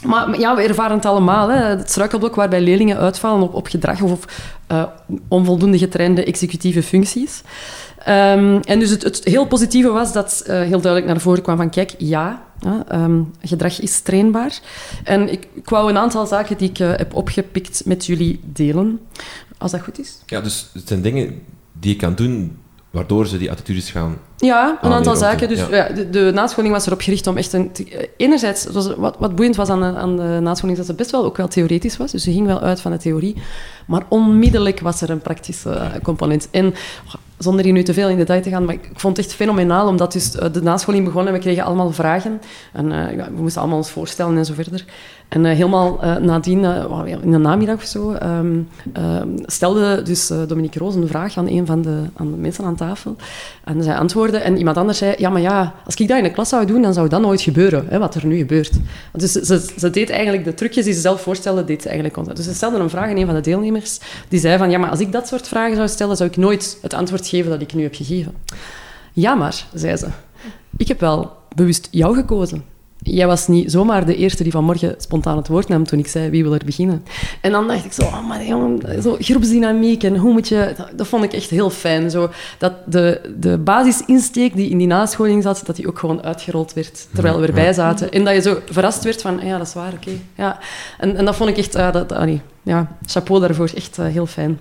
Maar ja, we ervaren het allemaal. Hè. Het struikelblok waarbij leerlingen uitvallen op, op gedrag of op uh, onvoldoende getrainde executieve functies. Um, en dus het, het heel positieve was dat uh, heel duidelijk naar voren kwam van kijk, ja, uh, um, gedrag is trainbaar. En ik, ik wou een aantal zaken die ik uh, heb opgepikt met jullie delen, als dat goed is. Ja, dus het zijn dingen die je kan doen waardoor ze die attitudes gaan. Ja, een aantal zaken. Dus, ja. Ja, de, de nascholing was erop gericht om echt een... Te, enerzijds, het was, wat, wat boeiend was aan de, aan de nascholing, dat het best wel ook wel theoretisch was. Dus ze ging wel uit van de theorie. Maar onmiddellijk was er een praktische uh, component. En zonder hier nu te veel in detail te gaan, maar ik vond het echt fenomenaal, omdat dus uh, de nascholing begon en we kregen allemaal vragen. En uh, ja, we moesten allemaal ons voorstellen en zo verder. En uh, helemaal uh, nadien, uh, in de namiddag of zo, um, uh, stelde dus uh, Dominique Roos een vraag aan een van de, aan de mensen aan tafel. En zij antwoordde en iemand anders zei, ja, maar ja, als ik dat in de klas zou doen, dan zou dat nooit gebeuren, hè, wat er nu gebeurt. Dus ze, ze deed eigenlijk de trucjes die ze zelf voorstelde, deed ze eigenlijk constant. Dus ze stelde een vraag aan een van de deelnemers, die zei van, ja, maar als ik dat soort vragen zou stellen, zou ik nooit het antwoord geven dat ik nu heb gegeven. Ja, maar, zei ze, ik heb wel bewust jou gekozen. Jij was niet zomaar de eerste die vanmorgen spontaan het woord nam toen ik zei, wie wil er beginnen? En dan dacht ik zo, oh, maar jongen, zo groepsdynamiek en hoe moet je... Dat, dat vond ik echt heel fijn. Zo, dat de, de basisinsteek die in die nascholing zat, dat die ook gewoon uitgerold werd, terwijl we erbij zaten. En dat je zo verrast werd van, ja, dat is waar, oké. Okay. Ja. En, en dat vond ik echt... Uh, dat, uh, ja, chapeau daarvoor, echt uh, heel fijn.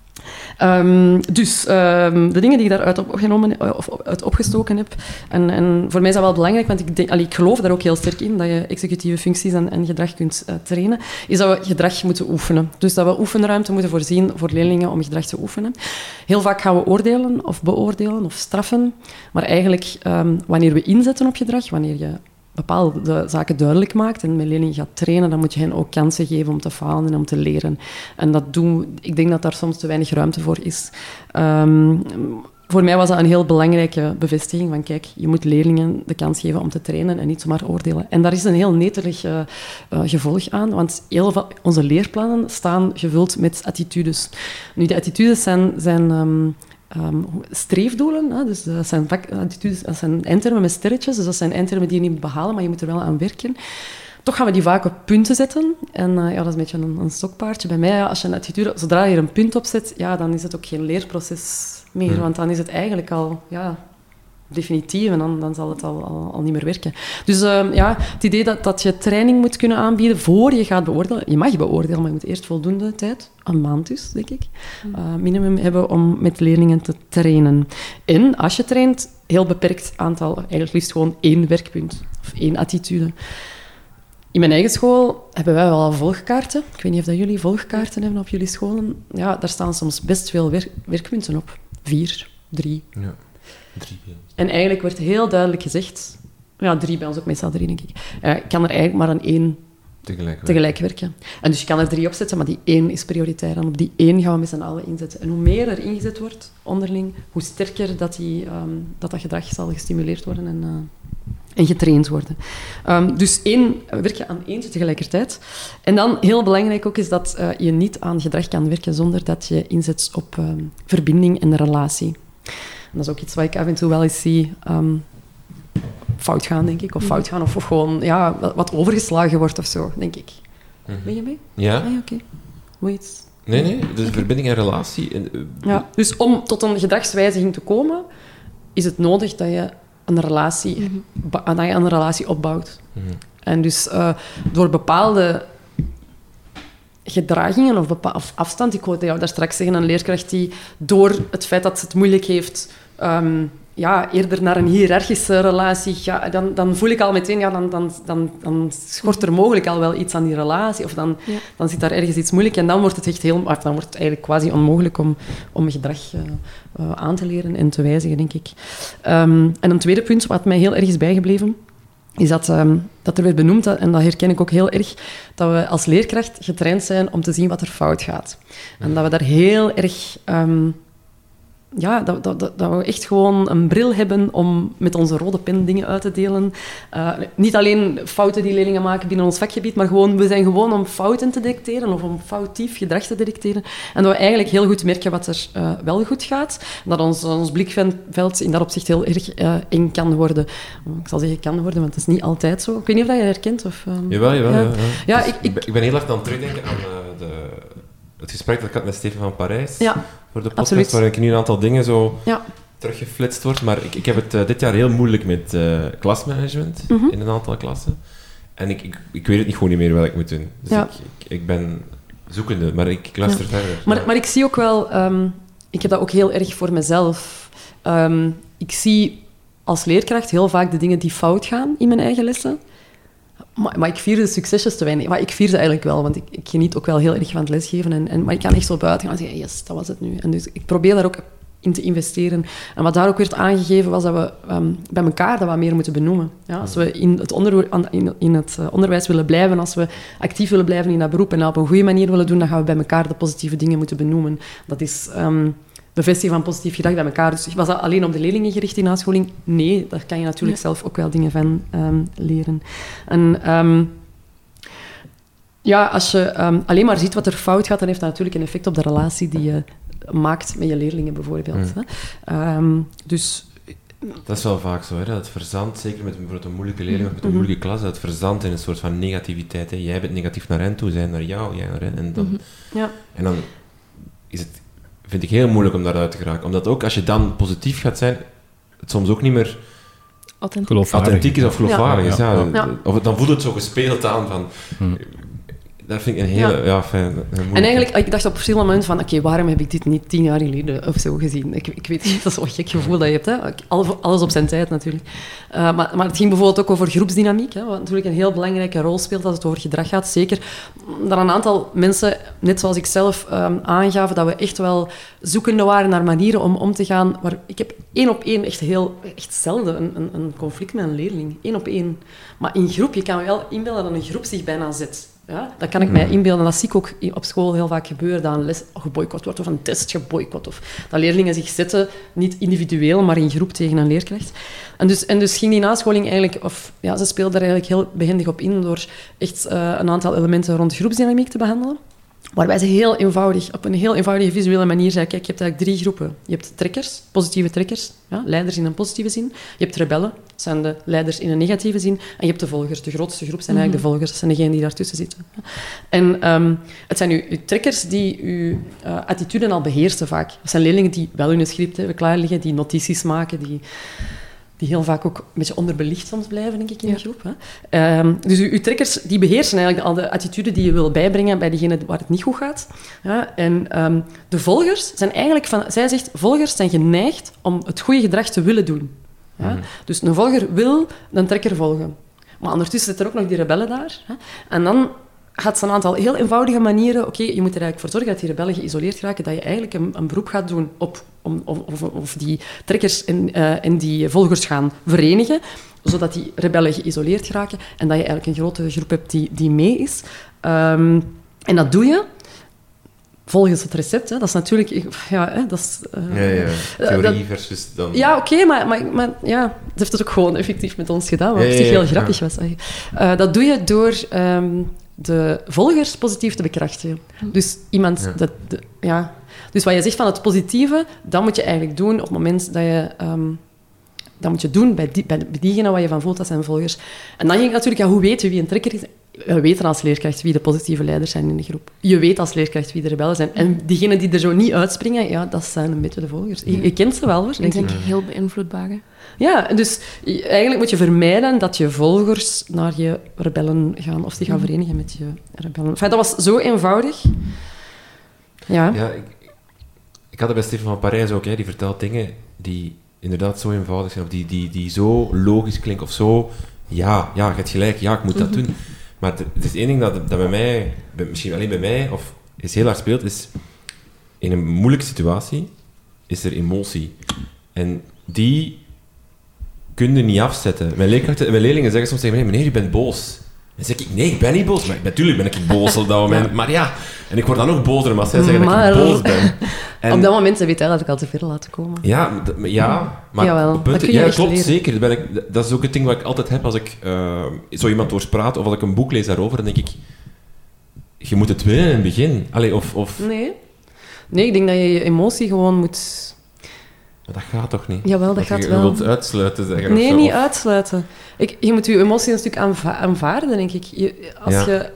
Um, dus um, de dingen die ik daaruit opgenomen, of uit opgestoken heb, en, en voor mij is dat wel belangrijk, want ik, denk, allee, ik geloof daar ook heel sterk in, dat je executieve functies en, en gedrag kunt uh, trainen, is dat we gedrag moeten oefenen. Dus dat we oefenruimte moeten voorzien voor leerlingen om gedrag te oefenen. Heel vaak gaan we oordelen of beoordelen of straffen, maar eigenlijk um, wanneer we inzetten op gedrag, wanneer je bepaalde zaken duidelijk maakt en met leerlingen gaat trainen, dan moet je hen ook kansen geven om te falen en om te leren. En dat doen, ik denk dat daar soms te weinig ruimte voor is. Um, voor mij was dat een heel belangrijke bevestiging van kijk, je moet leerlingen de kans geven om te trainen en niet zomaar oordelen. En daar is een heel netelig uh, uh, gevolg aan, want heel veel onze leerplannen staan gevuld met attitudes. Nu, die attitudes zijn... zijn um, Um, streefdoelen, hè? Dus dat zijn, vak, attitudes, dat zijn eindtermen met sterretjes, dus dat zijn eindtermen die je niet moet behalen, maar je moet er wel aan werken. Toch gaan we die vaak op punten zetten. En uh, ja, dat is een beetje een, een stokpaardje. Bij mij, ja, als je een attitude, zodra je er een punt op zet, ja, dan is het ook geen leerproces meer, want dan is het eigenlijk al... Ja, definitief, en dan, dan zal het al, al, al niet meer werken. Dus uh, ja, het idee dat, dat je training moet kunnen aanbieden voor je gaat beoordelen. Je mag beoordelen, maar je moet eerst voldoende tijd, een maand dus, denk ik, uh, minimum hebben om met leerlingen te trainen. En als je traint, heel beperkt aantal, eigenlijk liefst gewoon één werkpunt of één attitude. In mijn eigen school hebben wij wel volgkaarten. Ik weet niet of dat jullie volgkaarten hebben op jullie scholen. Ja, daar staan soms best veel wer- werkpunten op. Vier, drie. Ja. Drie. En eigenlijk wordt heel duidelijk gezegd... Ja, drie bij ons ook meestal drie, denk ik. Uh, ik kan er eigenlijk maar aan één tegelijk werken. tegelijk werken. En dus je kan er drie opzetten, maar die één is prioritair. En op die één gaan we met z'n allen inzetten. En hoe meer er ingezet wordt, onderling, hoe sterker dat die, um, dat, dat gedrag zal gestimuleerd worden en, uh, en getraind worden. Um, dus één, werken aan één tegelijkertijd. En dan, heel belangrijk ook, is dat uh, je niet aan gedrag kan werken zonder dat je inzet op um, verbinding en relatie. En dat is ook iets wat ik af en toe wel eens zie um, fout gaan, denk ik. Of fout gaan, of, of gewoon ja, wat overgeslagen wordt of zo, denk ik. Mm-hmm. Ben je mee? Ja. Ah, ja, oké. Okay. Moet je iets... Nee, nee. Dus okay. Verbinding en relatie. En, uh, ja, dus om tot een gedragswijziging te komen, is het nodig dat je een relatie, mm-hmm. ba- dat je een relatie opbouwt. Mm-hmm. En dus uh, door bepaalde gedragingen of, bepa- of afstand, ik hoorde jou daar straks zeggen, een leerkracht die door het feit dat ze het moeilijk heeft, um, ja, eerder naar een hiërarchische relatie, ja, dan, dan voel ik al meteen, ja, dan, dan, dan, dan schort er mogelijk al wel iets aan die relatie, of dan, ja. dan zit daar ergens iets moeilijk en dan wordt het echt heel, dan wordt het eigenlijk quasi onmogelijk om, om gedrag uh, uh, aan te leren en te wijzigen, denk ik. Um, en een tweede punt, wat mij heel erg is bijgebleven, is dat, um, dat er werd benoemd, en dat herken ik ook heel erg, dat we als leerkracht getraind zijn om te zien wat er fout gaat. En dat we daar heel erg... Um, ja, dat, dat, dat, dat we echt gewoon een bril hebben om met onze rode pen dingen uit te delen. Uh, niet alleen fouten die leerlingen maken binnen ons vakgebied, maar gewoon, we zijn gewoon om fouten te detecteren of om foutief gedrag te detecteren. En dat we eigenlijk heel goed merken wat er uh, wel goed gaat. Dat ons, ons blikveld in dat opzicht heel erg uh, eng kan worden. Ik zal zeggen kan worden, want het is niet altijd zo. Ik weet niet of dat je dat herkent. Of, um, jawel, jawel. Ja. Ja, ja, dus ik, ik, ben, ik ben heel erg aan het terugdenken aan uh, de, het gesprek dat ik had met Steven van Parijs. Ja. Voor de podcast, absoluut. Waarin ik nu een aantal dingen zo ja. teruggeflitst word. Maar ik, ik heb het uh, dit jaar heel moeilijk met uh, klasmanagement mm-hmm. in een aantal klassen. En ik, ik, ik weet het niet gewoon niet meer wat ik moet doen. Dus ja. ik, ik, ik ben zoekende, maar ik, ik luister ja. verder. Maar, ja. maar ik zie ook wel... Um, ik heb dat ook heel erg voor mezelf. Um, ik zie als leerkracht heel vaak de dingen die fout gaan in mijn eigen lessen. Maar, maar ik vier de succesjes te weinig. Maar ik vier ze eigenlijk wel, want ik, ik geniet ook wel heel erg van het lesgeven. En, en, maar ik kan echt zo buiten gaan en zeggen, yes, dat was het nu. En dus ik probeer daar ook in te investeren. En wat daar ook werd aangegeven, was dat we um, bij elkaar dat wat meer moeten benoemen. Ja, als we in het, onder, in, in het onderwijs willen blijven, als we actief willen blijven in dat beroep en dat op een goede manier willen doen, dan gaan we bij elkaar de positieve dingen moeten benoemen. Dat is... Um, bevestigen van positief gedrag bij elkaar. Dus was dat alleen op de leerlingen gericht in nascholing? Nee, daar kan je natuurlijk ja. zelf ook wel dingen van um, leren. En um, ja, als je um, alleen maar ziet wat er fout gaat, dan heeft dat natuurlijk een effect op de relatie die je maakt met je leerlingen, bijvoorbeeld. Mm. Hè? Um, dus... Dat is wel vaak zo, hè? Dat het verzandt, zeker met bijvoorbeeld een moeilijke leerling of met een moeilijke klas, dat het verzandt in een soort van negativiteit. Hè? Jij bent negatief naar hen toe, zij naar jou, jij naar hen. En dan, mm-hmm. ja. en dan is het... vind ik heel moeilijk om daaruit te geraken. Omdat ook als je dan positief gaat zijn, het soms ook niet meer authentiek, authentiek is of geloofwaardig ja. is. Ja. Ja. Ja. Of dan voelt het zo gespeeld aan van... Hmm. Dat vind ik een hele... Ja. Ja, fijn, en eigenlijk, ik dacht op verschillende momenten van... Oké, okay, waarom heb ik dit niet tien jaar geleden of zo gezien? Ik, ik weet niet, dat is zo'n gek gevoel dat je hebt. Hè? Alles op zijn tijd natuurlijk. Uh, maar, maar het ging bijvoorbeeld ook over groepsdynamiek. Hè, wat natuurlijk een heel belangrijke rol speelt als het over gedrag gaat. Zeker dat een aantal mensen, net zoals ik zelf, um, aangaven dat we echt wel zoekende waren naar manieren om om te gaan. Waar, ik heb één op één echt heel... Echt zelden een, een, een conflict met een leerling. Eén op één. Maar in groep, je kan me wel inbeelden dat een groep zich bijna zet. Ja, dat kan ik mij inbeelden. Dat zie ik ook op school heel vaak gebeuren, dat een les geboycott wordt of een test geboycott. Of dat leerlingen zich zetten, niet individueel, maar in groep tegen een leerkracht. En dus, en dus ging die nascholing eigenlijk... Of, ja, ze speelde daar eigenlijk heel behendig op in door echt uh, een aantal elementen rond groepsdynamiek te behandelen. Waarbij ze heel eenvoudig, op een heel eenvoudige visuele manier zei, kijk, je hebt eigenlijk drie groepen. Je hebt trekkers, positieve trekkers, ja, leiders in een positieve zin. Je hebt rebellen, dat zijn de leiders in een negatieve zin. En je hebt de volgers. De grootste groep zijn eigenlijk de volgers. Dat zijn degenen die daartussen zitten. En um, het zijn uw, uw trekkers die uw uh, attitude al beheersen vaak. Dat zijn leerlingen die wel hun script hebben klaar liggen, die notities maken, die... die heel vaak ook een beetje onderbelicht soms blijven, denk ik, in de ja. groep. Hè. Um, dus uw, uw trekkers die beheersen eigenlijk al de attitude die je wil bijbrengen bij diegene waar het niet goed gaat. Ja, en um, de volgers zijn eigenlijk... Van, zij zegt, volgers zijn geneigd om het goede gedrag te willen doen. Ja. Mm-hmm. Dus een volger wil een trekker volgen. Maar ondertussen zitten er ook nog die rebellen daar. Hè. En dan gaat ze een aantal heel eenvoudige manieren... Oké, okay, je moet er eigenlijk voor zorgen dat die rebellen geïsoleerd raken, dat je eigenlijk een, een beroep gaat doen op... Om, of, of, of die trekkers en, uh, en die volgers gaan verenigen, zodat die rebellen geïsoleerd geraken en dat je eigenlijk een grote groep hebt die, die mee is. Um, en dat doe je volgens het recept. Hè. Dat is natuurlijk... Ja, hè, dat is, uh, ja, ja. Theorie dat, versus dan... Ja, oké, okay, maar, maar, maar ja, dat heeft het ook gewoon effectief met ons gedaan, wat ja, op zich ja, ja, heel grappig ja. was. Uh, dat doe je door... Um, de volgers positief te bekrachtigen. Dus iemand... Ja. Dat, de, ja. Dus wat je zegt van het positieve, dat moet je eigenlijk doen op het moment dat je... Um, dat moet je doen bij, die, bij diegene waar je van voelt, dat zijn volgers. En dan ging het natuurlijk, ja, hoe weet je wie een trekker is? We weten als leerkracht wie de positieve leiders zijn in de groep. Je weet als leerkracht wie de rebellen zijn. En diegenen die er zo niet uitspringen, ja, dat zijn een beetje de volgers. Je, je kent ze wel, hoor. Ik denk heel beïnvloedbaar. Ja, dus eigenlijk moet je vermijden dat je volgers naar je rebellen gaan, of die gaan verenigen met je rebellen. Enfin, dat was zo eenvoudig. Ja. Ja, ik, ik had het bij Steven van Parijs ook, hè, die vertelt dingen die inderdaad zo eenvoudig zijn, of die, die, die zo logisch klinken, of zo... Ja, ja, je hebt gelijk, ja, ik moet dat doen. Maar het is één ding dat, dat bij mij, misschien alleen bij mij, of is heel hard speelt, is in een moeilijke situatie is er emotie. En die kun je niet afzetten. Mijn leerkrachten, mijn leerlingen zeggen soms tegen mij, meneer, je bent boos. En dan zeg ik, nee, ik ben niet boos. Maar natuurlijk ben ik boos op dat moment. Ja. Maar ja, en ik word dan ook bozer als zij zeggen maar... dat ik boos ben. En, Op dat moment weet hij dat ik al te ver laten komen. Ja, d- ja maar Jawel, punten, dat kun je ja, echt klopt, leren. zeker. Dat, ben ik, dat is ook het ding wat ik altijd heb als ik uh, zo iemand hoor praten of als ik een boek lees daarover, dan denk ik, je moet het winnen in het begin. Allee, of, of... Nee. Nee, ik denk dat je je emotie gewoon moet... Maar dat gaat toch niet? Jawel, dat Of gaat je, wel. Je wilt uitsluiten, zeggen. Nee, of zo, niet of- uitsluiten. Ik, je moet je emotie een stuk aanva- aanvaarden, denk ik. Je, als Ja. je,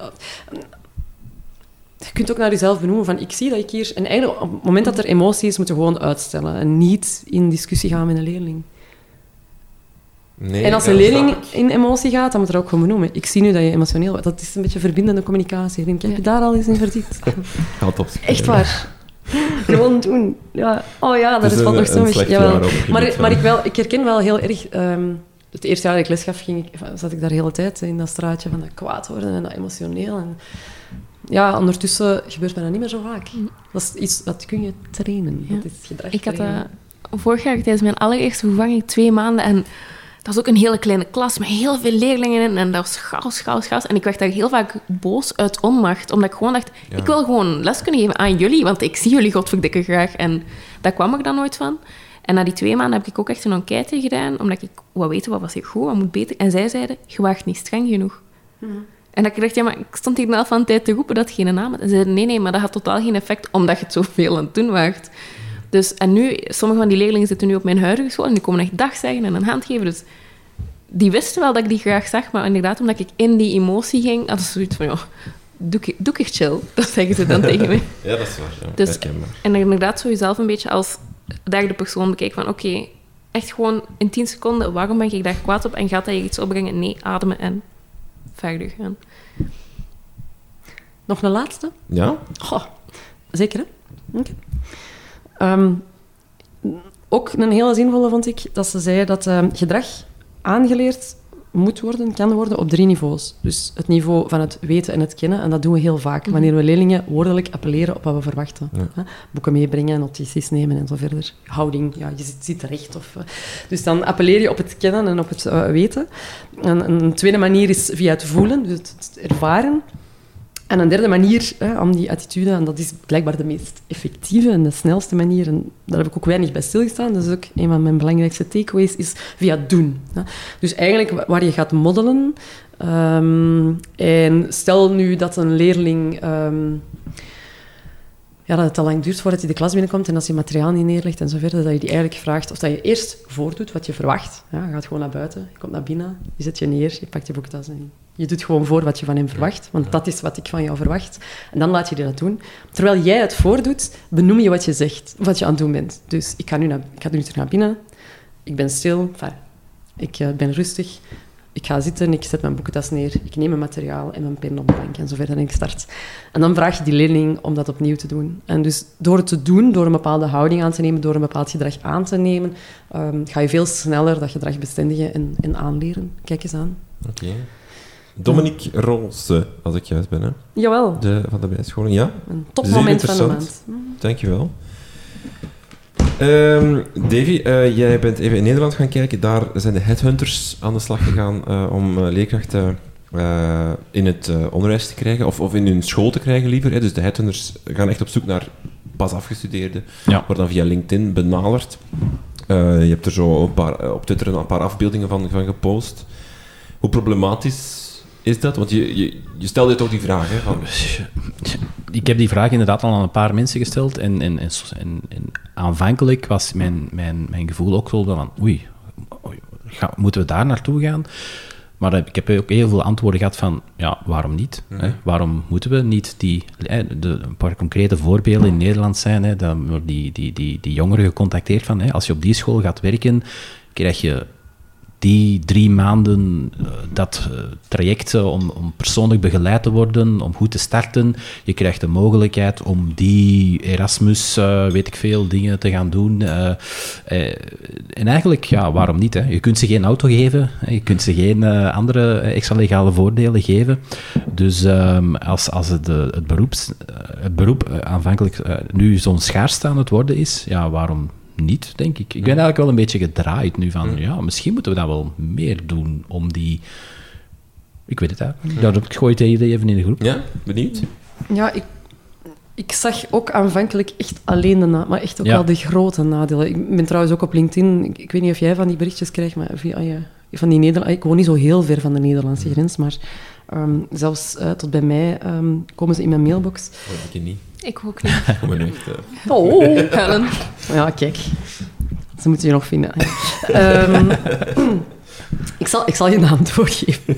je kunt ook naar jezelf benoemen van, ik zie dat ik hier... En eigenlijk, op het moment dat er emotie is, moet je gewoon uitstellen. En niet in discussie gaan met een leerling. Nee, En als ja, een dat leerling snap ik. in emotie gaat, dan moet er ook gewoon benoemen. Ik zie nu dat je emotioneel bent. Dat is een beetje verbindende communicatie. Ik denk, heb je daar al eens in verdiept? Ga het opschrijven. Echt waar. Gewoon doen. Ja. Oh ja, dat Het is is wat een- nog zo een mis- slecht jawel. jaar op het gebied Maar, van- maar ik, wel, ik herken wel heel erg... ehm, het eerste jaar dat ik les gaf, ging ik, zat ik daar de hele tijd in dat straatje van dat kwaad worden en dat emotioneel. En, ja, ondertussen gebeurt me dat niet meer zo vaak. Dat is iets dat kun je trainen. Ja. Dat is gedrag Ik had trainen. dat vorig jaar tijdens mijn allereerste vervanging twee maanden en dat was ook een hele kleine klas met heel veel leerlingen in en dat was chaos, chaos, chaos. En ik werd daar heel vaak boos uit onmacht, omdat ik gewoon dacht, Ja. ik wil gewoon les kunnen geven aan jullie, want ik zie jullie godverdikke graag. En dat kwam er dan nooit van. En na die twee maanden heb ik ook echt een enquête gedaan, omdat ik wou weten, wat was hier goed, wat moet beter. En zij zeiden, je waagt niet streng genoeg. En dat ik dacht, ja, maar ik stond hier de helft van de tijd te roepen dat het geen naam had. En ze zeiden, nee, nee, maar dat had totaal geen effect, omdat je het zoveel aan het doen waagt. Dus, en nu, sommige van die leerlingen zitten nu op mijn huidige school en die komen echt dag zeggen en een hand geven. Dus die wisten wel dat ik die graag zag, maar inderdaad, omdat ik in die emotie ging, hadden ze zoiets van, ja, doe, ik- doe ik chill. Dat zeggen ze dan tegen mij. Ja, dat is waar. Ja. Dus- Herkenbaar. En dan inderdaad zo jezelf een beetje als derde persoon bekijken van, oké, echt gewoon in tien seconden, waarom ben ik daar kwaad op en gaat dat je iets opbrengen? Nee, ademen en verder gaan. Nog een laatste? Ja? Goh, zeker, hè? Oké. Ehm, ook een hele zinvolle vond ik dat ze zei dat ehm, gedrag aangeleerd moet worden, kan worden op drie niveaus. Dus het niveau van het weten en het kennen, en dat doen we heel vaak, wanneer we leerlingen woordelijk appelleren op wat we verwachten. Ja. Hè? Boeken meebrengen, notities nemen en zo verder. Houding, ja, je zit, zit recht. Of, eh. Dus dan appelleer je op het kennen en op het eh, weten. En een tweede manier is via het voelen, dus het, het ervaren. En een derde manier hè, om die attitude, en dat is blijkbaar de meest effectieve en de snelste manier, en daar heb ik ook weinig bij stilgestaan, dat is ook een van mijn belangrijkste takeaways, is via het doen. Hè. Dus eigenlijk waar je gaat moddelen, um, en stel nu dat een leerling... Um, ja, dat het te lang duurt voordat hij de klas binnenkomt en als je materiaal niet neerlegt en zo verder, dat je die eigenlijk vraagt, of dat je eerst voordoet wat je verwacht. Ja, je gaat gewoon naar buiten, je komt naar binnen, je zet je neer, je pakt je boektas en je doet gewoon voor wat je van hem verwacht, want dat is wat ik van jou verwacht. En dan laat je die dat doen. Terwijl jij het voordoet, benoem je wat je zegt, wat je aan het doen bent. Dus ik ga nu, naar, ik ga nu terug naar binnen, ik ben stil, enfin, ik uh, ben rustig, ik ga zitten, ik zet mijn boekentas neer, ik neem mijn materiaal en mijn pen op de bank en zo verder en ik start. En dan vraag je die leerling om dat opnieuw te doen. En dus door het te doen, door een bepaalde houding aan te nemen, door een bepaald gedrag aan te nemen, um, ga je veel sneller dat gedrag bestendigen en, en aanleren. Kijk eens aan. Oké. Okay. Dominique Rolse, als ik juist ben, hè? Jawel. De, van de bijscholing, ja. Een topmoment van de maand. Dankjewel. Um, Davy, uh, jij bent even in Nederland gaan kijken. Daar zijn de headhunters aan de slag gegaan uh, om uh, leerkrachten uh, in het uh, onderwijs te krijgen, of, of in hun school te krijgen liever. Hè. Dus de headhunters gaan echt op zoek naar pas afgestudeerden, ja. worden dan via LinkedIn benaderd. Uh, je hebt er zo een paar, op Twitter een paar afbeeldingen van, van gepost. Hoe problematisch is dat? Want je, je, je stelde toch die vraag, hè? Van... Ik heb die vraag inderdaad al aan een paar mensen gesteld. En, en, en, en, en aanvankelijk was mijn, mijn, mijn gevoel ook zo van... Oei, ga, moeten we daar naartoe gaan? Maar ik heb ook heel veel antwoorden gehad van... Ja, waarom niet? Mm-hmm. Hè? Waarom moeten we niet die... Hè, de, een paar concrete voorbeelden in Nederland zijn. Hè, dan wordt die, die, die, die jongeren gecontacteerd van... Hè, als je op die school gaat werken, krijg je... die drie maanden, uh, dat uh, traject uh, om, om persoonlijk begeleid te worden, om goed te starten. Je krijgt de mogelijkheid om die Erasmus, uh, weet ik veel, dingen te gaan doen. Uh, uh, en eigenlijk, ja, waarom niet? Hè? Je kunt ze geen auto geven, hè? Je kunt ze geen uh, andere extra legale voordelen geven. Dus um, als, als het, uh, het, beroeps, uh, het beroep uh, aanvankelijk uh, nu zo'n schaarste aan het worden is, ja, waarom niet, denk ik. Ik ben eigenlijk wel een beetje gedraaid nu van, ja, misschien moeten we dat wel meer doen om die... Ik weet het eigenlijk. Ja, dat gooi je het even in de groep. Ja, benieuwd? Ja, ik, Ik zag ook aanvankelijk echt alleen de nadelen, maar echt ook Ja. wel de grote nadelen. Ik ben trouwens ook op LinkedIn, ik, ik weet niet of jij van die berichtjes krijgt, maar via, ah ja, van die Nederland, ik woon niet zo heel ver van de Nederlandse grens, maar um, zelfs uh, tot bij mij um, komen ze in mijn mailbox. Dat heb ik niet. Ik ook niet. Ik kom er nu echt... Uh... Oh, Helen. Ja, kijk. Ze moeten je nog vinden. um, ik, zal, ik zal je naam doorgeven.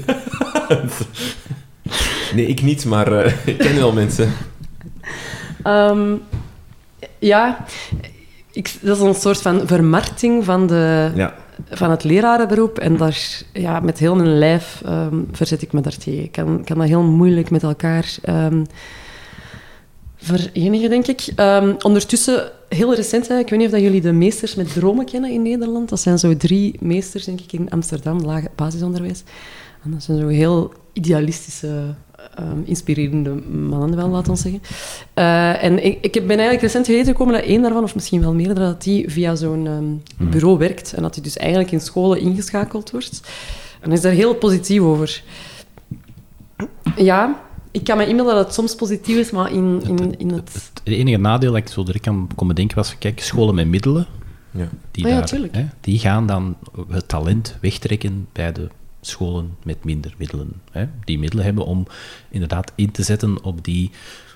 Nee, ik niet, maar uh, ik ken wel mensen. Um, ja, ik, dat is een soort van vermarkting van, de, Ja. van het lerarenberoep. En daar, ja, met heel mijn lijf um, verzet ik me daartegen. Ik kan, kan dat heel moeilijk met elkaar um, verenigen, denk ik. Um, ondertussen, heel recent, hè, ik weet niet of dat jullie de meesters met dromen kennen in Nederland. Dat zijn zo drie meesters, denk ik, in Amsterdam, lager basisonderwijs. En dat zijn zo heel idealistische... Um, inspirerende mannen wel, laat ons zeggen. Uh, en ik, ik ben eigenlijk recent geweten gekomen dat één daarvan, of misschien wel meerdere, dat die via zo'n um, bureau werkt en dat hij dus eigenlijk in scholen ingeschakeld wordt. En hij is daar heel positief over. Ja, ik kan me inbeelden dat het soms positief is, maar in, in, in het... Het enige nadeel dat ik zo direct kan komen denken was, kijk, scholen met middelen, Ja. die, Oh ja, daar, tuurlijk. hè, die gaan dan het talent wegtrekken bij de scholen met minder middelen. Hè, die middelen hebben om inderdaad in te zetten op die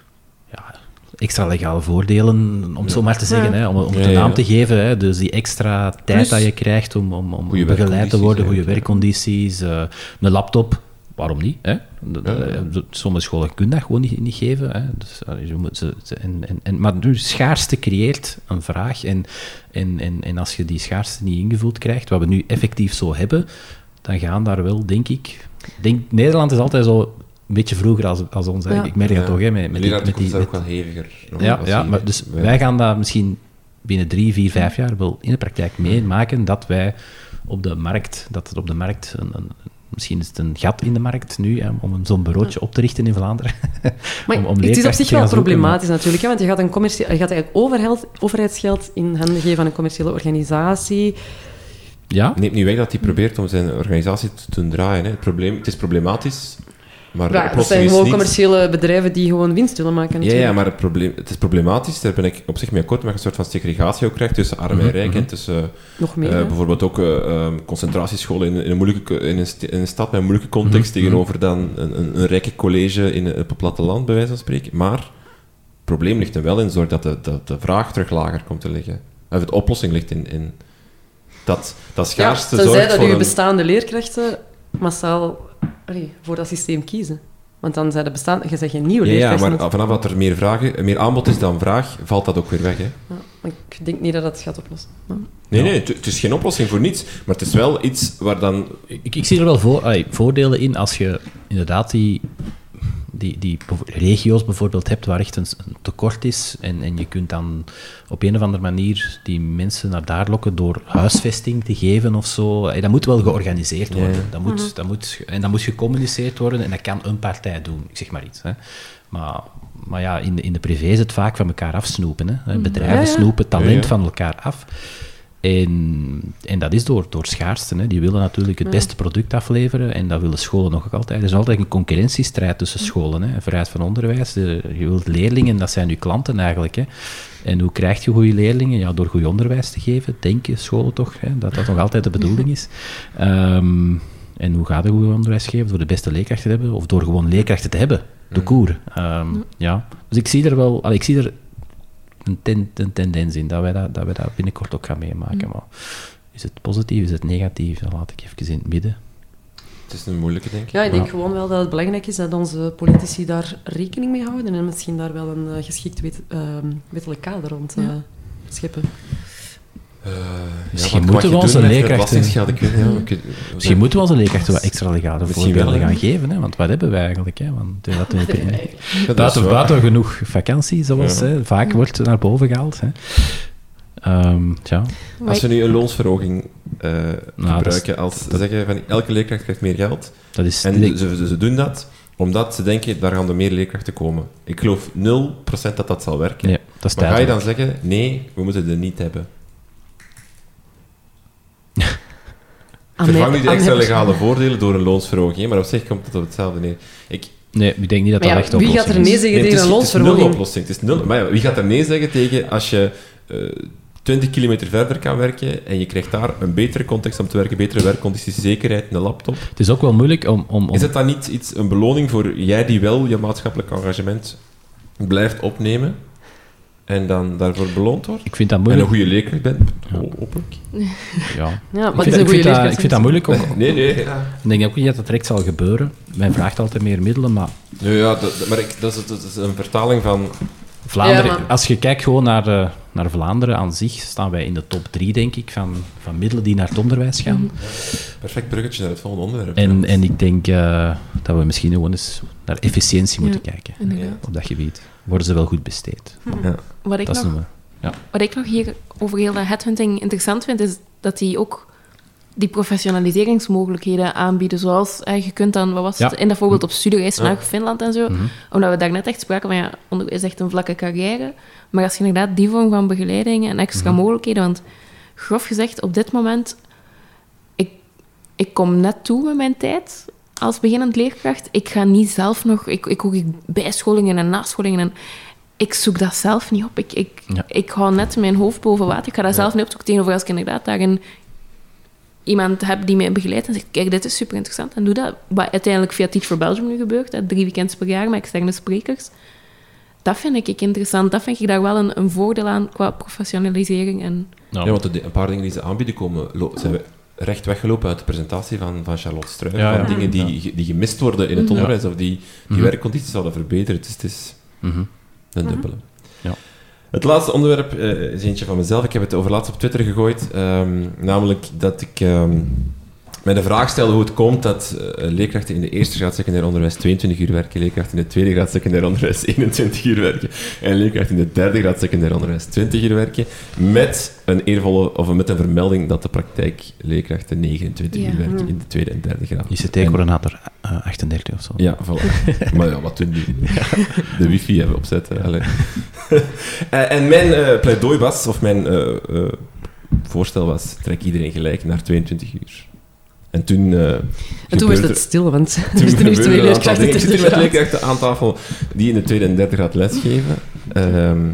ja, extra legale voordelen, om het zo maar te zeggen, Ja. hè, om, om het Ja, een ja. naam te geven. Hè, dus die extra tijd Plus- dat je krijgt om, om, om Goeie begeleid te worden, goede werkcondities, werkcondities, uh, een laptop. Waarom niet? Hè? De- de- Ja. Sommige scholen kunnen dat gewoon niet, niet geven. Hè? Dus, uh, je moet ze, ze- en, en, en, maar nu, schaarste creëert een vraag. En, en, en, en als je die schaarste niet ingevuld krijgt, wat we nu effectief zo hebben, dan gaan daar wel, denk ik... Denk, Nederland is altijd zo een beetje vroeger als, als ons. Hè. Ja. Ik merk dat toch, hè, met, met die... Met Met die is daar ook met- wel heviger. nog ja, als ja hier, maar hè. dus wij gaan dat misschien binnen drie, vier, vijf jaar wel in de praktijk meemaken, dat wij op de markt, dat het op de markt, een, een, misschien is het een gat in de markt nu, hè, om een- zo'n bureautje op te richten in Vlaanderen. Maar om, om het is op leerkrachten zich te wel gaan zoeken, problematisch natuurlijk, hè, want je gaat, een commercie- je gaat eigenlijk overheld, overheidsgeld in handen geven aan een commerciële organisatie. maar- Ja, Neemt niet weg dat hij probeert om zijn organisatie te doen draaien. Hè. Het, probleem, het is problematisch, maar de Ja, dat oplossing zijn is gewoon niet... commerciële bedrijven die gewoon winst willen maken. Ja, Natuurlijk. ja, maar het, probleem, het is problematisch. Daar ben ik op zich mee akkoord, maar je een soort van segregatie ook krijgt tussen arm en Mhm, rijk. mhm. En tussen Nog meer. eh, hè. bijvoorbeeld ook uh, um, concentratiescholen in, in, een moeilijke, in, een st- in een stad met een moeilijke context Mhm, tegenover dan een, een, een rijke college in, op het platteland, bij wijze van spreken. Maar het probleem ligt er wel in zorg dat de, de, de vraag terug lager komt te liggen. Of de oplossing ligt in, in dat, dat Ja, schaarste tenzij zorgt dat voor uw een... bestaande leerkrachten massaal allee, voor dat systeem kiezen. Want dan zijn de bestaande... Je zegt geen nieuwe Ja, ja, leerkrachten. maar vanaf dat er meer, vragen, meer aanbod is dan vraag, valt dat ook weer weg. Hè? Ja, maar ik denk niet dat dat het gaat oplossen. Ja. Nee, nee, het, het is geen oplossing voor niets, maar het is wel iets waar dan... ik, ik zie er wel voor, allee, voordelen in als je inderdaad die, die, die bevo- regio's bijvoorbeeld hebt waar echt een, s- een tekort is en, en je kunt dan op een of andere manier die mensen naar daar lokken door huisvesting te geven of zo. Eh, Dat moet wel georganiseerd worden. Ja. Dat moet, dat moet, en dat moet gecommuniceerd worden en dat kan een partij doen. Ik zeg maar iets. Hè. Maar, maar ja, in de, in de privé is het vaak van elkaar afsnoepen. Hè. Bedrijven Ja, ja. snoepen talent Ja, ja. van elkaar af. En, en dat is door, door schaarste. Hè. Die willen natuurlijk het beste product afleveren en dat willen scholen nog altijd. Er is altijd een concurrentiestrijd tussen scholen. Hè. Vrijheid van onderwijs, de, je wilt leerlingen, dat zijn je klanten eigenlijk. Hè. En hoe krijg je goede leerlingen? Ja, door goed onderwijs te geven, denken scholen toch, hè, dat dat nog altijd de bedoeling is. Ehm, en hoe gaat je goed onderwijs geven? Door de beste leerkrachten te hebben of door gewoon leerkrachten te hebben, de koer. Ehm, ja. Dus ik zie er wel, allee, ik zie er een, ten, een tendens in dat wij dat, dat wij dat binnenkort ook gaan meemaken. Maar is het positief, is het negatief? Dan laat ik even in het midden. Het is een moeilijke, denk ik. Ja, ik denk Ja. gewoon wel dat het belangrijk is dat onze politici daar rekening mee houden en misschien daar wel een uh, geschikt wet, uh, wettelijk kader rond uh, Ja. scheppen. Uh, Misschien wat- moeten wat we je onze doet met leerkrachten- belastinggeld, ik weet niet, ja, ik- Misschien moeten we onze leerkrachten wat extra legale Misschien voorbeelden wel, gaan hè. geven. Hè? Want wat hebben wij eigenlijk? Hè? Want dat we Ja, dat is buiten, waar. buiten genoeg vakantie, zoals Ja. hè, vaak wordt naar boven gehaald. Hè. Ehm, tja. Als we nu een loonsverhoging uh, dat gebruiken als zeggen van elke leerkracht krijgt meer geld, Dat is en ze, ze, ze doen dat omdat ze denken, daar gaan er meer leerkrachten komen. Ik geloof nul procent dat dat zal werken. nee, dat is Maar ga je tijdelijk. dan zeggen, nee, we moeten het niet hebben? Aan Vervang mij- nu de aan extra mij- legale voordelen door een loonsverhoging, maar op zich komt het op hetzelfde neer. Ik, Nee, ik denk niet dat dat Maar ja, echt wie oplossing gaat er nee is. zeggen Nee, tegen het een is, het is nul loonsverhoging? oplossing. Het is nul, maar ja, wie gaat er nee zeggen tegen als je uh, twintig kilometer verder kan werken en je krijgt daar een betere context om te werken, betere werkcondities, zekerheid, een laptop. Het is ook wel moeilijk om... om, om... Is het dan niet iets, een beloning voor jij die wel je maatschappelijk engagement blijft opnemen en dan daarvoor beloond wordt? Ik vind dat En moeilijk. een goede leerkracht bent, hopelijk. Ja. Ja, Ik wat vind, is een ik, goede vind dat, leerkracht? ik vind dat moeilijk ook. Nee, nee. Ja. Ik denk ook niet dat het direct zal gebeuren. Men vraagt altijd meer middelen, maar Nee, ja, dat, dat- maar ik, dat, is, dat is een vertaling van... Vlaanderen, Ja, maar- als je kijkt gewoon naar, uh, naar Vlaanderen aan zich, staan wij in de top drie, denk ik, van, van middelen die naar het onderwijs gaan. Perfect bruggetje naar het volgende onderwerp. En, en ik denk uh, dat we misschien gewoon eens naar efficiëntie moeten Ja, kijken. inderdaad. Op dat gebied. Worden ze wel goed besteed? Ja. Wat ik Dat is nog een, ja. Wat ik nog hier over heel dat headhunting interessant vind, is dat die ook die professionaliseringsmogelijkheden aanbieden. Zoals eh, je kunt dan, wat was het, Ja. in dat voorbeeld op studiereis Ja. naar Finland en zo. Mhm. Omdat we daar net echt spraken van, ja, onderwijs is echt een vlakke carrière. Maar als je inderdaad die vorm van begeleiding en extra Mhm. mogelijkheden, want grof gezegd, op dit moment, ik, ik kom net toe met mijn tijd als beginnend leerkracht. Ik ga niet zelf nog, ik, ik hoor bijscholingen en nascholingen en ik zoek dat zelf niet op. Ik, ik, Ja. ik hou net mijn hoofd boven water. Ik ga dat Ja. zelf niet opzoeken tegenover als ik inderdaad daarin iemand heb die mij begeleidt en zegt, kijk, dit is super interessant en doe dat. Wat uiteindelijk via Teach for Belgium nu gebeurt, hè, drie weekends per jaar met externe sprekers. Dat vind ik interessant. Dat vind ik daar wel een, een voordeel aan qua professionalisering. En... Nou, Ja, want de, een paar dingen die ze aanbieden komen, lo- zijn we recht weggelopen uit de presentatie van, van Charlotte Struijf. Ja, van ja. dingen die, ge- die gemist worden in het Mhm. onderwijs, of die, die Mhm. werkcondities zouden verbeteren. Dus het is mhm. een Mhm. dubbele. Ja. Het laatste onderwerp eh, is eentje van mezelf. Ik heb het over laatst op Twitter gegooid. ehm, namelijk dat ik ehm mij de vraag stelde hoe het komt dat eh, leerkrachten in de eerste graad secundair onderwijs tweeëntwintig uur werken, leerkrachten in de tweede graad secundair onderwijs eenentwintig uur werken en leerkrachten in de derde graad secundair onderwijs twintig uur werken, met een eervolle, of met een vermelding dat de praktijkleerkrachten negenentwintig Ja. uur werken in de tweede en derde graad. I C T-coördinator uh, achtendertig of zo. Ja, voilà. Maar ja, wat doen die? De wifi hebben opzetten. Allee. Eh, en mijn eh, pleidooi was, of mijn eh, eh, voorstel was, trek iedereen gelijk naar tweeëntwintig uur. En toen... eh, En toen werd gebeurde het stil, want er Toen zitten nu gebeurde twee er een aantal leerkrachten dingen. Ik zit tussen. hier met leerkrachten aan tafel die in de tweede en derde graad lesgeven. Ehm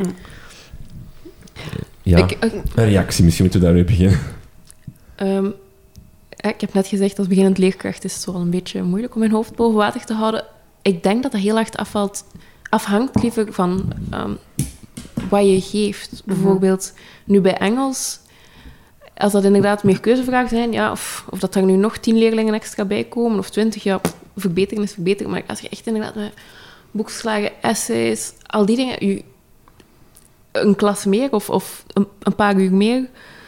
ja, Ik, ik, een reactie. Misschien moeten we daarmee beginnen. ehm, ja, ik heb net gezegd, als beginnend leerkracht is het wel een beetje moeilijk om mijn hoofd boven water te houden. Ik denk dat dat heel erg afvalt, afhangt liever van ehm, wat je geeft. Bijvoorbeeld, nu bij Engels, als dat inderdaad meer keuzevragen zijn, ja, of, of dat er nu nog tien leerlingen extra bij komen, of twintig, ja, verbeteren is verbeteren. Maar als je echt inderdaad met boekslagen, essays, al die dingen, je, een klas meer of, of een, een paar uur meer,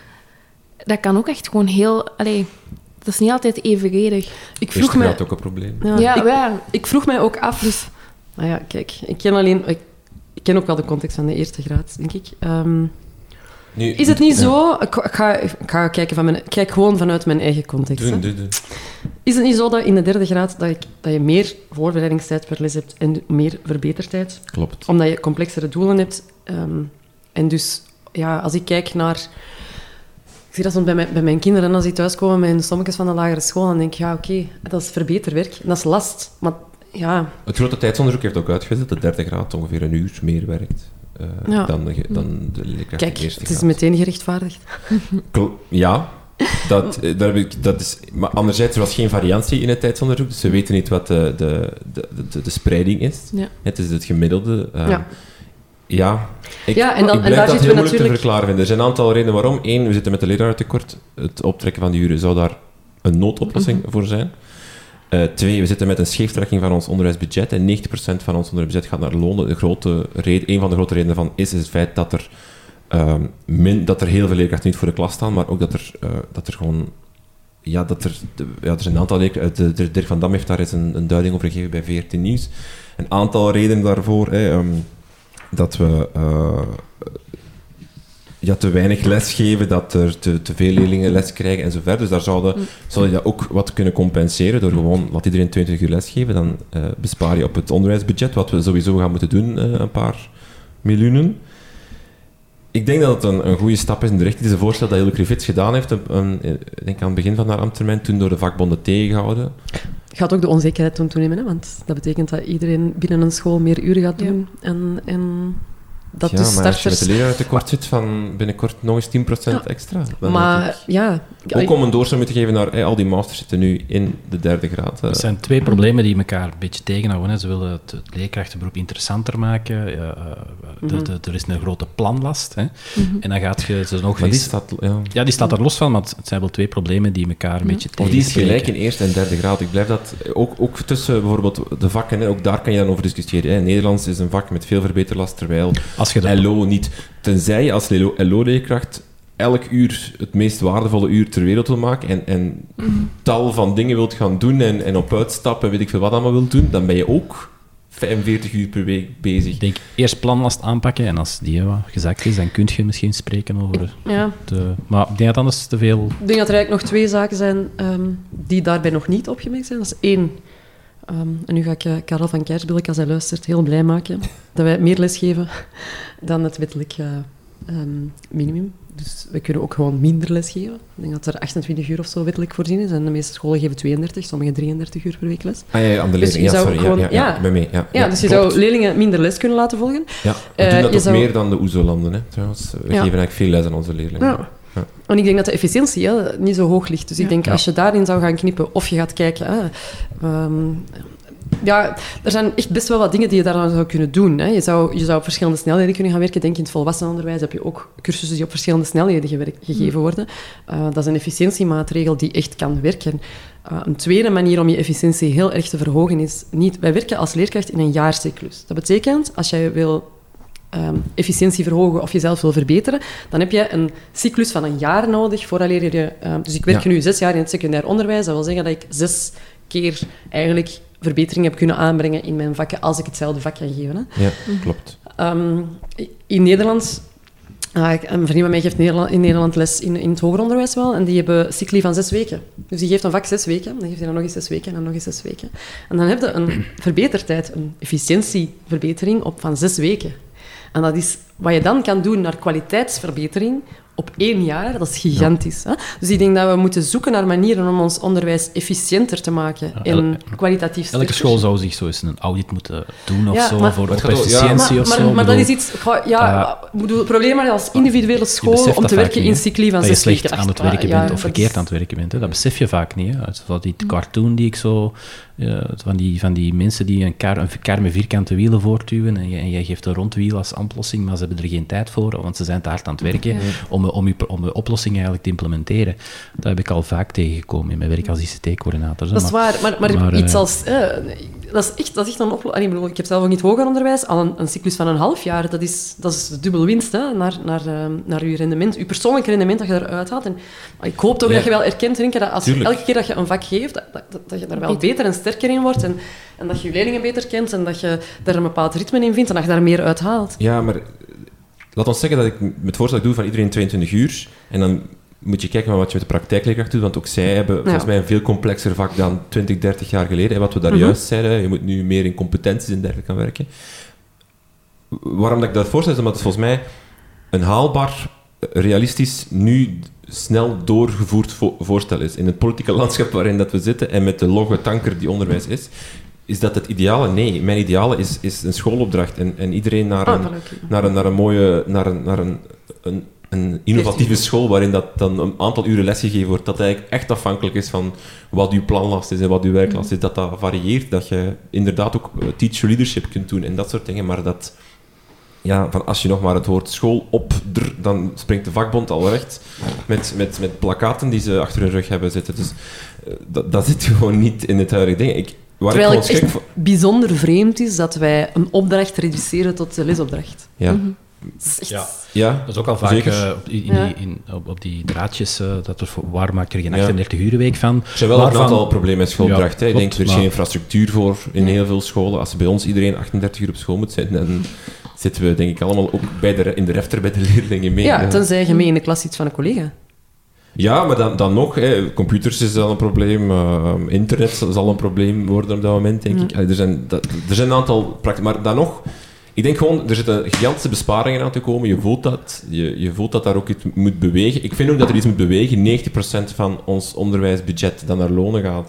dat kan ook echt gewoon heel... Allee, dat is niet altijd evenredig. Ik vroeg Eerste me... graad ook een probleem. Ja, Ja, ik, ja. ik vroeg mij ook af, dus... Nou ja, kijk, ik ken alleen... Ik, ik ken ook wel de context van de eerste graad, denk ik. Ehm, Nu, is het niet ja. zo... Ik, ik ga, ik ga kijken van mijn... Ik kijk gewoon vanuit mijn eigen context. Doen, hè. doen, doen. Is het niet zo dat in de derde graad dat, ik, dat je meer voorbereidingstijd per les hebt en meer verbetertijd? Klopt. Omdat je complexere doelen hebt. Ehm, en dus, ja, als ik kijk naar... Ik zie dat soms bij mijn, bij mijn kinderen, als die thuiskomen met hun sommetjes van de lagere school, dan denk ik, ja, oké, dat is verbeterwerk. En dat is last. Maar ja, Het grote tijdsonderzoek heeft ook uitgezet dat de derde graad ongeveer een uur meer werkt eh, Ja. dan, de, dan de leerkracht kijk, in de eerste het is graad. meteen gerechtvaardigd. Kl- Ja, dat, eh, daar heb ik, dat is... Maar anderzijds, er was geen variantie in het tijdsonderzoek, dus ze weten niet wat de, de, de, de, de spreiding is. Ja. Het is het gemiddelde. eh, Ja. Ja, ik, Ja, en dan- ik en blijf daar dat zitten heel we moeilijk te natuurlijk- verklaren vinden. Er zijn een aantal redenen waarom. Eén, we zitten met een lerarentekort. Het optrekken van die uren zou daar een noodoplossing Mhm. voor zijn. Eh, twee, we zitten met een scheeftrekking van ons onderwijsbudget. En negentig procent van ons onderwijsbudget gaat naar lonen. De grote reden, een van de grote redenen van is, is het feit dat er, ehm, min, dat er heel veel leerkrachten niet voor de klas staan, maar ook dat er, eh, dat er gewoon... Ja, dat er, de- ja, er zijn een aantal leerkrachten... de- de- Dirk van Dam heeft daar eens een, een duiding over gegeven bij V R T Nieuws. Een aantal redenen daarvoor... Hè, ehm, dat we uh, ja, te weinig les geven, dat er te, te veel leerlingen les krijgen en zo verder. Dus daar zouden, Mm. zou je dat ook wat kunnen compenseren door gewoon, laat iedereen twintig uur les geven, dan uh, bespaar je op het onderwijsbudget, wat we sowieso gaan moeten doen, uh, een paar miljoenen. Ik denk dat het een, een goede stap is in de richting. Het is een voorstel dat Hilde Krivits gedaan heeft, een, een, ik denk aan het begin van haar ambtstermijn, toen door de vakbonden tegengehouden. gaat ook de onzekerheid doen toenemen, hè? Want dat betekent dat iedereen binnen een school meer uren gaat doen. Ja. En, en dat ja, de maar starters... als je met de lerarentekort zit van binnenkort nog eens tien procent ja. extra. Maar ik... ja... Ook om een doorslag te geven naar hey, al die masters zitten nu in de derde graad. Uh. Er zijn twee problemen die elkaar een beetje tegenhouden. Hè. Ze willen het, het leerkrachtenberoep interessanter maken. Uh, uh, mm-hmm. de, de, er is een grote planlast. Hè. Mm-hmm. En dan gaat je ze nog maar eens... Die staat, ja. ja, die staat er los van, maar het zijn wel twee problemen die elkaar een mm-hmm. beetje tegenspreken. Of die is gelijk in eerste en derde graad. Ik blijf dat... Ook, ook tussen bijvoorbeeld de vakken, hè, ook daar kan je dan over discussiëren. Hè. Nederlands is een vak met veel verbeterlast, terwijl als je dat... L O niet... Tenzij je als L O-leerkracht elk uur het meest waardevolle uur ter wereld wil maken en, en mm. tal van dingen wilt gaan doen en, en op uitstappen en weet ik veel wat allemaal wilt doen, dan ben je ook vijfenveertig uur per week bezig. Ik denk eerst planlast aanpakken en als die wat gezakt is, dan kun je misschien spreken over... Ja. De, maar ik denk dat anders te veel... Ik denk dat er eigenlijk nog twee zaken zijn um, die daarbij nog niet opgemerkt zijn. Dat is één... Um, en nu ga ik uh, Karel van Kersbilk, als hij luistert, heel blij maken dat wij meer les geven dan het wettelijk uh, um, minimum. Dus we kunnen ook gewoon minder les geven. Ik denk dat er achtentwintig uur of zo wettelijk voorzien is. En de meeste scholen geven tweeëndertig, sommige drieëntertig uur per week les. Ah ja, aan de leerlingen. Dus ja, sorry. Gewoon, ja, ja, ja, ja, ben mee. Ja, ja, ja, dus je klopt. zou leerlingen minder les kunnen laten volgen. Ja, we uh, doen dat ook zou... meer dan de O E S O-landen, hè, trouwens. We ja. geven eigenlijk veel les aan onze leerlingen. Ja. Ja. En ik denk dat de efficiëntie hè, niet zo hoog ligt. Dus ik denk, ja. als je daarin zou gaan knippen, of je gaat kijken... Hè, um, ja, er zijn echt best wel wat dingen die je daar aan zou kunnen doen. Hè. Je, zou, je zou op verschillende snelheden kunnen gaan werken. Denk in het volwassenenonderwijs heb je ook cursussen die op verschillende snelheden gewerkt, gegeven worden. Uh, dat is een efficiëntiemaatregel die echt kan werken. Uh, een tweede manier om je efficiëntie heel erg te verhogen is... Niet, wij werken als leerkracht in een jaarcyclus. Dat betekent, als jij wil... Um, efficiëntie verhogen of jezelf wil verbeteren, dan heb je een cyclus van een jaar nodig vooraleer je... Uh, dus ik werk ja. nu zes jaar in het secundair onderwijs. Dat wil zeggen dat ik zes keer eigenlijk verbetering heb kunnen aanbrengen in mijn vakken als ik hetzelfde vak kan geven. Hè. Ja, klopt. Um, in Nederland... Uh, een vriend van mij geeft Nederland, in Nederland les in, in het hoger onderwijs wel. En die hebben cycli van zes weken. Dus die geeft een vak zes weken. Dan geeft hij dan nog eens zes weken en dan nog eens zes weken. En dan heb je een verbetertijd, een efficiëntieverbetering op van zes weken. En dat is wat je dan kan doen naar kwaliteitsverbetering op één jaar. Dat is gigantisch. Ja. Hè? Dus ik denk dat we moeten zoeken naar manieren om ons onderwijs efficiënter te maken ja, en kwalitatief sterker. Elke school zou zich zo eens een audit moeten doen of ja, zo, maar, voor op efficiëntie ja. of zo. Maar, maar, maar dat bedoel, is iets... Ja, uh, bedoel, het probleem is als individuele school om te werken in cycli van zes weken. Dat je slecht aan het werken bent ja, of verkeerd is... aan het werken bent. Hè. Dat besef je vaak niet. Hè. Zoals die cartoon die ik zo... Uh, van, die, van die mensen die een kar, een kar met vierkante wielen voortduwen en, je, en jij geeft een rondwiel als oplossing, maar ze hebben er geen tijd voor, want ze zijn te hard aan het werken ja. om, om, je, om je oplossing eigenlijk te implementeren. Dat heb ik al vaak tegengekomen in mijn werk als I C T-coördinator. Dat is waar, maar, maar, maar iets uh, als... Uh, dat is echt, dat is echt een oplossing. Ik, ik heb zelf ook niet hoger onderwijs, al een, een cyclus van een half jaar, dat is, dat is dubbel winst hè, naar, naar, uh, naar je rendement, je persoonlijk rendement dat je eruit haalt. En ik hoop toch ja. dat je wel erkent, Rinke, dat als je, elke keer dat je een vak geeft, dat, dat, dat je daar wel beter en sterker in wordt en, en dat je je leerlingen beter kent en dat je daar een bepaald ritme in vindt en dat je daar meer uit haalt. Ja, maar laat ons zeggen dat ik het voorstel doe van iedereen tweeëntwintig uur en dan moet je kijken naar wat je met de praktijkleerkracht doet, want ook zij hebben ja. volgens mij een veel complexer vak dan twintig, dertig jaar geleden. En wat we daar mm-hmm. juist zeiden, je moet nu meer in competenties en dergelijke gaan werken. Waarom dat ik dat voorstel is, omdat het volgens mij een haalbaar, realistisch, nu snel doorgevoerd vo- voorstel is. In het politieke landschap waarin dat we zitten en met de logge tanker die onderwijs is, is dat het ideale? Nee, mijn ideale is, is een schoolopdracht en, en iedereen naar een, oh, naar een, naar een mooie, naar een, naar een, een een innovatieve school waarin dat dan een aantal uren lesgegeven wordt, dat eigenlijk echt afhankelijk is van wat uw planlast is en wat uw werklast is, dat dat varieert, dat je inderdaad ook teacher leadership kunt doen en dat soort dingen, maar dat, ja, van als je nog maar het woord school op, dan springt de vakbond al recht met, met, met plakkaten die ze achter hun rug hebben zitten. Dus uh, dat, dat zit gewoon niet in het huidige ding. Ik, waar Terwijl ik het echt voor... bijzonder vreemd is dat wij een opdracht reduceren tot de lesopdracht. Ja. Mm-hmm. Ja. ja, dat is ook al vaak uh, op, in, ja. in, op, op die draadjes, uh, dat er, waar maak je er geen achtendertig uur week van? Er zijn wel waarvan... een aantal problemen met schoolopdracht. Ja, klopt, ik denk, er is maar... geen infrastructuur voor in heel veel scholen. Als bij ons iedereen achtendertig uur op school moet zijn, dan zitten we denk ik allemaal ook bij de, in de refter bij de leerlingen mee. Ja, tenzij je mee in de klas zit van een collega. Ja, maar dan, dan nog, hè, computers is al een probleem, uh, internet zal een probleem worden op dat moment, denk ja. ik. Allee, er, zijn, dat, er zijn een aantal praktische... Maar dan nog... Ik denk gewoon, er zitten gigantische besparingen aan te komen. Je voelt dat. Je, je voelt dat daar ook iets moet bewegen. Ik vind ook dat er iets moet bewegen. negentig procent van ons onderwijsbudget dat naar lonen gaat,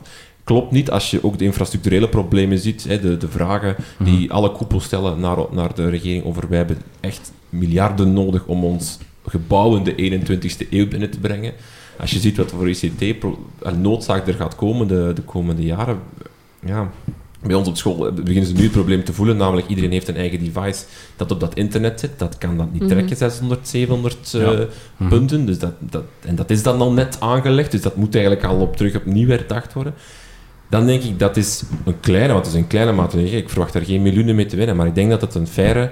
klopt niet als je ook de infrastructurele problemen ziet. Hè, de, de vragen die mm-hmm. alle koepels stellen naar, naar de regering over wij hebben echt miljarden nodig om ons gebouw in de eenentwintigste eeuw binnen te brengen. Als je ziet wat voor I C T-noodzaak er gaat komen de, de komende jaren... Ja, bij ons op school beginnen ze nu het probleem te voelen, namelijk iedereen heeft een eigen device dat op dat internet zit. Dat kan dat niet mm-hmm. trekken, zeshonderd, zevenhonderd uh, ja. mm-hmm. punten. Dus dat, dat, en dat is dan al net aangelegd, dus dat moet eigenlijk al op, terug opnieuw herdacht worden. Dan denk ik, dat is een kleine, want het is een kleine maatregel. Ik verwacht er geen miljoenen mee te winnen, maar ik denk dat het een faire...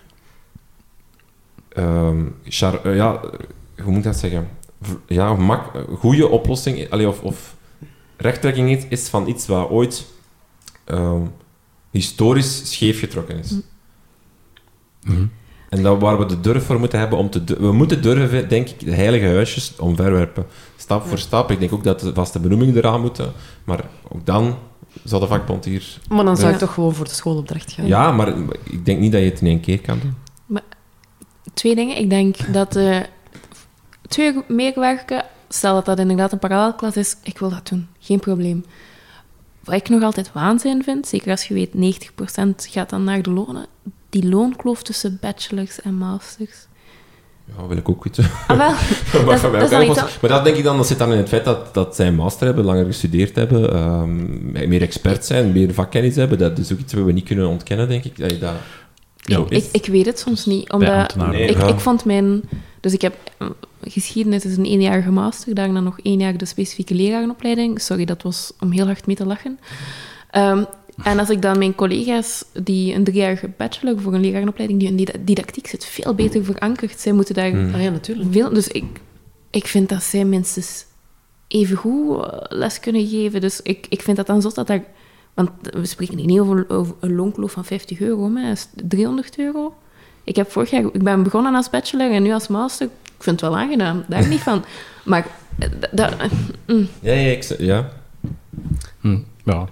Um, char, uh, ja, hoe moet ik dat zeggen? Ja, mak, goede oplossing, allee, of, of rechttrekking is, is van iets wat ooit... Um, historisch scheef getrokken is. Mm-hmm. En dat waar we de durf voor moeten hebben om te... Du- we moeten durven, denk ik, de heilige huisjes omverwerpen. Stap ja. voor stap. Ik denk ook dat de vaste benoemingen eraan moeten. Maar ook dan zal de vakbond hier... Maar dan zou ik ja. toch gewoon voor de schoolopdracht gaan. Ja, maar ik denk niet dat je het in één keer kan doen. Maar, twee dingen. Ik denk dat uh, twee uur meer werken, stel dat dat inderdaad een parallelklas is, ik wil dat doen. Geen probleem. Wat ik nog altijd waanzin vind, zeker als je weet negentig procent gaat dan naar de lonen, die loonkloof tussen bachelors en masters. Ja, wil ik ook weten. Ah, wel. maar, dat, dat dat was, maar dat denk ik dan, dat zit dan in het feit dat, dat zij een master hebben, langer gestudeerd hebben, um, meer expert zijn, meer vakkennis hebben. Dat is ook iets wat we niet kunnen ontkennen, denk ik. Dat je dat ja. ik, ik weet het soms niet, omdat nee, ik, ja. ik vond mijn... Dus ik heb... Geschiedenis is een eenjarige master, daarna nog één jaar de specifieke lerarenopleiding. Sorry, dat was om heel hard mee te lachen. Um, en als ik dan mijn collega's die een driejarige bachelor voor een lerarenopleiding, die hun didactiek zit veel beter verankerd. Zij moeten daar... Mm. Ah ja, natuurlijk. Veel, dus ik, ik vind dat zij minstens even goed les kunnen geven. Dus ik, ik vind dat dan zot dat daar... Want we spreken niet over, over een loonkloof van vijftig euro, maar dat is driehonderd euro. Ik heb vorig jaar... Ik ben begonnen als bachelor en nu als master... Ik vind het wel aangenaam, daar niet van. Maar... Dat, mm. Ja, ja, ik... Ja. Hm, ja.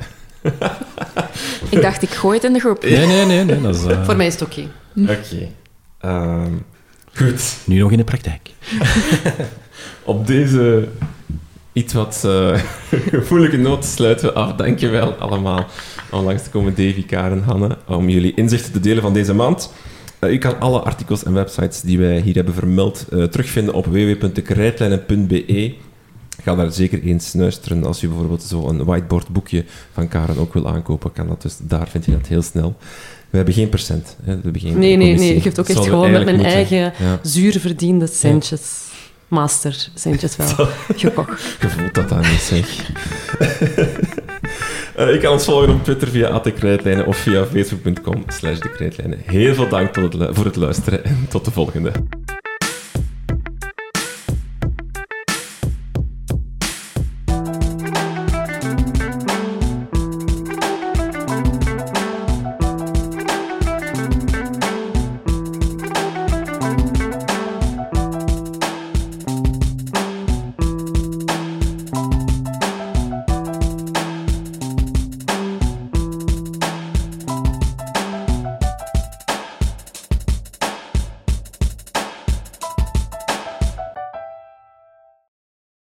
Ik dacht, ik gooi het in de groep. Nee, nee, nee. nee dat is, uh... Voor mij is het oké. Okay. Oké. Okay. Um, goed. Nu nog in de praktijk. Op deze iets wat uh, gevoelige noot sluiten we af. Dank je wel allemaal om langs te komen, Davy, Karen, Hanne, om jullie inzichten te delen van deze maand. Uh, u kan alle artikels en websites die wij hier hebben vermeld uh, terugvinden op w w w punt de krijtlijnen punt b e. Ga daar zeker eens luisteren. Als je bijvoorbeeld zo'n whiteboardboekje van Karen ook wil aankopen, kan dat dus. Daar vind je dat heel snel. We hebben geen procent. Hè. We hebben geen nee, nee, nee. Ik geef het ook echt gewoon met mijn moeten. eigen ja. zuur verdiende centjes. Ja. Master centjes wel. Gekocht. Je voelt dat dan niet, zeg. uh, je kan ons volgen op Twitter via at de krijtlijnen of via facebook punt com slash de krijtlijnen. Heel veel dank tot het lu- voor het luisteren en tot de volgende.